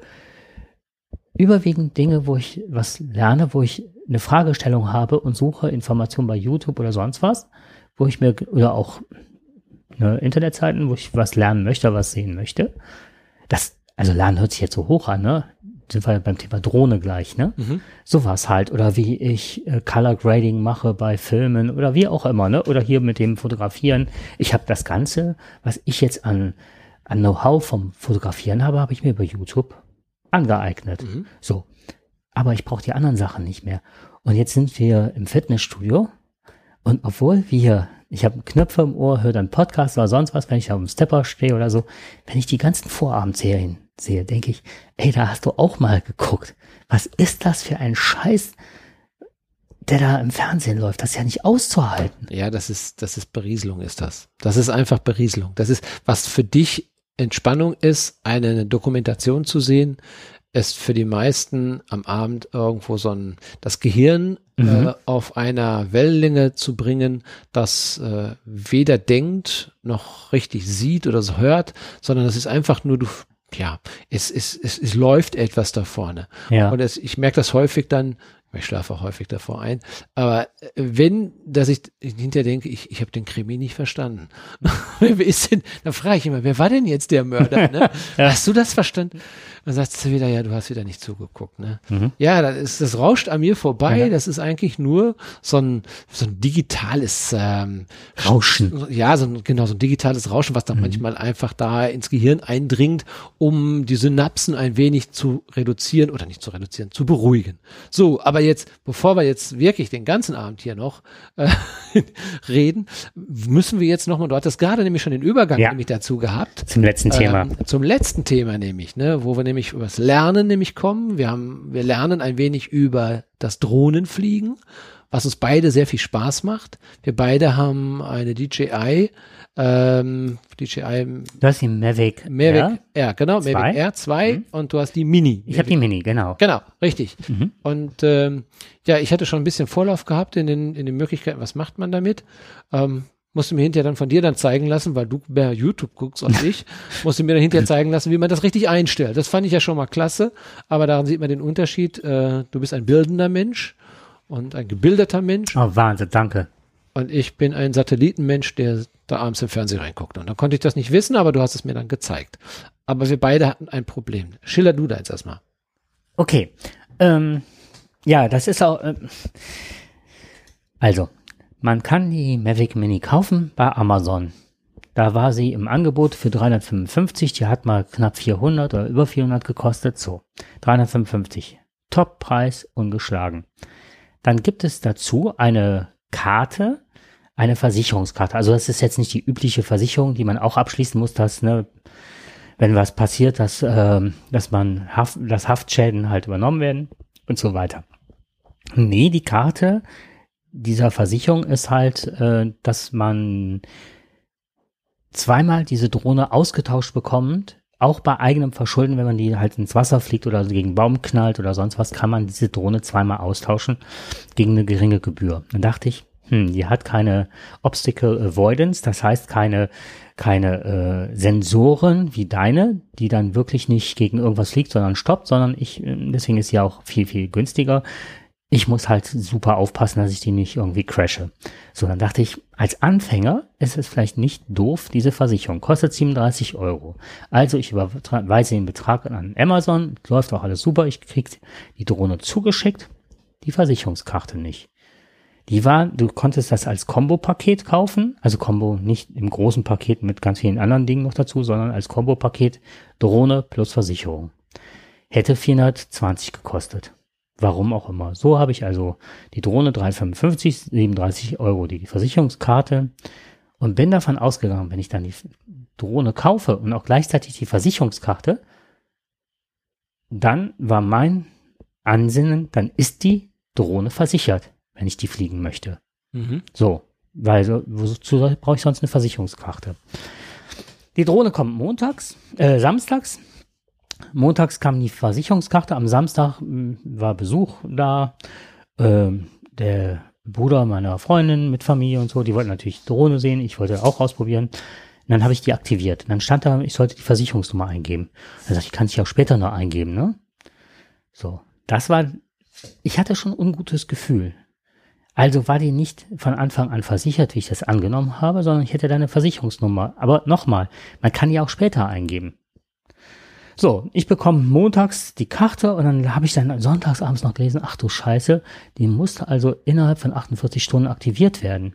überwiegend Dinge, wo ich was lerne, wo ich eine Fragestellung habe und suche Informationen bei YouTube oder sonst was, wo ich mir, oder auch ne, Internetseiten, wo ich was lernen möchte, was sehen möchte. Das, also Lernen hört sich jetzt so hoch an, ne? Sind wir beim Thema Drohne gleich, ne? Mhm. Sowas halt. Oder wie ich äh, Color Grading mache bei Filmen oder wie auch immer, ne? Oder hier mit dem Fotografieren. Ich habe das Ganze, was ich jetzt an, an Know-how vom Fotografieren habe, habe ich mir bei YouTube angeeignet. Mhm. So. Aber ich brauche die anderen Sachen nicht mehr. Und jetzt sind wir im Fitnessstudio und obwohl wir, ich habe Knöpfe im Ohr, höre dann Podcast oder sonst was, wenn ich auf dem Stepper stehe oder so, wenn ich die ganzen Vorabendserien sehe, denke ich, ey, da hast du auch mal geguckt. Was ist das für ein Scheiß, der da im Fernsehen läuft? Das ist ja nicht auszuhalten. Ja, das ist, das ist Berieselung, ist das. Das ist einfach Berieselung. Das ist, was für dich Entspannung ist, eine Dokumentation zu sehen, ist für die meisten am Abend irgendwo so ein, das Gehirn mhm. äh, auf einer Wellenlänge zu bringen, das äh, weder denkt noch richtig sieht oder so hört, sondern es ist einfach nur, du, ja, es, es, es, es läuft etwas da vorne. Ja. Und es, ich merke das häufig dann, ich schlafe auch häufig davor ein, aber wenn, dass ich hinterher denke, ich, ich habe den Krimi nicht verstanden. Wer ist denn, dann frage ich immer, wer war denn jetzt der Mörder? Ne? Ja. Hast du das verstanden? Dann sagst du wieder, ja, du hast wieder nicht zugeguckt. Ne? Mhm. Ja, das, ist, das rauscht an mir vorbei. Ja. Das ist eigentlich nur so ein, so ein digitales ähm, Rauschen. Ja, so ein, genau, so ein digitales Rauschen, was dann mhm. manchmal einfach da ins Gehirn eindringt, um die Synapsen ein wenig zu reduzieren oder nicht zu reduzieren, zu beruhigen. So, aber Aber jetzt, bevor wir jetzt wirklich den ganzen Abend hier noch äh, reden, müssen wir jetzt nochmal, du hattest gerade nämlich schon den Übergang ja. nämlich dazu gehabt. Zum letzten Thema. Ähm, zum letzten Thema nämlich, ne, wo wir nämlich über das Lernen nämlich kommen. Wir haben, wir lernen ein wenig über das Drohnenfliegen, was uns beide sehr viel Spaß macht. Wir beide haben eine D J I, ähm, D J I. Du hast die Mavic, Mavic R, R genau, zwei. Mavic R zwei mhm. und du hast die Mini. Ich habe die Mini, genau. Genau, richtig. Mhm. Und ähm, ja, ich hatte schon ein bisschen Vorlauf gehabt in den in den Möglichkeiten, was macht man damit? Ähm, musste mir hinterher dann von dir dann zeigen lassen, weil du mehr YouTube guckst als ich, musste mir dann hinterher zeigen lassen, wie man das richtig einstellt. Das fand ich ja schon mal klasse, aber daran sieht man den Unterschied. Äh, du bist ein bildender Mensch und ein gebildeter Mensch. Oh, Wahnsinn, danke. Und ich bin ein Satellitenmensch, der da abends im Fernsehen reinguckt. Und dann konnte ich das nicht wissen, aber du hast es mir dann gezeigt. Aber wir beide hatten ein Problem. Schilder du da jetzt erstmal. Okay. Ähm, ja, das ist auch, äh, also, man kann die Mavic Mini kaufen bei Amazon. Da war sie im Angebot für dreihundertfünfundfünfzig. Die hat mal knapp vierhundert oder über vierhundert gekostet. So, dreihundertfünfundfünfzig. Top-Preis, ungeschlagen. Dann gibt es dazu eine Karte, eine Versicherungskarte. Also das ist jetzt nicht die übliche Versicherung, die man auch abschließen muss, dass, ne, wenn was passiert, dass, äh, dass man Haft, dass Haftschäden halt übernommen werden und so weiter. Nee, die Karte dieser Versicherung ist halt, äh, dass man zweimal diese Drohne ausgetauscht bekommt, auch bei eigenem Verschulden, wenn man die halt ins Wasser fliegt oder gegen einen Baum knallt oder sonst was, kann man diese Drohne zweimal austauschen gegen eine geringe Gebühr. Dann dachte ich, hm, die hat keine Obstacle Avoidance, das heißt keine keine äh, Sensoren wie deine, die dann wirklich nicht gegen irgendwas fliegt, sondern stoppt, sondern ich, deswegen ist sie auch viel, viel günstiger. Ich muss halt super aufpassen, dass ich die nicht irgendwie crashe. So, dann dachte ich, als Anfänger ist es vielleicht nicht doof, diese Versicherung. Kostet siebenunddreißig Euro. Also ich überweise den Betrag an Amazon, läuft auch alles super, ich krieg die Drohne zugeschickt, die Versicherungskarte nicht. Die war, du konntest das als Kombo-Paket kaufen, also Kombo nicht im großen Paket mit ganz vielen anderen Dingen noch dazu, sondern als Kombo-Paket Drohne plus Versicherung. Hätte vierhundertzwanzig gekostet. Warum auch immer. So habe ich also die Drohne dreihundertfünfundfünfzig, siebenunddreißig Euro die Versicherungskarte und bin davon ausgegangen, wenn ich dann die Drohne kaufe und auch gleichzeitig die Versicherungskarte, dann war mein Ansinnen, dann ist die Drohne versichert, wenn ich die fliegen möchte. Mhm. So, weil so, wozu brauche ich sonst eine Versicherungskarte? Die Drohne kommt montags, äh, samstags. Montags kam die Versicherungskarte, am Samstag mh, war Besuch da, ähm, der Bruder meiner Freundin mit Familie und so, die wollten natürlich Drohne sehen, ich wollte auch ausprobieren. Und dann habe ich die aktiviert. Und dann stand da, ich sollte die Versicherungsnummer eingeben. Dann sagte ich, kann ich auch später noch eingeben, ne? So, das war, ich hatte schon ein ungutes Gefühl. Also war die nicht von Anfang an versichert, wie ich das angenommen habe, sondern ich hätte da eine Versicherungsnummer. Aber nochmal, man kann die auch später eingeben. So, ich bekomme montags die Karte und dann habe ich dann sonntags abends noch gelesen, ach du Scheiße, die musste also innerhalb von achtundvierzig Stunden aktiviert werden.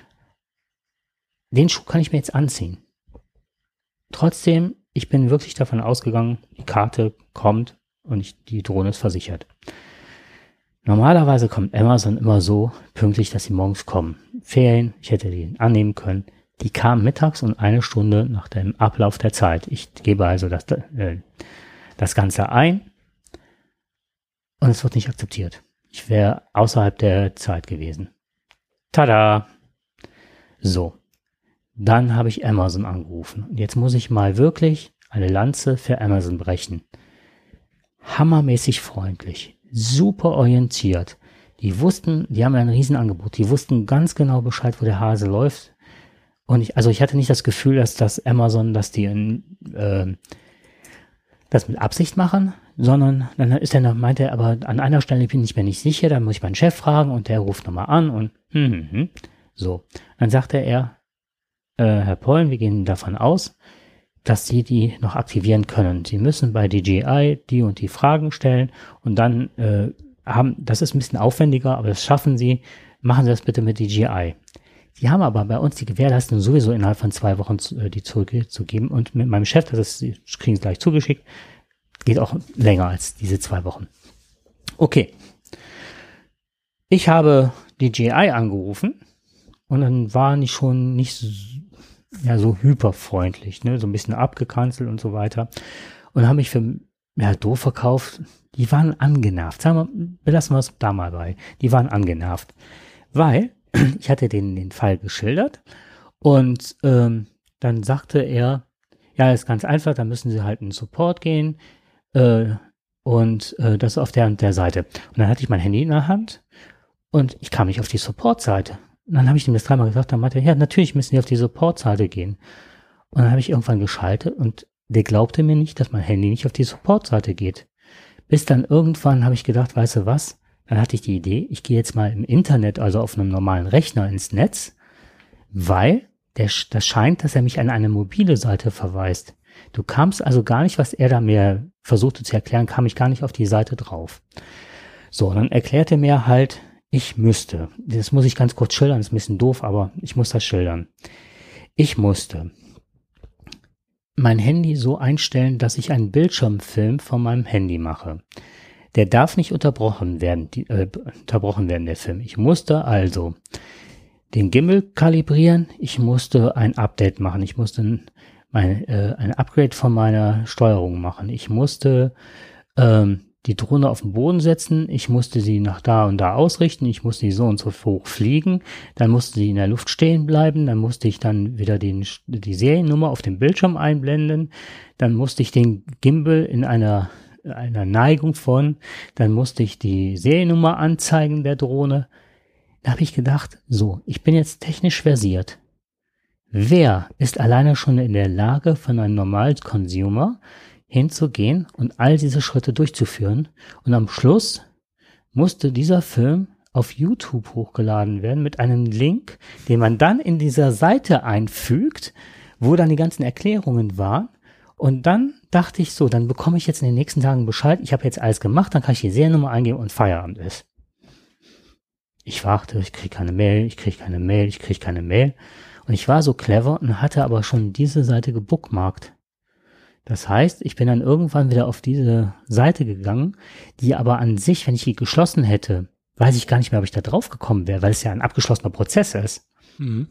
Den Schuh kann ich mir jetzt anziehen. Trotzdem, ich bin wirklich davon ausgegangen, die Karte kommt und ich, die Drohne ist versichert. Normalerweise kommt Amazon immer so pünktlich, dass sie morgens kommen. Ferien, ich hätte die annehmen können. Die kam mittags und eine Stunde nach dem Ablauf der Zeit. Ich gebe also das, äh, das Ganze ein und es wird nicht akzeptiert. Ich wäre außerhalb der Zeit gewesen. Tada! So, dann habe ich Amazon angerufen. Und jetzt muss ich mal wirklich eine Lanze für Amazon brechen. Hammermäßig freundlich, super orientiert. Die wussten, die haben ein Riesenangebot. Die wussten ganz genau Bescheid, wo der Hase läuft. Und ich, also ich hatte nicht das Gefühl, dass das Amazon, dass die in, äh, das mit Absicht machen, sondern dann ist er noch, meint er, aber an einer Stelle bin ich mir nicht sicher, da muss ich meinen Chef fragen und der ruft nochmal an und hm, hm, hm. So. Dann sagte er, äh, Herr Pollen, wir gehen davon aus, dass Sie die noch aktivieren können. Sie müssen bei D J I die und die Fragen stellen und dann äh, haben, das ist ein bisschen aufwendiger, aber das schaffen Sie, machen Sie das bitte mit D J I. Die haben aber bei uns die Gewährleistung sowieso innerhalb von zwei Wochen zu, äh, die zurückzugeben. Und mit meinem Chef, das ist, kriegen sie gleich zugeschickt, geht auch länger als diese zwei Wochen. Okay. ich habe D J I angerufen und dann waren die schon nicht so, ja, so hyperfreundlich, ne, so ein bisschen abgekanzelt und so weiter. Und haben mich für, ja, doof verkauft. Die waren angenervt. Sagen wir, belassen wir es da mal bei. Die waren angenervt. Weil ich hatte denen den Fall geschildert und ähm, dann sagte er, ja, ist ganz einfach, da müssen Sie halt in den Support gehen äh, und äh, das auf der und der Seite. Und dann hatte ich mein Handy in der Hand und ich kam nicht auf die Support-Seite. Und dann habe ich ihm das dreimal gesagt, dann meinte er, ja, natürlich müssen Sie auf die Support-Seite gehen. Und dann habe ich irgendwann geschaltet und der glaubte mir nicht, dass mein Handy nicht auf die Support-Seite geht. Bis dann irgendwann habe ich gedacht, weißt du was? Dann hatte ich die Idee, ich gehe jetzt mal im Internet, also auf einem normalen Rechner ins Netz, weil der, das scheint, dass er mich an eine mobile Seite verweist. Du kamst also gar nicht, was er da mir versuchte zu erklären, kam ich gar nicht auf die Seite drauf. So, dann erklärte mir halt, ich müsste, das muss ich ganz kurz schildern, das ist ein bisschen doof, aber ich muss das schildern. Ich musste mein Handy so einstellen, dass ich einen Bildschirmfilm von meinem Handy mache. Der darf nicht unterbrochen werden, die, äh, unterbrochen werden, der Film. Ich musste also den Gimbal kalibrieren, ich musste ein Update machen, ich musste mein, äh, ein Upgrade von meiner Steuerung machen, ich musste ähm, die Drohne auf den Boden setzen, ich musste sie nach da und da ausrichten, ich musste die so und so hoch fliegen, dann musste sie in der Luft stehen bleiben, dann musste ich dann wieder den, die Seriennummer auf dem Bildschirm einblenden, dann musste ich den Gimbal in einer, einer Neigung von, dann musste ich die Seriennummer anzeigen der Drohne. Da habe ich gedacht, so, ich bin jetzt technisch versiert. Wer ist alleine schon in der Lage, von einem normalen Consumer hinzugehen und all diese Schritte durchzuführen? Und am Schluss musste dieser Film auf YouTube hochgeladen werden mit einem Link, den man dann in dieser Seite einfügt, wo dann die ganzen Erklärungen waren. Und dann dachte ich so, dann bekomme ich jetzt in den nächsten Tagen Bescheid, ich habe jetzt alles gemacht, dann kann ich die Seriennummer eingeben und Feierabend ist. Ich warte, ich kriege keine Mail, ich kriege keine Mail, ich kriege keine Mail. Und ich war so clever und hatte aber schon diese Seite gebookmarkt. Das heißt, ich bin dann irgendwann wieder auf diese Seite gegangen, die aber an sich, wenn ich die geschlossen hätte, weiß ich gar nicht mehr, ob ich da drauf gekommen wäre, weil es ja ein abgeschlossener Prozess ist. Mhm.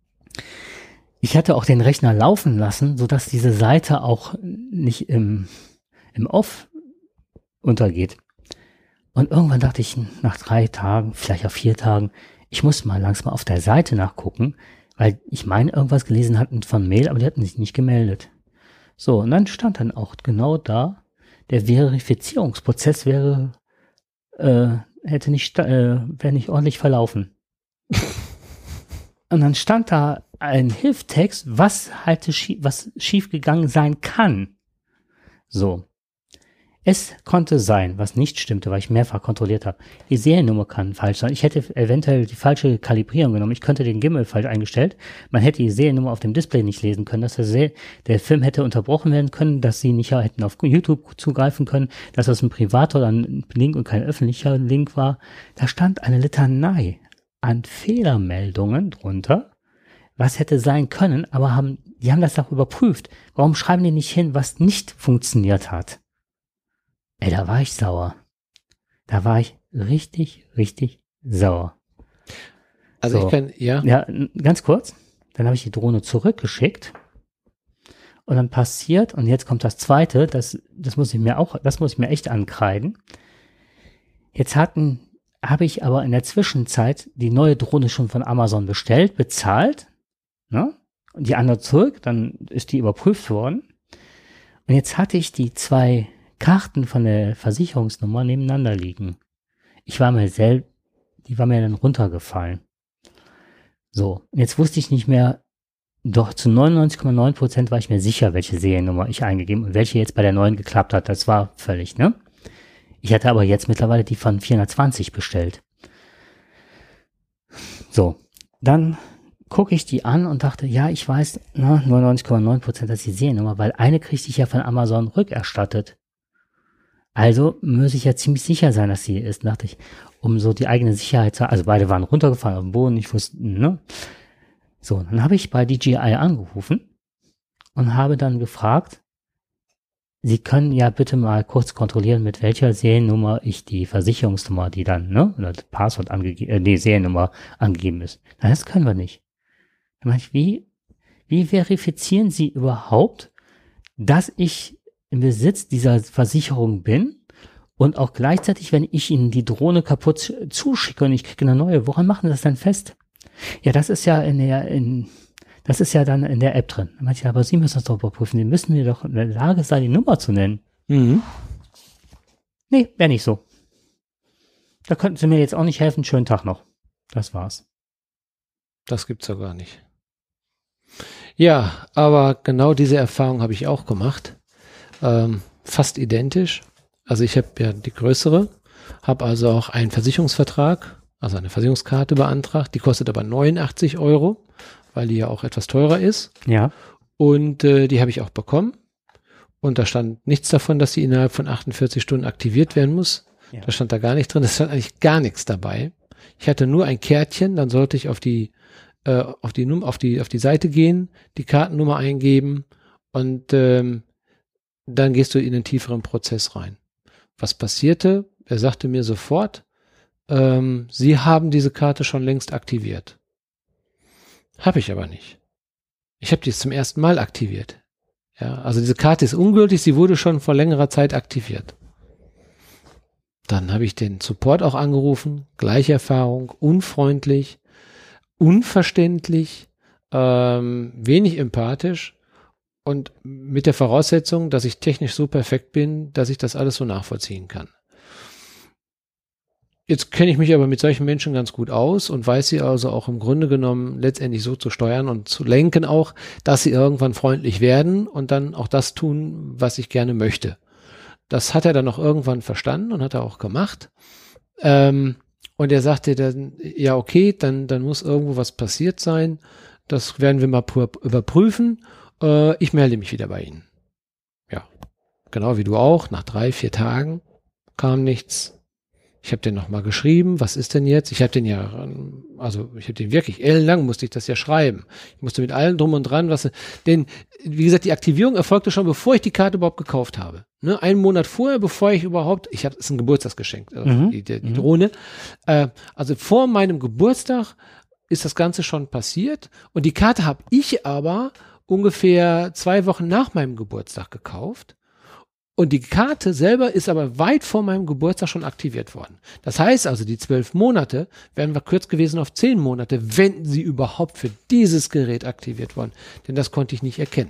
Ich hatte auch den Rechner laufen lassen, sodass diese Seite auch nicht im, im Off untergeht. Und irgendwann dachte ich, nach drei Tagen, vielleicht auch vier Tagen, ich muss mal langsam auf der Seite nachgucken, weil ich meine, irgendwas gelesen hatten von Mail, aber die hatten sich nicht gemeldet. So, und dann stand dann auch genau da, der Verifizierungsprozess wäre, äh, hätte nicht, äh, wäre nicht ordentlich verlaufen. Und dann stand da ein Hilftext, was halt schie- was schiefgegangen sein kann. So. Es konnte sein, was nicht stimmte, weil ich mehrfach kontrolliert habe. Die Seriennummer kann falsch sein. Ich hätte eventuell die falsche Kalibrierung genommen. Ich könnte den Gimbal falsch eingestellt. Man hätte die Seriennummer auf dem Display nicht lesen können. Dass der, Se- der Film hätte unterbrochen werden können, dass sie nicht hätten auf YouTube zugreifen können, dass das ein privater oder ein Link und kein öffentlicher Link war. Da stand eine Litanei an Fehlermeldungen drunter, was hätte sein können, aber haben, die haben das auch überprüft. Warum schreiben die nicht hin, was nicht funktioniert hat? Ey, da war ich sauer. Da war ich richtig, richtig sauer. Also so. ich kann, ja. Ja, ganz kurz. Dann habe ich die Drohne zurückgeschickt und dann passiert, und jetzt kommt das Zweite, das, das muss ich mir auch, das muss ich mir echt ankreiden. Jetzt hatten, habe ich aber in der Zwischenzeit die neue Drohne schon von Amazon bestellt, bezahlt, ne? Und die andere zurück, dann ist die überprüft worden. Und jetzt hatte ich die zwei Karten von der Versicherungsnummer nebeneinander liegen. Ich war mir selbst, die war mir dann runtergefallen. So, und jetzt wusste ich nicht mehr, doch zu neunundneunzig Komma neun Prozent war ich mir sicher, welche Seriennummer ich eingegeben und welche jetzt bei der neuen geklappt hat. Das war völlig, ne? Ich hatte aber jetzt mittlerweile die von vierhundertzwanzig bestellt. So, dann gucke ich die an und dachte, ja, ich weiß, ne, neunundneunzig Komma neun Prozent ist die Seriennummer, weil eine kriegte ich ja von Amazon rückerstattet. Also muss ich ja ziemlich sicher sein, dass sie ist, dachte ich, um so die eigene Sicherheit zu, also beide waren runtergefallen auf den Boden, ich wusste, ne? So, dann habe ich bei D J I angerufen und habe dann gefragt, Sie können ja bitte mal kurz kontrollieren, mit welcher Seriennummer ich die Versicherungsnummer, die dann, ne, oder das Passwort angegeben, äh, die Seriennummer angegeben ist. Nein, das können wir nicht. Dann meine ich, wie, wie verifizieren Sie überhaupt, dass ich im Besitz dieser Versicherung bin und auch gleichzeitig, wenn ich Ihnen die Drohne kaputt zuschicke und ich kriege eine neue, woran machen Sie das dann fest? Ja, das ist ja in der, in, das ist ja dann in der App drin. Dann meinte ich, aber Sie müssen das doch überprüfen. Sie müssen mir doch in der Lage sein, die Nummer zu nennen. Mhm. Nee, wäre nicht so. Da könnten Sie mir jetzt auch nicht helfen. Schönen Tag noch. Das war's. Das gibt's ja gar nicht. Ja, aber genau diese Erfahrung habe ich auch gemacht. Ähm, fast identisch. Also ich habe ja die größere, habe also auch einen Versicherungsvertrag, also eine Versicherungskarte beantragt. Die kostet aber neunundachtzig Euro, weil die ja auch etwas teurer ist. Ja. Und äh, die habe ich auch bekommen. Und da stand nichts davon, dass sie innerhalb von achtundvierzig Stunden aktiviert werden muss. Ja. Da stand da gar nicht drin. Da stand eigentlich gar nichts dabei. Ich hatte nur ein Kärtchen, dann sollte ich auf die äh, auf die Num- auf die auf die Seite gehen, die Kartennummer eingeben und ähm, dann gehst du in einen tieferen Prozess rein. Was passierte? Er sagte mir sofort, ähm, Sie haben diese Karte schon längst aktiviert. Habe ich aber nicht. Ich habe die jetzt zum ersten Mal aktiviert. Ja, also diese Karte ist ungültig, sie wurde schon vor längerer Zeit aktiviert. Dann habe ich den Support auch angerufen, gleiche Erfahrung, unfreundlich, unverständlich, ähm, wenig empathisch und mit der Voraussetzung, dass ich technisch so perfekt bin, dass ich das alles so nachvollziehen kann. Jetzt kenne ich mich aber mit solchen Menschen ganz gut aus und weiß sie also auch im Grunde genommen letztendlich so zu steuern und zu lenken auch, dass sie irgendwann freundlich werden und dann auch das tun, was ich gerne möchte. Das hat er dann auch irgendwann verstanden und hat er auch gemacht. Ähm, und er sagte dann, ja okay, dann, dann muss irgendwo was passiert sein. Das werden wir mal pr- überprüfen. Äh, ich melde mich wieder bei Ihnen. Ja, genau wie du auch. Nach drei, vier Tagen kam nichts. Ich habe den nochmal geschrieben, was ist denn jetzt? Ich habe den ja, also ich habe den wirklich ellenlang, musste ich das ja schreiben. Ich musste mit allem drum und dran, was, denn, wie gesagt, die Aktivierung erfolgte schon, bevor ich die Karte überhaupt gekauft habe. Ne? Einen Monat vorher, bevor ich überhaupt, ich habe, es ist ein Geburtstagsgeschenk, also Mhm. die, die, die Mhm. Drohne. Äh, also vor meinem Geburtstag ist das Ganze schon passiert und die Karte habe ich aber ungefähr zwei Wochen nach meinem Geburtstag gekauft. Und die Karte selber ist aber weit vor meinem Geburtstag schon aktiviert worden. Das heißt also, die zwölf Monate wären verkürzt gewesen auf zehn Monate, wenn sie überhaupt für dieses Gerät aktiviert worden. Denn das konnte ich nicht erkennen.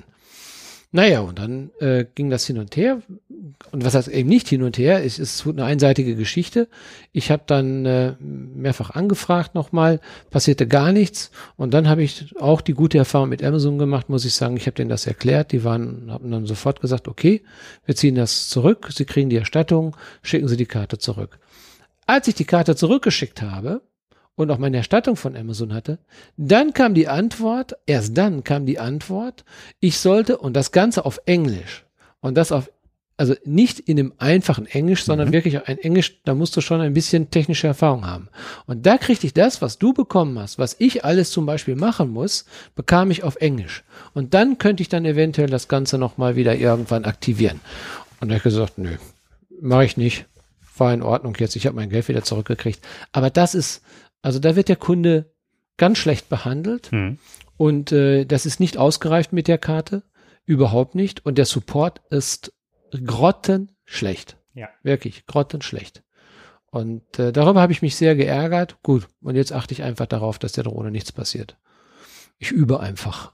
Naja, und dann äh, ging das hin und her. Und was heißt eben nicht hin und her, es ist eine einseitige Geschichte. Ich habe dann äh, mehrfach angefragt nochmal, passierte gar nichts. Und dann habe ich auch die gute Erfahrung mit Amazon gemacht, muss ich sagen. Ich habe denen das erklärt. Die waren, haben dann sofort gesagt, okay, wir ziehen das zurück. Sie kriegen die Erstattung, schicken Sie die Karte zurück. Als ich die Karte zurückgeschickt habe und auch meine Erstattung von Amazon hatte, dann kam die Antwort, erst dann kam die Antwort, ich sollte, und das Ganze auf Englisch, und das auf, also nicht in einem einfachen Englisch, sondern mhm. wirklich ein Englisch, da musst du schon ein bisschen technische Erfahrung haben. Und da kriegte ich das, was du bekommen hast, was ich alles zum Beispiel machen muss, bekam ich auf Englisch. Und dann könnte ich dann eventuell das Ganze nochmal wieder irgendwann aktivieren. Und da habe ich gesagt, nö, mache ich nicht, war in Ordnung jetzt, ich habe mein Geld wieder zurückgekriegt. Aber das ist, also da wird der Kunde ganz schlecht behandelt mhm. und äh, das ist nicht ausgereift mit der Karte, überhaupt nicht. Und der Support ist grottenschlecht. Ja. Wirklich, grottenschlecht. Und äh, darüber habe ich mich sehr geärgert. Gut, und jetzt achte ich einfach darauf, dass der Drohne nichts passiert. Ich übe einfach.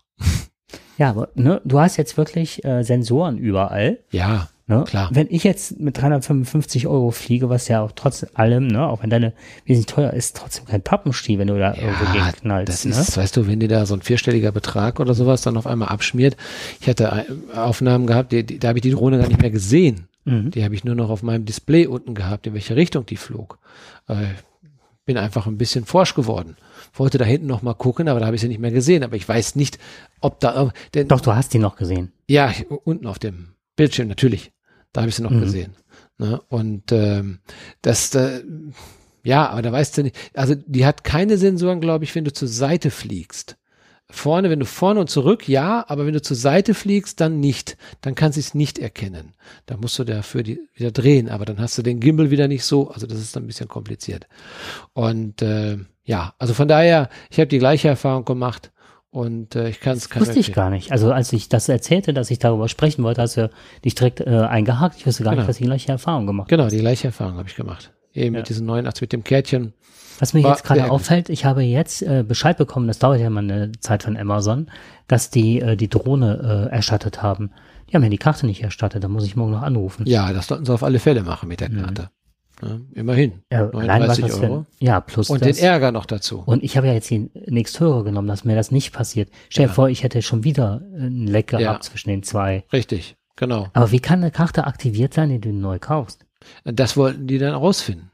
Ja, aber ne, du hast jetzt wirklich äh, Sensoren überall. Ja. Ne? Klar. Wenn ich jetzt mit dreihundertfünfundfünfzig Euro fliege, was ja auch trotz allem, ne, auch wenn deine wesentlich teuer ist, trotzdem kein Pappenstiel, wenn du da ja, irgendwo gegnknallst. Das ne? ist, weißt du, wenn dir da so ein vierstelliger Betrag oder sowas dann auf einmal abschmiert. Ich hatte Aufnahmen gehabt, die, die, da habe ich die Drohne gar nicht mehr gesehen. Mhm. Die habe ich nur noch auf meinem Display unten gehabt, in welche Richtung die flog. Äh, bin einfach ein bisschen forsch geworden. Wollte da hinten noch mal gucken, aber da habe ich sie nicht mehr gesehen. Aber ich weiß nicht, ob da... Denn, Doch, du hast die noch gesehen. Ja, unten auf dem Bildschirm, natürlich. Da habe ich sie noch mhm. gesehen. Ne? Und ähm, das, äh, ja, aber da weißt du nicht, also die hat keine Sensoren, glaube ich, wenn du zur Seite fliegst vorne, wenn du vorne und zurück, ja, aber wenn du zur Seite fliegst, dann nicht. Dann kann sie es nicht erkennen. Da musst du dafür die, wieder drehen, aber dann hast du den Gimbal wieder nicht so. Also das ist dann ein bisschen kompliziert. Und äh, ja, also von daher, ich habe die gleiche Erfahrung gemacht und äh, ich kann es keinem wusste ich gar nicht. Also als ich das erzählte, dass ich darüber sprechen wollte, hast du dich direkt äh, eingehakt. Ich wusste gar genau. nicht, dass ich die gleiche Erfahrung gemacht habe. Genau, die gleiche Erfahrung habe ich gemacht. Eben ja. mit diesen neunundachtzig, mit dem Kärtchen. Was mir jetzt gerade auffällt, ich habe jetzt äh, Bescheid bekommen, das dauert ja mal eine Zeit von Amazon, dass die äh, die Drohne äh, erstattet haben. Die haben ja die Karte nicht erstattet, da muss ich morgen noch anrufen. Ja, das sollten sie auf alle Fälle machen mit der Karte. Mhm. Ja, immerhin. Ja, neununddreißig Euro. Für, ja, plus Und das. Den Ärger noch dazu. Und ich habe ja jetzt die nächsthöhere genommen, dass mir das nicht passiert. Stell dir ja. vor, ich hätte schon wieder ein Leck gehabt ja. zwischen den zwei. Richtig, genau. Aber wie kann eine Karte aktiviert sein, die du neu kaufst? Das wollten die dann rausfinden.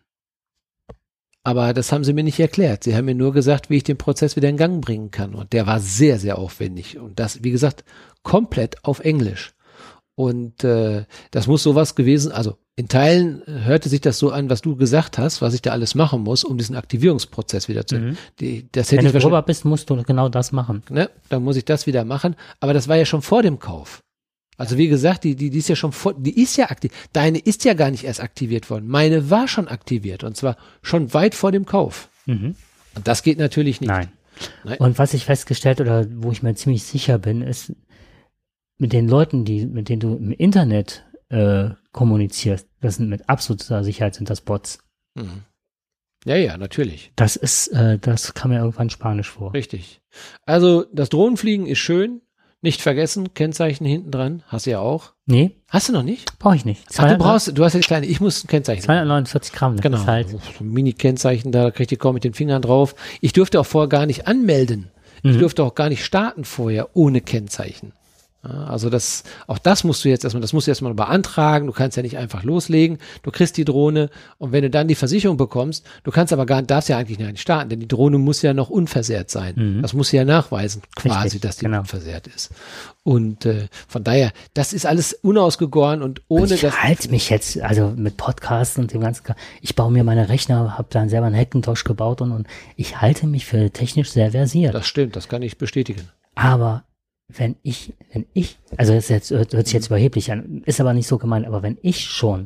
Aber das haben sie mir nicht erklärt. Sie haben mir nur gesagt, wie ich den Prozess wieder in Gang bringen kann. Und der war sehr, sehr aufwendig. Und das, wie gesagt, komplett auf Englisch. Und äh, das muss sowas gewesen, also in Teilen hörte sich das so an, was du gesagt hast, was ich da alles machen muss, um diesen Aktivierungsprozess wieder zu... Mhm. Die, das hätte Wenn ich du drüber bist, musst du genau das machen. Ne, dann muss ich das wieder machen. Aber das war ja schon vor dem Kauf. Also wie gesagt, die, die, die ist ja schon vor, die ist ja aktiv. Deine ist ja gar nicht erst aktiviert worden. Meine war schon aktiviert und zwar schon weit vor dem Kauf. Mhm. Und das geht natürlich nicht. Nein. Nein. Und was ich festgestellt oder wo ich mir ziemlich sicher bin, ist mit den Leuten, die, mit denen du im Internet äh, kommunizierst, das sind mit absoluter Sicherheit sind das Bots. Mhm. Ja, ja, natürlich. Das ist, äh, das kam mir irgendwann Spanisch vor. Richtig. Also das Drohnenfliegen ist schön. Nicht vergessen, Kennzeichen hinten dran. Hast du ja auch. Nee. Hast du noch nicht? Brauche ich nicht. Ach, du brauchst, du hast ja die kleine, ich muss ein Kennzeichen. zweihundertneunundvierzig Gramm. Das genau. Ist halt so ein Mini-Kennzeichen, da kriegt ihr kaum mit den Fingern drauf. Ich durfte auch vorher gar nicht anmelden. Ich mhm. durfte auch gar nicht starten vorher ohne Kennzeichen. Ja, also das, auch das musst du jetzt erstmal, das musst du erstmal beantragen, du kannst ja nicht einfach loslegen, du kriegst die Drohne und wenn du dann die Versicherung bekommst, du kannst aber gar, darfst ja eigentlich nicht starten, denn die Drohne muss ja noch unversehrt sein. Mhm. Das muss ja nachweisen, quasi, Richtig, dass die genau. unversehrt ist. Und äh, von daher, das ist alles unausgegoren und ohne und ich dass... Ich halte mich jetzt, also mit Podcasts und dem ganzen, ich baue mir meine Rechner, habe dann selber einen Hackintosh gebaut und, und ich halte mich für technisch sehr versiert. Das stimmt, das kann ich bestätigen. Aber wenn ich, wenn ich, also das jetzt, hört sich jetzt überheblich an, ist aber nicht so gemeint, aber wenn ich schon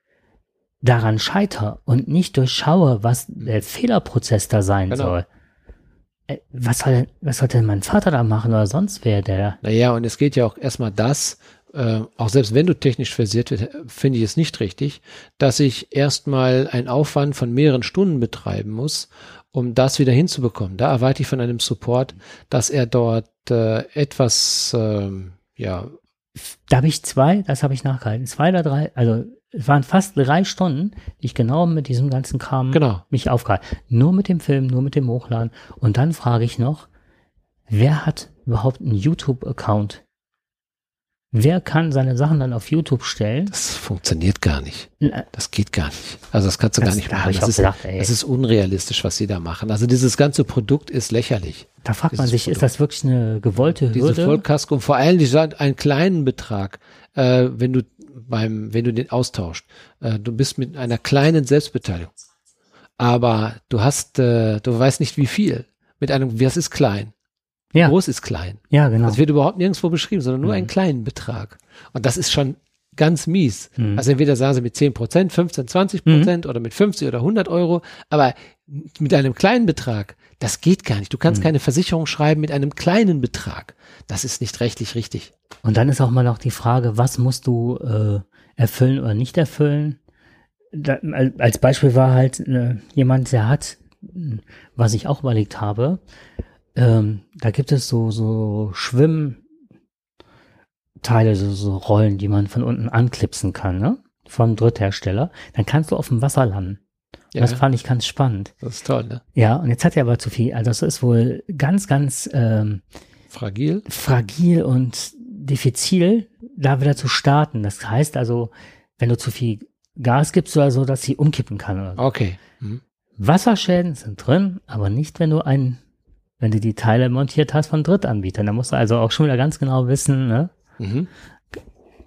daran scheitere und nicht durchschaue, was der Fehlerprozess da sein genau. soll, was soll denn, was sollte denn mein Vater da machen oder sonst wer, der... Naja, und es geht ja auch erstmal das, äh, auch selbst wenn du technisch versiert bist, finde ich es nicht richtig, dass ich erstmal einen Aufwand von mehreren Stunden betreiben muss, um das wieder hinzubekommen. Da erwarte ich von einem Support, dass er dort äh, etwas, ähm, ja. Da habe ich zwei, das habe ich nachgehalten, zwei oder drei, also es waren fast drei Stunden, die ich genau mit diesem ganzen Kram genau. mich aufgehalten. Nur mit dem Film, nur mit dem Hochladen. Und dann frage ich noch, wer hat überhaupt einen YouTube-Account? Wer kann seine Sachen dann auf YouTube stellen? Das funktioniert gar nicht. Das geht gar nicht. Also das kannst du das, gar nicht da machen. Ich das, ist, gedacht, ey. das ist unrealistisch, was sie da machen. Also dieses ganze Produkt ist lächerlich. Da fragt man sich, Produkt. Ist das wirklich eine gewollte Hürde? Diese Vollkasko und vor allem die einen kleinen Betrag, äh, wenn du beim, wenn du den austauscht. Äh, du bist mit einer kleinen Selbstbeteiligung. Aber du hast, äh, du weißt nicht wie viel. Mit einem, was ist klein? Ja. Groß ist klein. Ja, genau. Das wird überhaupt nirgendwo beschrieben, sondern nur mhm. einen kleinen Betrag. Und das ist schon ganz mies. Mhm. Also entweder sagen sie mit zehn Prozent, fünfzehn, zwanzig Prozent mhm. oder mit fünfzig oder hundert Euro. Aber mit einem kleinen Betrag, das geht gar nicht. Du kannst mhm. keine Versicherung schreiben mit einem kleinen Betrag. Das ist nicht rechtlich richtig. Und dann ist auch mal noch die Frage, was musst du äh, erfüllen oder nicht erfüllen? Da, als Beispiel war halt äh, jemand, der hat, was ich auch überlegt habe, Ähm, da gibt es so, so Schwimmteile, so, so Rollen, die man von unten anklipsen kann, ne? Vom Dritthersteller. Dann kannst du auf dem Wasser landen. Ja. Das fand ich ganz spannend. Das ist toll, ne? Ja, und jetzt hat er aber zu viel, also das ist wohl ganz, ganz ähm, fragil. Fragil und diffizil, da wieder zu starten. Das heißt also, wenn du zu viel Gas gibst oder so, dass sie umkippen kann. Oder so. Okay. Mhm. Wasserschäden sind drin, aber nicht, wenn du einen wenn du die Teile montiert hast von Drittanbietern. Da musst du also auch schon wieder ganz genau wissen, ne? Mhm.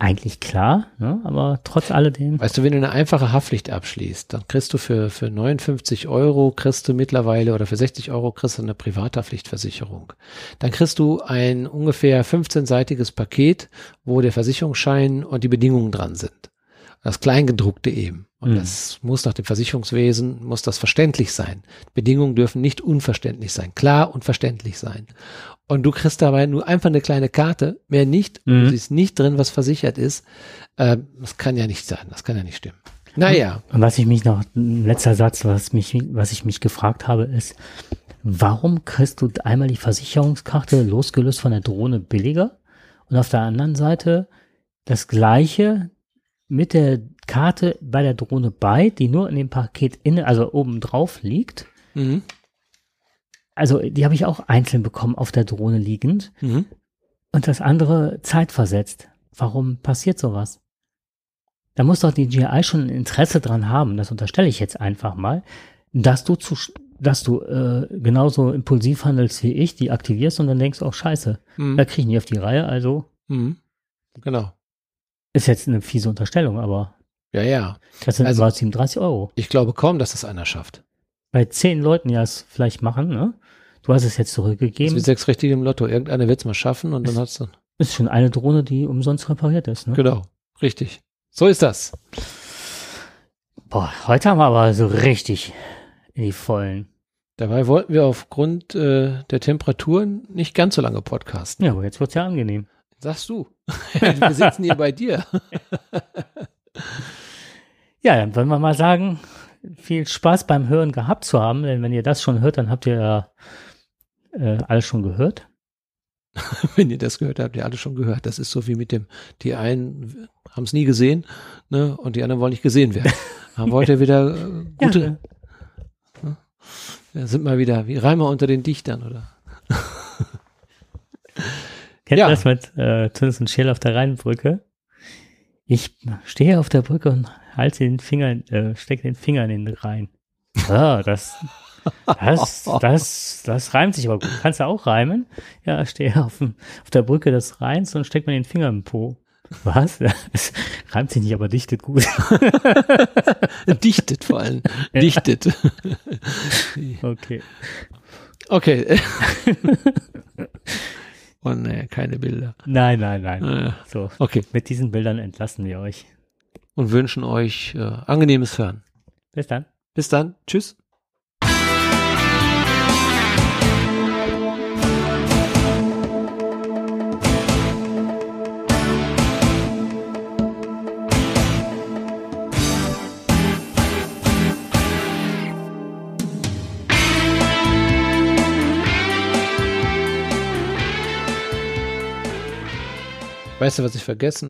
eigentlich klar, ne? Aber trotz alledem. Weißt du, wenn du eine einfache Haftpflicht abschließt, dann kriegst du für, für neunundfünfzig Euro kriegst du mittlerweile oder für sechzig Euro kriegst du eine Privathaftpflichtversicherung. Dann kriegst du ein ungefähr fünfzehnseitiges Paket, wo der Versicherungsschein und die Bedingungen dran sind. Das Kleingedruckte eben. Und mhm. das muss nach dem Versicherungswesen, muss das verständlich sein. Bedingungen dürfen nicht unverständlich sein, klar und verständlich sein. Und du kriegst dabei nur einfach eine kleine Karte, mehr nicht, mhm. du siehst nicht drin, was versichert ist. Äh, das kann ja nicht sein, das kann ja nicht stimmen. Naja. Und was ich mich noch, ein letzter Satz, was mich, was ich mich gefragt habe, ist, warum kriegst du einmal die Versicherungskarte losgelöst von der Drohne billiger und auf der anderen Seite das Gleiche mit der Karte bei der Drohne bei, die nur in dem Paket inne, also oben drauf liegt. Mhm. Also die habe ich auch einzeln bekommen auf der Drohne liegend. Mhm. Und das andere zeitversetzt. Warum passiert sowas? Da muss doch die J I schon ein Interesse dran haben, das unterstelle ich jetzt einfach mal, dass du zu, dass du äh, genauso impulsiv handelst wie ich, die aktivierst und dann denkst du auch, scheiße, mhm. da kriege ich nie auf die Reihe, also mhm. genau. Ist jetzt eine fiese Unterstellung, aber ja, ja. Das sind also, über siebenunddreißig Euro. Ich glaube kaum, dass das einer schafft. Bei zehn Leuten ja es vielleicht machen, ne? Du hast es jetzt zurückgegeben. Das ist wie sechs Richtige im Lotto. Irgendeiner wird es mal schaffen und ist, dann hat's dann. Ist schon eine Drohne, die umsonst repariert ist, ne? Genau, richtig. So ist das. Boah, heute haben wir aber so richtig in die Vollen. Dabei wollten wir aufgrund äh, der Temperaturen nicht ganz so lange podcasten. Ja, aber jetzt wird's ja angenehm. Sagst du. Wir sitzen hier bei dir. Ja, dann wollen wir mal sagen, viel Spaß beim Hören gehabt zu haben, denn wenn ihr das schon hört, dann habt ihr ja äh, alles schon gehört. Wenn ihr das gehört habt, habt ihr alles schon gehört. Das ist so wie mit dem, die einen haben es nie gesehen, ne, und die anderen wollen nicht gesehen werden. Haben wir heute wieder äh, gute, ja, ne? Ja, sind mal wieder wie Reimer unter den Dichtern, oder? Kennt ja. ihr das mit äh, Tünnes und Scheel auf der Rheinbrücke? Ich stehe auf der Brücke und halte den Finger, äh, stecke den Finger in den Rhein. Ja, das, das, das, das reimt sich aber gut. Kannst du auch reimen? Ja, stehe auf, dem, auf der Brücke des Rheins und steckt mir den Finger im Po. Was? Das reimt sich nicht, aber dichtet gut. Dichtet vor allem. Dichtet. Okay. Okay. Oh nee, keine Bilder. Nein, nein, nein. Ja. So, okay. Mit diesen Bildern entlassen wir euch. Und wünschen euch äh, angenehmes Hören. Bis dann. Bis dann. Tschüss. Weißt du, was ich vergessen